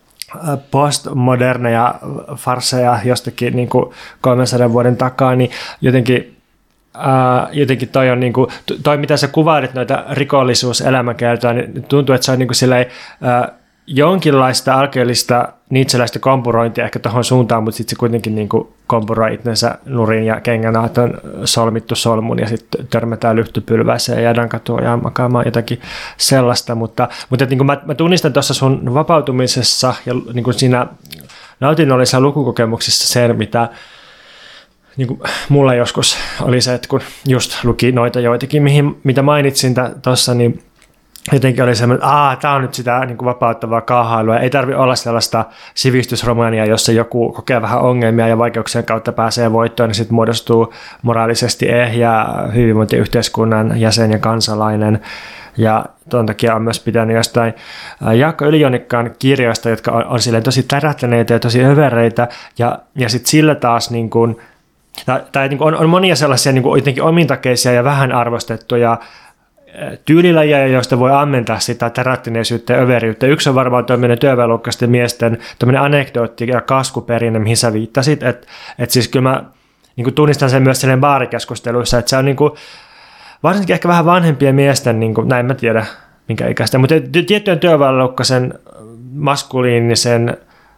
postmoderneja farsseja jostakin niin kuin kolmensadan vuoden takaa, niin jotenkin Uh, jotenkin toi on niinku, toi mitä sä kuvailit noita rikollisuuselämäkertoja, niin tuntuu, että se on niinku silleen, uh, jonkinlaista alkeellista niitseläistä kompurointia ehkä tuohon suuntaan, mutta sitten se kuitenkin niinku kompuroi itsensä nurin ja kengänä, että on solmittu solmun ja sitten törmätään lyhtypylväiseen ja jäädään katua ja makaamaan jotakin sellaista, mutta, mutta niinku mä, mä tunnistan tuossa sun vapautumisessa ja niinku siinä nautinnollisessa lukukokemuksessa sen, mitä niin kuin mulla joskus oli se, että kun just luki noita joitakin, mihin, mitä mainitsin tuossa, niin jotenkin oli semmoinen, että aah, tämä on nyt sitä niin kuin vapauttavaa kaahailua. Ei tarvitse olla sellaista sivistysromaania, jossa joku kokee vähän ongelmia ja vaikeuksien kautta pääsee voittoon, niin sitten muodostuu moraalisesti ehjä hyvinvointiyhteiskunnan jäsen ja kansalainen. Ja tuon takia on myös pitänyt jostain Jaakko Ylijonikkaan kirjoista, jotka on, on silleen tosi tärähtäneitä ja tosi övereitä, ja, ja sitten sillä taas niin kuin Tai, tai niin kuin on, on monia sellaisia niin kuin jotenkin omintakeisia ja vähän arvostettuja tyylilajeja, joista voi ammentaa sitä tärättineisyyttä ja överiyttä. Yksi on varmaan tämmöinen työväenluokkaisten miesten tämmöinen anekdootti ja kasvuperinne, mihin sä viittasit. Että et siis kyllä mä niin kuin tunnistan sen myös silleen baarikeskusteluissa, että se on niin kuin, varsinkin ehkä vähän vanhempien miesten, niin kuin, näin mä tiedä minkä ikäistä, mutta tiettyjen työväenluokkaisen maskuliinisen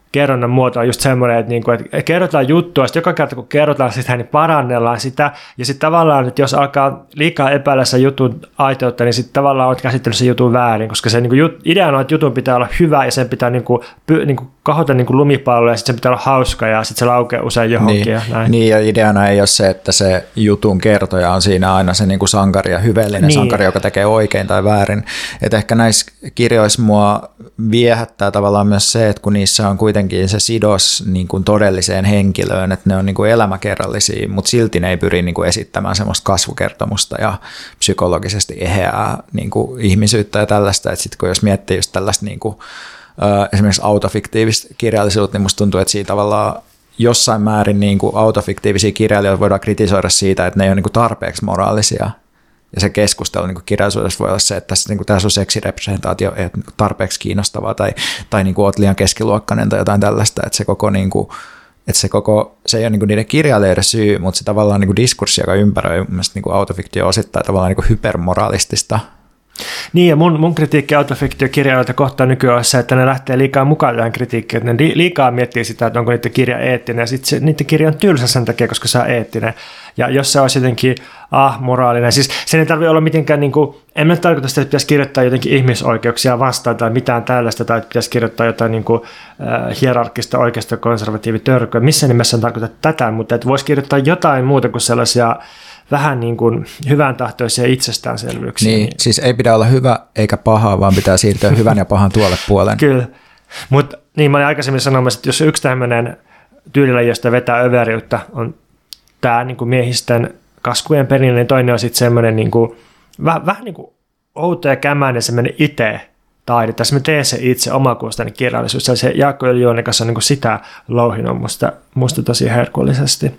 kerronnan muoto on just semmoinen, että, niinku, että kerrotaan juttua, sitten joka kerta kun kerrotaan sitä, niin parannellaan sitä, ja sitten tavallaan, että jos alkaa liikaa epäillä sen jutun aitoutta, niin sitten tavallaan olet käsitellyt sen jutun väärin, koska se niinku, jut, ideana on, että jutun pitää olla hyvä, ja sen pitää niinku, py, niinku, kahota niinku lumipalloja, ja sitten sen pitää olla hauska, ja sitten se laukeaa usein johonkin. Niin, ja, näin. niin, ja ideana ei ole se, että se jutun kertoja on siinä aina se niinku sankari ja hyveellinen niin. sankari, joka tekee oikein tai väärin. Et ehkä näissä kirjoissa mua viehättää tavallaan myös se, että kun niissä on kuitenkin se sidos niin kuin todelliseen henkilöön, että ne on niin kuin elämäkerrallisia, mutta silti ne ei pyri niin kuin esittämään semmoista kasvukertomusta ja psykologisesti eheää niin kuin ihmisyyttä ja tällaista, että sitten kun jos miettii just tällaista niin kuin, äh, esimerkiksi autofiktiivistä kirjallisuutta, niin musta tuntuu, että siinä tavallaan jossain määrin niin kuin autofiktiivisia kirjailijoita voidaan kritisoida siitä, että ne ei ole niin kuin tarpeeksi moraalisia. Ja se keskustelu niin kuin kirjallisuudessa voi olla se, että tässä, niin kuin, tämä sun seksirepresentaatio ei ole niin kuin tarpeeksi kiinnostavaa tai, tai niin kuin olet liian keskiluokkainen tai jotain tällaista, että se koko, niin kuin, että se, koko se ei ole niin kuin niiden kirjailijoiden syy, mutta se tavallaan niin kuin diskurssi, joka ympäröi mun mielestä niin kuin autofiktio osittain tavallaan niin kuin hypermoralistista. Niin, ja mun, mun kritiikki autofiktiokirjailijoita kohtaan nykyään on se, että ne lähtee liikaa mukaan tähän kritiikkiin, että ne liikaa miettii sitä, että onko niiden kirja eettinen, ja sitten niiden kirja on tylsä sen takia, koska se on eettinen. Ja jos se olisi jotenkin ah, moraalinen, siis sen ei tarvitse olla mitenkään, niin kuin, en mä tarkoita sitä, että pitäisi kirjoittaa jotenkin ihmisoikeuksia vastaan tai mitään tällaista, tai että pitäisi kirjoittaa jotain niin kuin, äh, hierarkkista oikeasta konservatiivitörkyä. Missä nimessä en tarkoita tätä, mutta että voisi kirjoittaa jotain muuta kuin sellaisia vähän niin kuin hyvän tahtoisia itsestäänselvyyksiä. Niin, niin, siis ei pidä olla hyvä eikä paha, vaan pitää siirtyä hyvän ja pahan tuolle puolen. Kyllä, mutta niin mä olin aikaisemmin sanomassa, että jos yksi tämmöinen tyylillä, josta vetää överiyttä, on tämä niin kuin miehisten kaskujen perinne, niin toinen on sitten semmoinen niin kuin, vähän, vähän niin kuin outo ja kämäinen semmoinen itse taide. Tässä mä teen se itse omakustainen kirjallisuus. Ja se Jaakko Yljuonen kanssa on niin kuin sitä louhinut musta, musta tosi herkullisesti.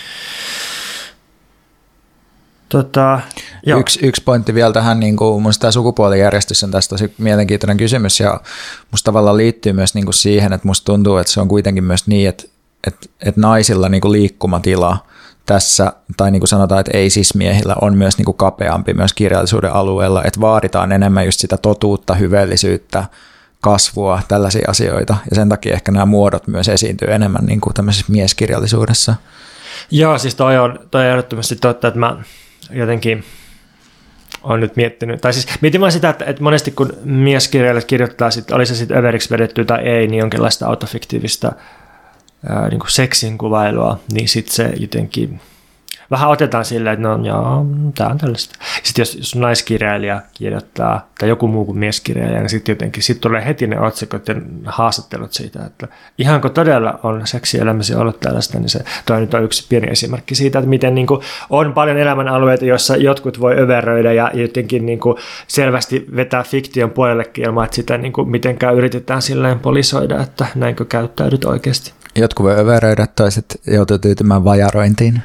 Tota, yksi, yksi pointti vielä tähän, niin kuin, minusta tämä sukupuolijärjestys on tässä tosi mielenkiintoinen kysymys, ja minusta tavallaan liittyy myös niin kuin siihen, että minusta tuntuu, että se on kuitenkin myös niin, että, että, että naisilla niin kuin liikkumatila tässä, tai niin kuin sanotaan, että ei cis-miehillä, on myös niin kuin kapeampi myös kirjallisuuden alueella, että vaaditaan enemmän just sitä totuutta, hyveellisyyttä, kasvua, tällaisia asioita, ja sen takia ehkä nämä muodot myös esiintyy enemmän niin kuin tämmöisessä mieskirjallisuudessa. Joo, siis toi on, toi on ehdottomasti totta, että mä jotenkin olen nyt miettinyt, tai siis mietin vaan sitä, että, että monesti kun mieskirjailijat kirjoittaa, sit, oli se sitten överiksi vedetty tai ei, niin jonkinlaista autofiktiivista ää, niin kuin seksin kuvailua, niin sitten se jotenkin vähän otetaan silleen, että no joo, tämä on tällaista. Sitten jos, jos naiskirjailija kirjoittaa, tai joku muu kuin mieskirjailija, niin sitten jotenkin sit tulee heti ne otsikot ja haastattelut siitä, että ihanko todella on seksielämässä ollut tällaista, niin se toi nyt on yksi pieni esimerkki siitä, että miten niin kuin on paljon elämän alueita, joissa jotkut voi överöidä ja jotenkin niin kuin selvästi vetää fiktion puolellekin ilman, että sitä niin kuin mitenkään yritetään silleen polisoida, että näinkö käyttäydyt oikeasti. Jotkut voi överöidä, toiset joutuu tyytymään vajarointiin.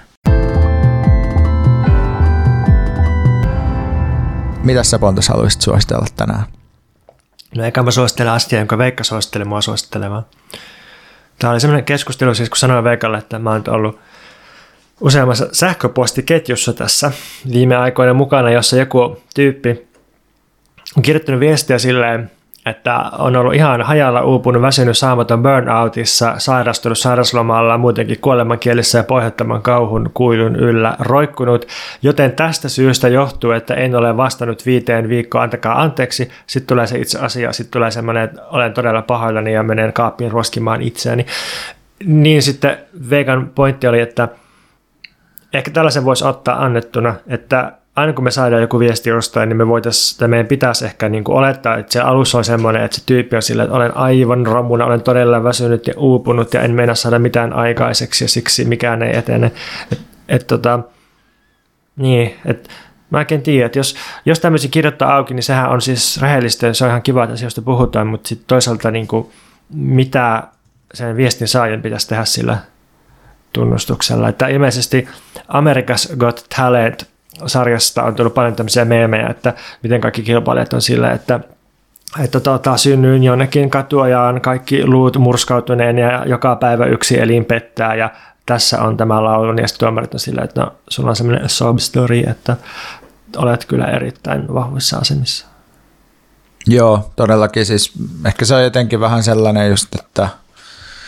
Mitäs sä, Pontus, haluaisit suositella tänään? No eikä mä suosittelen asiaa, jonka Veikka suositteli mua suosittelemaan. Tämä oli semmoinen keskustelu, siis kun sanoin Veikalle, että mä oon ollut useammassa sähköpostiketjussa tässä viime aikoina mukana, jossa joku tyyppi on kirjoittanut viestiä silleen, että on ollut ihan hajalla uupunut, väsynyt, saamaton burnoutissa, sairastunut sairaslomalla, muutenkin kuolemankielissä ja pohjattoman kauhun kuilun yllä roikkunut, joten tästä syystä johtuu, että en ole vastannut viiteen viikkoon, antakaa anteeksi, sitten tulee se itse asia, sitten tulee semmoinen, että olen todella pahoillani ja menen kaappiin ruoskimaan itseäni. Niin sitten Veikan pointti oli, että ehkä tällaisen voisi ottaa annettuna, että aina kun me saadaan joku viesti jostain, niin me voitaisiin, tai meidän pitäisi ehkä niin kuin olettaa, että se alussa on semmoinen, että se tyyppi on sillä, että olen aivan romuna, olen todella väsynyt ja uupunut ja en meinaa saada mitään aikaiseksi ja siksi mikään ei etene. Et, et, tota, niin, et, mä oikein tiedän, että jos, jos tämmöisiä kirjoittaa auki, niin sehän on siis rehellistä ja se on ihan kiva, että asioista puhutaan, mutta sitten toisaalta niin kuin, mitä sen viestin saajan pitäisi tehdä sillä tunnustuksella. Että ilmeisesti America's Got Talent sarjasta on tullut paljon tämmöisiä meemejä, että miten kaikki kilpailijat on sillä, että, että tota, synnyin jonnekin katuajaan, kaikki luut murskautuneen ja joka päivä yksi elin pettää ja tässä on tämä laulu, ja sitten tuomarit on sillä, että no, sulla on semmoinen sob story, että olet kyllä erittäin vahvissa asemissa. Joo, todellakin siis ehkä se on jotenkin vähän sellainen just, että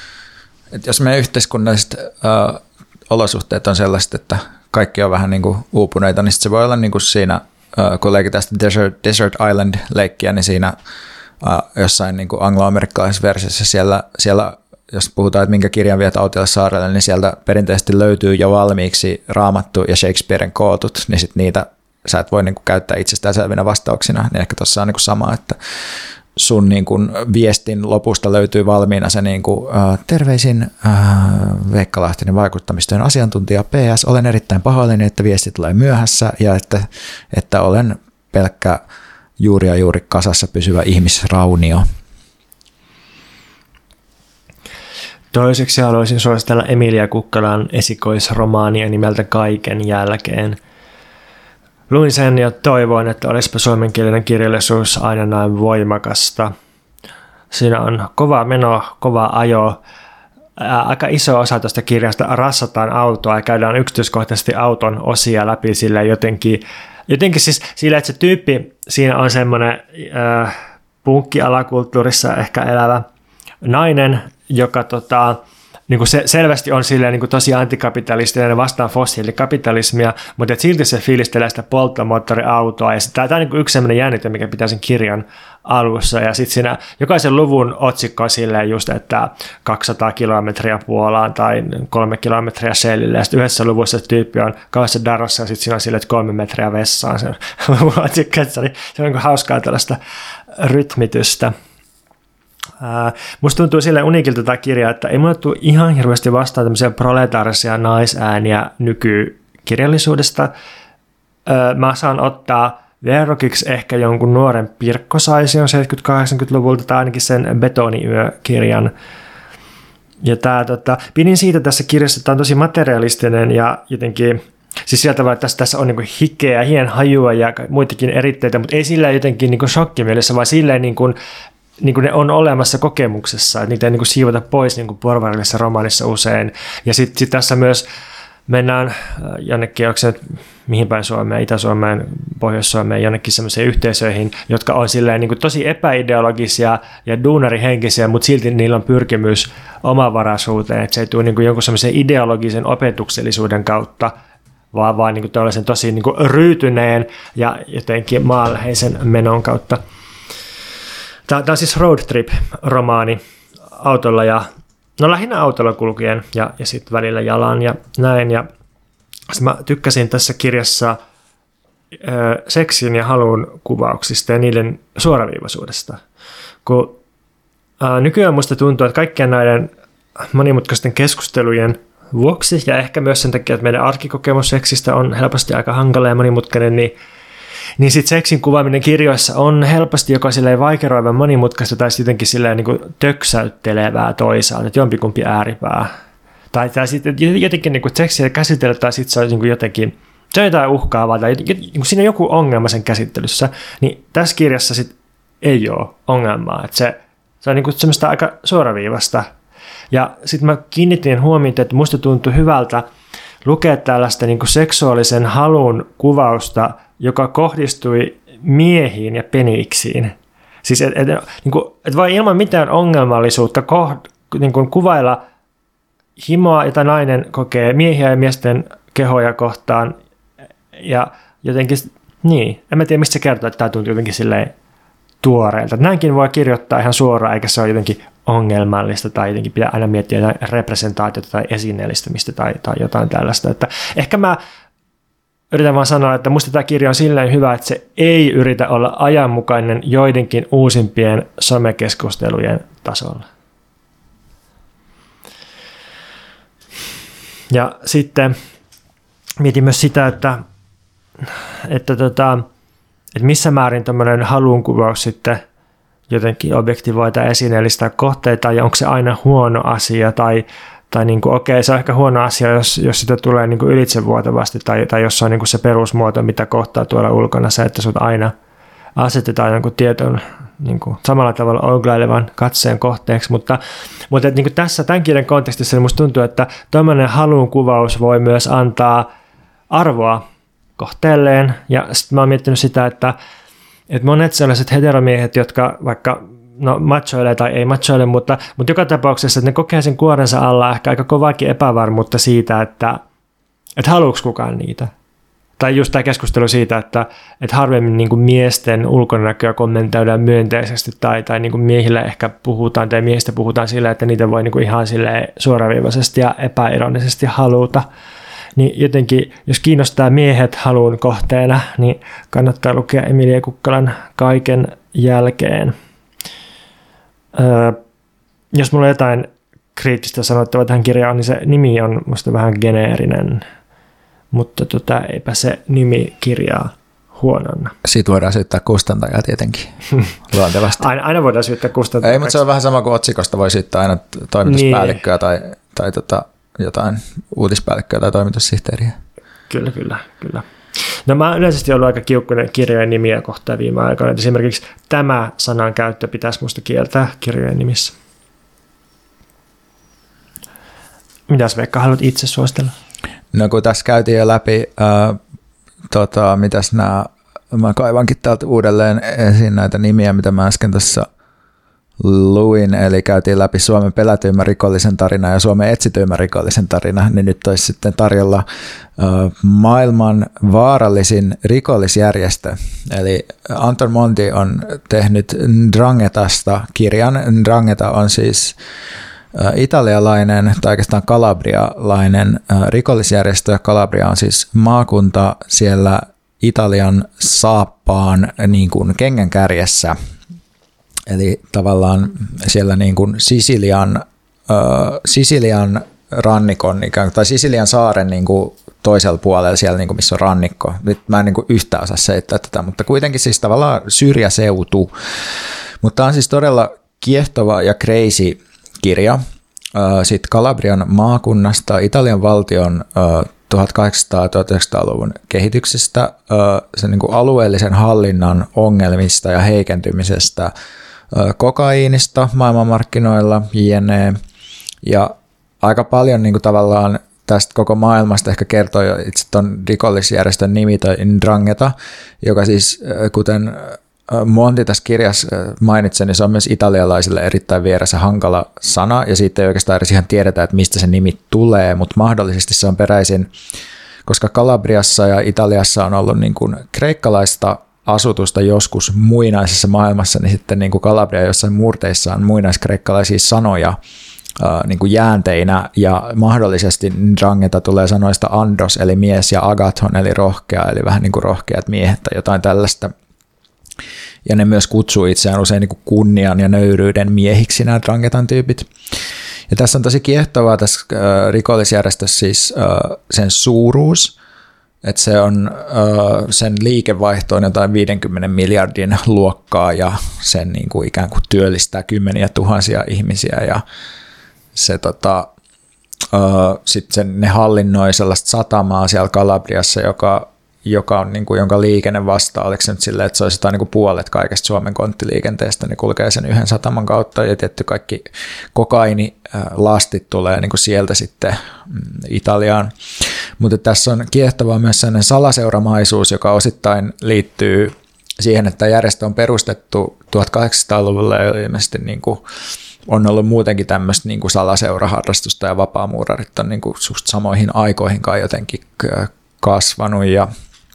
Et jos meidän yhteiskunnalliset äh, olosuhteet on sellaiset, että kaikki on vähän niin kuin uupuneita, niin se voi olla niin kuin siinä, äh, kun leikitään sitä Desert, Desert Island-leikkiä, niin siinä äh, jossain niin kuin anglo-amerikkalaisessa versiossa siellä, siellä, jos puhutaan, että minkä kirjan viet autiolle saarelle, niin sieltä perinteisesti löytyy jo valmiiksi Raamattu ja Shakespearen kootut, niin sit niitä sä et voi niin kuin käyttää itsestäänselvinä vastauksina, niin ehkä tuossa on niin kuin sama, että sun niin kuin viestin lopusta löytyy valmiina se niin kuin, äh, terveisin äh, Veikka Lahtinen vaikuttamistyön asiantuntija P S. Olen erittäin pahoillani, että viesti tulee myöhässä ja että, että olen pelkkä juuri ja juuri kasassa pysyvä ihmisraunio. Toiseksi haluaisin suositella Emilia Kukkalan esikoisromaania nimeltä Kaiken jälkeen. Luin sen ja toivoin, että olisipa suomenkielinen kirjallisuus aina näin voimakasta. Siinä on kova meno, kova ajo. Ää, aika iso osa tuosta kirjasta rassataan autoa ja käydään yksityiskohtaisesti auton osia läpi sillä jotenkin, jotenkin siis sillä, että se tyyppi siinä on semmoinen äh, punkkialakulttuurissa ehkä elävä nainen, joka tota, niin kuin se selvästi on silleen, niin kuin tosi antikapitalistinen vastaan fossiilikapitalismia, mutta et silti se fiilistelee sitä polttomoottoriautoa. Ja tämä on niin kuin yksi sellainen jännite, mikä pitää sen kirjan alussa. Ja sitten siinä jokaisen luvun otsikko on silleen just, että kaksisataa kilometriä Puolaan tai kolme kilometriä Shellille. Ja sitten yhdessä luvussa se tyyppi on kauheassa darossa ja sitten siinä on silleen, että kolme metriä vessaan sen luvun otsikko. Se on niin kuin hauskaa tällaista rytmitystä. Uh, musta tuntuu silleen unikilta tämä kirja, että ei mulle tule ihan hirveästi vastaan tämmöisiä proletaarisia naisääniä nykykirjallisuudesta. Uh, mä saan ottaa verrokiksi ehkä jonkun nuoren Pirkko Saision seitsemänkymmentä-kahdeksankymmentäluvulta tai ainakin sen Betoniyö-kirjan. Ja tää, tota, pidin siitä tässä kirjassa, että tämä on tosi materialistinen ja jotenkin, siis sieltä vaan, että tässä, tässä on niinku hikeä, hien hajua ja muitakin eritteitä, mutta ei sillä jotenkin niinku shokkimielessä, vaan silleen niin kuin niin kuin ne on olemassa kokemuksessa, että niitä ei niin kuin siivota pois niin kuin porvarillisessa romaanissa usein. Ja sitten sit tässä myös mennään jonnekin, onko se mihin päin Suomeen, Itä-Suomeen, Pohjois-Suomeen, jonnekin sellaisiin yhteisöihin, jotka on silleen niin kuin tosi epäideologisia ja duunarihenkisiä, mutta silti niillä on pyrkimys omavaraisuuteen, että se ei tule niin kuin jonkun sellaisen ideologisen opetuksellisuuden kautta, vaan, vaan niin kuin tällaisen tosi niin kuin ryytyneen ja jotenkin maanläheisen menon kautta. Tämä on siis road trip-romaani autolla ja, no lähinnä autolla kulkien ja, ja sitten välillä jalan ja näin. Ja mä tykkäsin tässä kirjassa ö, seksin ja halun kuvauksista ja niiden suoraviivaisuudesta. Kun ö, nykyään musta tuntuu, että kaikkien näiden monimutkaisten keskustelujen vuoksi ja ehkä myös sen takia, että meidän arkikokemus seksistä on helposti aika hankala ja monimutkainen, niin niin sitten seksin kuvaaminen kirjoissa on helposti joko silleen vaikeroivan monimutkaista tai sitten jotenkin silleen niin kuin töksäyttelevää toisaalta, että jompikumpi ääripää. Tai, tai sitten jotenkin niin kuin seksiä käsitellä tai sitten se on niin kuin jotenkin, se on jotain uhkaavaa tai jotenkin, niin siinä on joku ongelma sen käsittelyssä, niin tässä kirjassa sitten ei ole ongelmaa. Että se, se on niin kuin semmoista aika suoraviivasta. Ja sitten mä kiinnitin huomiota, että musta tuntui hyvältä lukea tällaista niin kuin seksuaalisen halun kuvausta, joka kohdistui miehiin ja peniksiin. Siis et, et, niin kuin, et voi ilman mitään ongelmallisuutta kohd, niin kuin kuvailla himoa, jota nainen kokee miehiä ja miesten kehoja kohtaan. Ja jotenkin, niin, en mä tiedä mistä se kertoo, että tämä tuntuu jotenkin silleen tuoreelta. Näinkin voi kirjoittaa ihan suoraan, eikä se ole jotenkin ongelmallista tai jotenkin pitää aina miettiä jotain representaatiota tai esineellistämistä tai, tai jotain tällaista. Että ehkä mä yritän vaan sanoa, että musta tämä kirja on silleen hyvä, että se ei yritä olla ajanmukainen joidenkin uusimpien somekeskustelujen tasolla. Ja sitten mietin myös sitä, että, että, tota, että missä määrin tämmöinen halunkuvaus sitten jotenkin objektivoi tai esineellistää kohteita, ja onko se aina huono asia, tai, tai niin kuin, okei, se on ehkä huono asia, jos, jos sitä tulee niin kuin ylitsevuotavasti, tai, tai jos se on niin kuin se perusmuoto, mitä kohtaa tuolla ulkona, se, että sut aina asetetaan jonkun tietyn niin kuin samalla tavalla oglailevan katseen kohteeksi, mutta, mutta että, niin kuin tässä tämän kirjan kontekstissa niin musta tuntuu, että tuommoinen halunkuvaus voi myös antaa arvoa kohteelleen, ja sitten mä oon miettinyt sitä, että, että monet sellaiset heteromiehet, jotka vaikka no machoilee tai ei machoile, mutta, mutta joka tapauksessa, että ne kokee sen kuorensa alla ehkä aika kovaakin epävarmuutta siitä, että, että haluuks kukaan niitä. Tai just tämä keskustelu siitä, että, että harvemmin niin kuin miesten ulkonäköä kommentoidaan myönteisesti tai, tai niin kuin miehille ehkä puhutaan tai miehistä puhutaan sillä, että niitä voi niin kuin ihan suoraviivaisesti ja epäironisesti haluta. Niin jotenkin, jos kiinnostaa miehet haluun kohteena, niin kannattaa lukea Emilia Kukkolan Kaiken jälkeen. Öö, jos mulla on jotain kriittistä sanottavaa tähän kirjaan, niin se nimi on musta vähän geneerinen. Mutta tota, eipä se nimi kirjaa huononna. Siitä voidaan syyttää kustantajaa tietenkin, luontevasti. Aina, aina voidaan syyttää kustantajaa. Ei, mutta se on vähän sama kuin otsikosta voi syyttää aina toimituspäällikköä niin. tai, tai tota, jotain uutispäällikköä tai toimitussihteeriä. Kyllä, kyllä, kyllä. No mä oon yleisesti ollut aika kiukkuinen kirjojen nimiä kohtaan viime aikoina. Esimerkiksi tämä sanan käyttö pitäisi musta kieltää kirjojen nimissä. Mitäs Veikka, haluat itse suositella? No kun tässä käytiin jo läpi, ää, tota, mitäs nämä, mä kaivankin täältä uudelleen esiin näitä nimiä, mitä mä äsken tässä luin, eli käytiin läpi Suomen pelätyimmän rikollisen tarina ja Suomen etsityimmän rikollisen tarina, niin nyt olisi sitten tarjolla ää, maailman vaarallisin rikollisjärjestö. Eli Anton Monti on tehnyt Ndrangetasta kirjan. Ndrangheta on siis italialainen tai oikeastaan kalabrialainen rikollisjärjestö. Kalabria on siis maakunta siellä Italian saappaan niin kuin kengänkärjessä. Eli tavallaan siellä niin kuin Sisilian, äh, Sisilian rannikon tai Sisilian saaren niin kuin toisella puolella siellä, niin kuin missä on rannikko. Nyt mä en niin kuin yhtään osaa selittää tätä, mutta kuitenkin siis tavallaan syrjäseutu. Mutta on siis todella kiehtova ja crazy kirja. Sitten Kalabrian maakunnasta, Italian valtion tuhatkahdeksansataa-tuhatyhdeksänsataaluvun kehityksestä, sen niin kuin alueellisen hallinnan ongelmista ja heikentymisestä, kokaiinista maailmanmarkkinoilla, jne. Ja aika paljon niin kuin tavallaan tästä koko maailmasta ehkä kertoo jo itse tuon rikollisjärjestön nimi tai Ndrangheta, joka siis kuten Monti tässä kirjassa mainitsen, niin se on myös italialaisille erittäin vieras ja hankala sana, ja siitä ei oikeastaan edes ihan tiedetä, että mistä se nimi tulee, mutta mahdollisesti se on peräisin, koska Kalabriassa ja Italiassa on ollut niin kuin kreikkalaista asutusta joskus muinaisessa maailmassa, niin sitten niin kuin Kalabria jossain murteissa on muinaiskreikkalaisia sanoja niin kuin jäänteinä, ja mahdollisesti Ndrangheta tulee sanoista andos, eli mies, ja agathon, eli rohkea, eli vähän niin kuin rohkeat miehet tai jotain tällaista. Ja ne myös kutsuu itseään usein niin kuin kunnian ja nöyryyden miehiksi, nämä Ndrangetan tyypit. Ja tässä on tosi kiehtovaa tässä äh, rikollisjärjestössä siis äh, sen suuruus, että se on äh, sen liikevaihto on jotain viidenkymmenen miljardin luokkaa ja sen niin kuin ikään kuin työllistää kymmeniä tuhansia ihmisiä ja se tota, äh, sitten ne hallinnoi sellaista satamaa siellä Kalabriassa, joka joka on, niin kuin, jonka liikenne vastaa, oliko se nyt silleen, että se olisi jotain niin kuin puolet kaikesta Suomen konttiliikenteestä, niin kulkee sen yhden sataman kautta, ja tietty kaikki kokainilastit tulee niin kuin sieltä sitten Italiaan. Mutta tässä on kiehtovaa myös sellainen salaseuramaisuus, joka osittain liittyy siihen, että järjestö on perustettu tuhatkahdeksansataaluvulla ja ilmeisesti niin kuin on ollut muutenkin tämmöistä niin kuin salaseuraharrastusta, ja vapaamuurarit on niin kuin just samoihin aikoihinkaan jotenkin kasvanut ja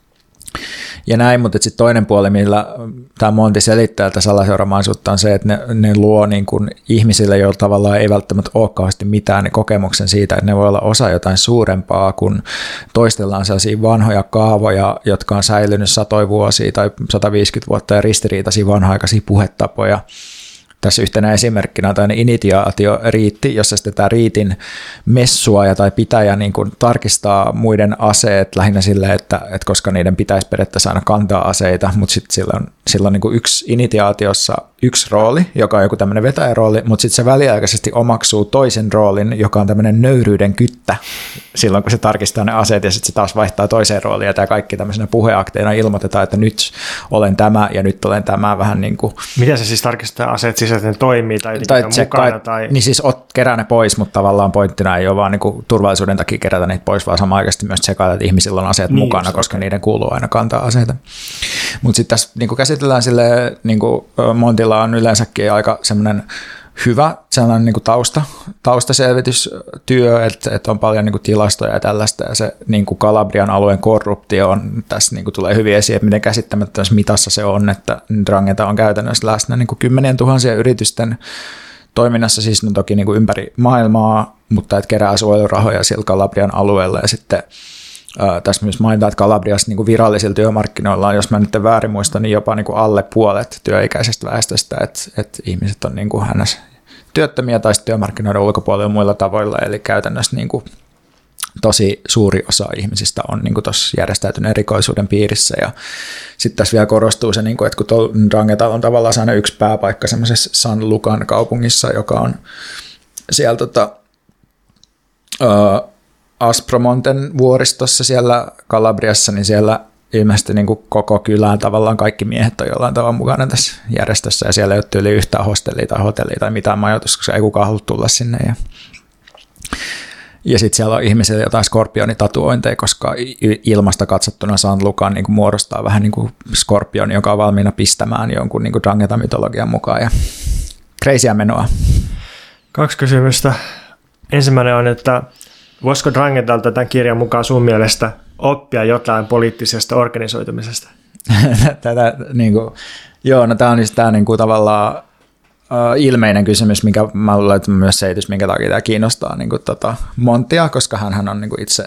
Ja näin, mutta sitten toinen puoli, millä tämä Monti selittää tätä salaseuramaisuutta, on se, että ne, ne luo niin kuin ihmisille, joilla tavallaan ei välttämättä ole kauheasti mitään, niin kokemuksen siitä, että ne voi olla osa jotain suurempaa, kun toistellaan sellaisia vanhoja kaavoja, jotka on säilynyt satoja vuosia tai sata viisikymmentä vuotta, ja ristiriitaisia vanha-aikaisia puhetapoja. Tässä yhtenä esimerkkinä on tämmöinen initiaatioriitti, jossa sitten tämä riitin messuaja tai pitäjä niin kuin tarkistaa muiden aseet lähinnä silleen, että, että koska niiden pitäisi periaatteessa aina kantaa aseita, mutta sitten sillä on, sillä on niin kuin yksi initiaatiossa yksi rooli, joka on joku tämmöinen vetäjärooli, mutta sitten se väliaikaisesti omaksuu toisen roolin, joka on tämmöinen nöyryyden kyttä silloin, kun se tarkistaa ne aseet, ja sitten se taas vaihtaa toiseen rooliin, ja tämä kaikki tämmöisenä puheakteina ilmoitetaan, että nyt olen tämä ja nyt olen tämä vähän niin kuin. Miten se siis tarkistaa aseet? Siis ihmiset, että ne toimii tai, tai on mukana. Kai, tai... Niin siis ot, kerää ne pois, mutta tavallaan pointtina ei ole vaan niin turvallisuuden takia kerätä niitä pois, vaan samanaikaisesti myös tsekata, että ihmisillä on aseet niin, mukana, just, koska okay. niiden kuuluu aina kantaa aseita. Mutta sitten tässä niin käsitellään silleen, niin kuin Montilla on yleensäkin aika semmoinen hyvä sellainen niin kuin tausta, taustaselvitystyö, että, että on paljon niin kuin tilastoja ja tällaista, ja se niin kuin Kalabrian alueen korruptio on, tässä niin kuin tulee hyvin esiin, että miten käsittämättömässä mitassa se on, että Ndrangheta on käytännössä läsnä niin kuin kymmenien tuhansien yritysten toiminnassa, siis no toki niin kuin ympäri maailmaa, mutta että kerää suojelurahoja sillä Kalabrian alueella, ja sitten ää, tässä myös mainitaan, että Kalabriassa niin kuin virallisilla työmarkkinoilla on, jos mä nyt en väärin muista, niin jopa niin kuin alle puolet työikäisestä väestöstä, että, että ihmiset on niin kuin hännässä työttömiä tai työmarkkinoiden ulkopuolella muilla tavoilla, eli käytännössä niin kuin tosi suuri osa ihmisistä on niin kuin tuossa järjestäytyneen rikollisuuden piirissä, ja sitten tässä vielä korostuu se, niin kuin, että kun Ndrangheta on tavallaan saanut yksi pääpaikka semmoisessa San Lucan kaupungissa, joka on siellä tota, uh, Aspromonten vuoristossa siellä Kalabriassa, niin siellä ilmeisesti niin kuin koko kylään tavallaan kaikki miehet on jollain tavalla mukana tässä järjestössä, ja siellä ei ole tyyli yhtään hostellia tai hotellia tai mitään majoitusta, koska ei kukaan halua tulla sinne. Ja, ja sitten siellä on ihmisillä jotain skorpionitatuointeja, koska ilmasta katsottuna San Lucan niin kuin muodostaa vähän niin kuin skorpioni, joka on valmiina pistämään jonkun niin kuin Drangheta-mytologian mukaan. Ja crazyä menoa. Kaksi kysymystä. Ensimmäinen on, että voisiko Dranghetalta tämän kirjan mukaan sun mielestä oppia jotain poliittisesta organisoitumisesta? Tätä, niin kuin, joo, no tämä on just tämä niin kuin, tavallaan uh, ilmeinen kysymys, mikä mä luulen, että myös selitys, minkä takia tämä kiinnostaa niin kuin, tota, Montia, koska hän on niin kuin, itse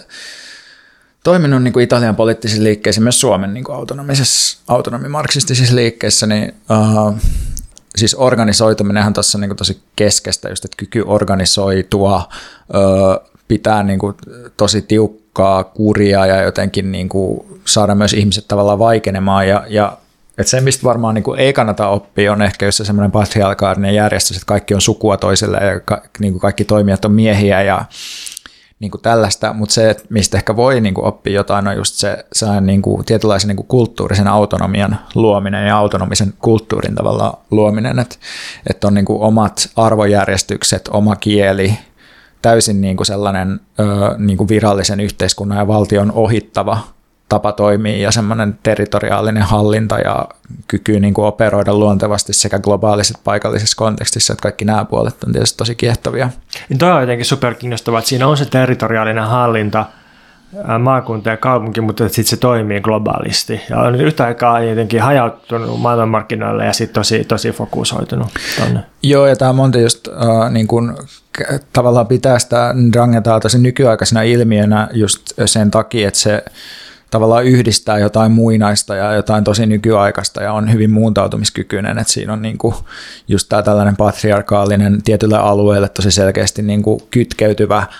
toiminut niin kuin Italian poliittisissa liikkeissä, myös Suomen niin kuin autonomisessa, autonomimarksistisissa liikkeissä, niin uh, siis organisoituminenhan tuossa on niin kuin tosi keskeistä, just, että kyky organisoitua, uh, pitää niin kuin, tosi tiukkaa kuria ja jotenkin niin kuin, saada myös ihmiset tavallaan vaikenemaan. Ja, ja että se, mistä varmaan niin kuin, ei kannata oppia, on ehkä just semmoinen patriarkaalinen järjestys, että kaikki on sukua toiselle ja ka, niin kuin kaikki toimijat on miehiä ja niin kuin tällaista. Mutta se, mistä ehkä voi niin kuin, oppia jotain, on just se, se on, niin kuin, tietynlaisen niin kuin, kulttuurisen autonomian luominen ja autonomisen kulttuurin tavallaan luominen. Että, että on niin kuin, omat arvojärjestykset, oma kieli, täysin niin kuin sellainen ö, niin kuin virallisen yhteiskunnan ja valtion ohittava tapa toimia ja semmoinen territoriaalinen hallinta ja kyky niin kuin operoida luontevasti sekä globaalisesti paikallisessa kontekstissa, että kaikki nämä puolet on tietysti tosi kiehtovia. Tuo on jotenkin superkiinnostavaa, että siinä on se territoriaalinen hallinta, maakunta ja kaupunki, mutta sitten se toimii globaalisti. Ja on yhtä aikaa jotenkin hajauttunut maailmanmarkkinoille ja sitten tosi, tosi fokusoitunut tonne. Joo, ja tämä Monti just äh, niin kun, tavallaan pitää sitä Dranghetaa tosi nykyaikaisena ilmiönä just sen takia, että se tavallaan yhdistää jotain muinaista ja jotain tosi nykyaikaista ja on hyvin muuntautumiskykyinen, että siinä on niin kuin just tämä tällainen patriarkaalinen tietylle alueelle tosi selkeästi niin kuin kytkeytyvä äh,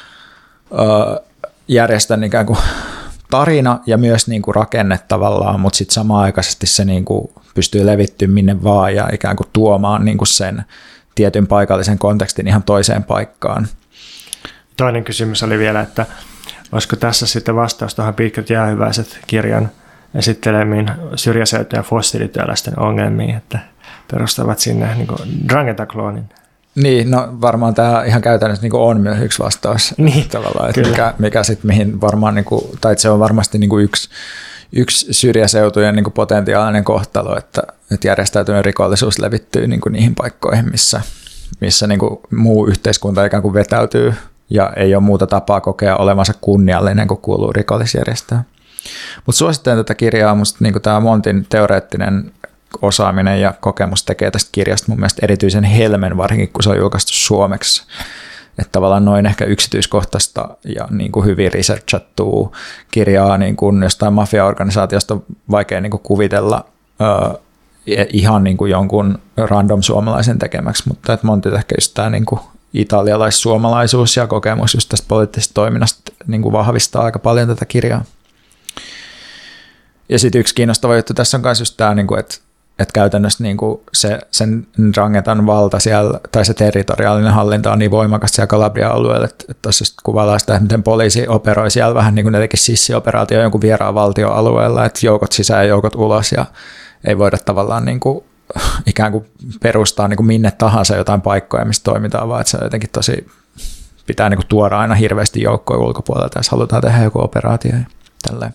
järjestön ikään kuin tarina ja myös niin kuin rakenne tavallaan, mutta sitten samanaikaisesti se niin kuin pystyy levittyä minne vaan ja ikään kuin tuomaan niin kuin sen tietyn paikallisen kontekstin ihan toiseen paikkaan. Toinen kysymys oli vielä, että olisiko tässä sitten vastaus tuohon Pitkät jäähyväiset kirjan esittelemiin syrjäseutujen fossiilityöläisten ongelmiin, että perustavat sinne niin kuin Drangheta-kloonin. Niin, no varmaan tämä ihan käytännössä niin on myös yksi vastaus niin, tavallaan, että mikä, mikä sitten mihin varmaan, niin kuin, tai se on varmasti niin kuin yksi, yksi syrjäseutujen niin kuin potentiaalinen kohtalo, että, että järjestäytyneen rikollisuus levittyy niin kuin niihin paikkoihin, missä, missä niin kuin muu yhteiskunta ikään kuin vetäytyy ja ei ole muuta tapaa kokea olevansa kunniallinen kuin kuuluu rikollisjärjestöön. Mutta suosittelen tätä kirjaa, musta niin kuin tämä Montin teoreettinen osaaminen ja kokemus tekee tästä kirjasta mun mielestä erityisen helmen, varsinkin kun se on julkaistu suomeksi. Että tavallaan noin ehkä yksityiskohtaista ja niin kuin hyvin researchattua kirjaa niin kuin jostain mafiaorganisaatiosta on vaikea niin kuin kuvitella uh, ihan niin kuin jonkun random suomalaisen tekemäksi, mutta että Monti ehkä just tämä niin kuin italialais-suomalaisuus ja kokemus just tästä poliittisesta toiminnasta niin kuin vahvistaa aika paljon tätä kirjaa. Ja sitten yksi kiinnostava juttu tässä on myös just tämä, niin kuin, että että käytännössä niin kuin se, sen Dranghetan valta siellä, tai se territoriaalinen hallinta on niin voimakas siellä Kalabrian-alueella, että tuossa kuvaillaan sitä, että miten poliisi operoi siellä vähän niin kuin ne teki sissioperaatio jonkun vieraan valtion alueella, että joukot sisään ja joukot ulos, ja ei voida tavallaan niin kuin ikään kuin perustaa niin kuin minne tahansa jotain paikkoja, missä toimitaan, vaan että se on jotenkin tosi, pitää niin kuin tuoda aina hirveästi joukkoja ulkopuolelta, jos halutaan tehdä joku operaatio ja tälleen.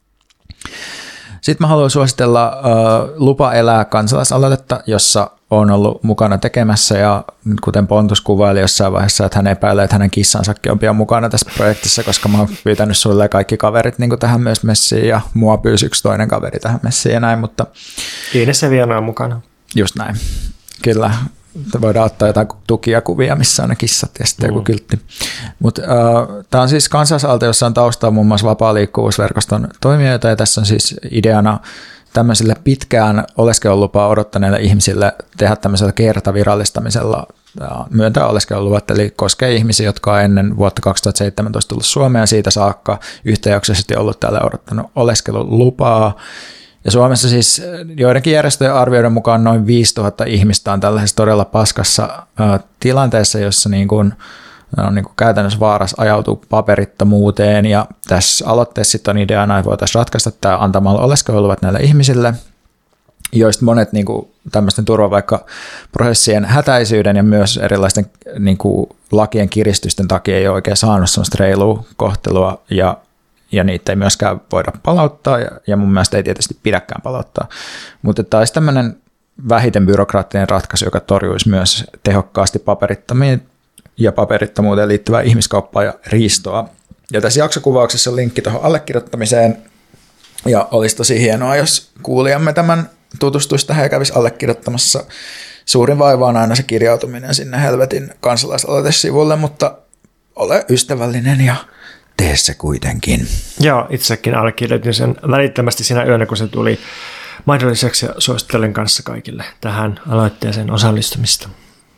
Sitten mä haluan suositella uh, Lupa elää -kansalaisaloitetta, jossa on ollut mukana tekemässä ja kuten Pontus kuvaili jossain vaiheessa, että hän epäilee, että hänen kissansakin on pian mukana tässä projektissa, koska mä oon pyytänyt sulle kaikki kaverit niin kuin tähän myös messiin ja mua pyysi yksi toinen kaveri tähän messiin ja näin, mutta Kiines ja Viena on mukana. Just näin. Kyllä. Voidaan ottaa jotain tukia kuvia, missä on ne kissat ja sitten mm. joku kyltti. Mutta uh, tämä on siis kansalaisaloite, jossa on taustalla muun muassa vapaa liikkuvuusverkoston toimijoita ja tässä on siis ideana tämmöisille pitkään oleskelulupaa odottaneille ihmisille tehdä tämmöisellä kertavirallistamisella myöntää oleskeluluvat, eli koskee ihmisiä, jotka on ennen vuotta kaksituhattaseitsemäntoista tullut Suomeen ja siitä saakka yhtäjaksoisesti ollut täällä odottanut oleskelulupaa. Ja Suomessa siis joidenkin järjestöjen arvioiden mukaan noin viisituhatta ihmistä on tällaisessa todella paskassa ä, tilanteessa, jossa niin kuin, on niin kuin käytännössä vaarassa ajautuu paperittomuuteen. Ja tässä aloitteessa sitten on ideana, että voitaisiin ratkaista tämä antamalla oleskeluluvat näille ihmisille, joista monet niin kuin tämmöisten turvapaikkaprosessien hätäisyyden ja myös erilaisten niin kuin lakien kiristysten takia ei ole oikein saanut sellaista reilua kohtelua ja ja niitä ei myöskään voida palauttaa, ja, ja mun mielestä ei tietysti pidäkään palauttaa. Mutta tämä olisi tämmöinen vähiten byrokraattinen ratkaisu, joka torjuisi myös tehokkaasti paperittomiin ja paperittomuuteen liittyvää ihmiskauppaa ja riistoa. Ja tässä jaksokuvauksessa on linkki tuohon allekirjoittamiseen, ja olisi tosi hienoa, jos kuulijamme tämän tutustuisi tähän ja kävisi allekirjoittamassa. Suurin vaiva on aina se kirjautuminen sinne helvetin kansalaisaloitesivulle, mutta ole ystävällinen ja tee se kuitenkin. Joo, itsekin allekirjoitin sen välittömästi siinä yönä, kun se tuli mahdolliseksi ja suosittelen kanssa kaikille tähän aloitteeseen osallistumista.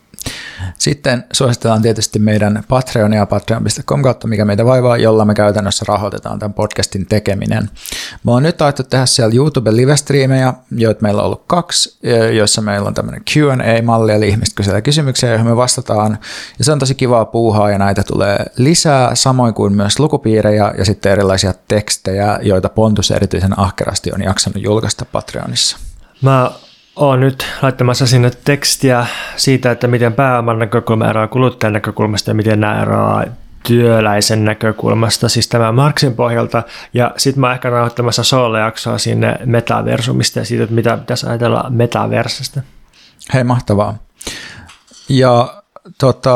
Sitten suositellaan tietysti meidän Patreonia patreon piste com kautta, mikä meitä vaivaa, jolla me käytännössä rahoitetaan tämän podcastin tekeminen. Me on nyt alettu tehdä siellä YouTube-livestriimejä, joita meillä on ollut kaksi, joissa meillä on tämmöinen Q and A-malli, eli ihmiset kyselee kysymyksiä, joihin me vastataan. Ja se on tosi kivaa puuhaa, ja näitä tulee lisää, samoin kuin myös lukupiirejä ja sitten erilaisia tekstejä, joita Pontus erityisen ahkerasti on jaksanut julkaista Patreonissa. Mä olen nyt laittamassa sinne tekstiä siitä, että miten pääoman näkökulma eroaa kuluttajan näkökulmasta ja miten nämä eroaa työläisen näkökulmasta, siis tämän Marxin pohjalta. Ja sitten mä ehkä nauhoittamassa solo-jaksoa sinne metaversumista ja siitä, että mitä pitäisi ajatella metaversasta. Hei, mahtavaa. Ja tota,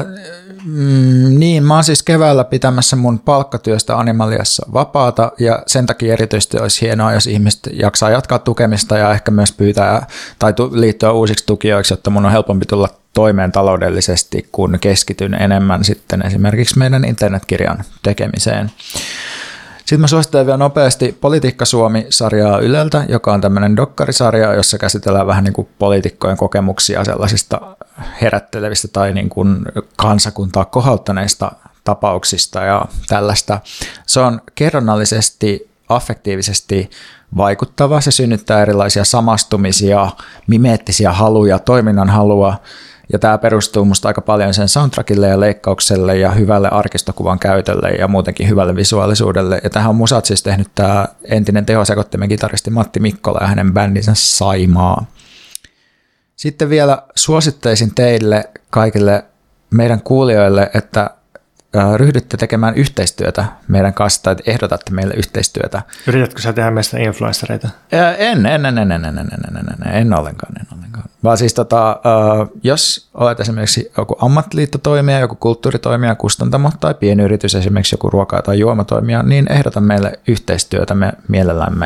mm, niin, mä oon siis keväällä pitämässä mun palkkatyöstä Animaliassa vapaata, ja sen takia erityisesti olisi hienoa, jos ihmiset jaksaa jatkaa tukemista ja ehkä myös pyytää tai tu- liittyä uusiksi tukijoiksi, jotta mun on helpompi tulla toimeen taloudellisesti, kun keskityn enemmän sitten esimerkiksi meidän internetkirjan tekemiseen. Sitten mä suosittelen vielä nopeasti Politiikka Suomi-sarjaa Yleltä, joka on tämmöinen dokkarisarja, jossa käsitellään vähän niin kuin poliitikkojen kokemuksia sellaisista herättelevistä tai niin kuin kansakuntaa kohauttaneista tapauksista ja tällaista. Se on kerronnallisesti, affektiivisesti vaikuttava. Se synnyttää erilaisia samastumisia, mimeettisiä haluja, toiminnan halua. Ja tämä perustuu musta aika paljon sen soundtrackille ja leikkaukselle ja hyvälle arkistokuvan käytölle ja muutenkin hyvälle visuaalisuudelle. Ja tähän on musat siis tehnyt tämä entinen tehosekottimen kitaristi Matti Mikkola ja hänen bändinsä Saimaa. Sitten vielä suosittaisin teille kaikille meidän kuulijoille, että ryhdytte tekemään yhteistyötä meidän kanssa tai ehdotatte meille yhteistyötä. Yritätkö sä tehdä meistä influencereita? En, en, en, en, en, en, en, en, en, en ollenkaan, en ollenkaan. Vaan siis tota, jos olet esimerkiksi joku ammattiliittotoimija, joku kulttuuritoimija, kustantamo tai pienyritys, esimerkiksi joku ruoka- tai juomatoimija, niin ehdota meille yhteistyötä, me mielellämme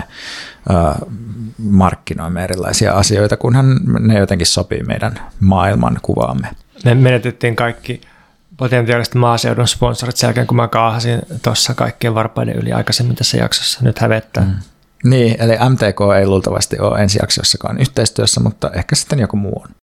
markkinoimme erilaisia asioita, kunhan ne jotenkin sopii meidän maailman kuvaamme. Me menetettiin kaikki potentiaaliset maaseudun sponsorit sen jälkeen, kun mä kaahasin tuossa kaikkien varpaiden yli aikaisemmin tässä jaksossa. Nyt hävettää. Mm. Niin, eli M T K ei luultavasti ole ensi jaksossakaan yhteistyössä, mutta ehkä sitten joku muu on.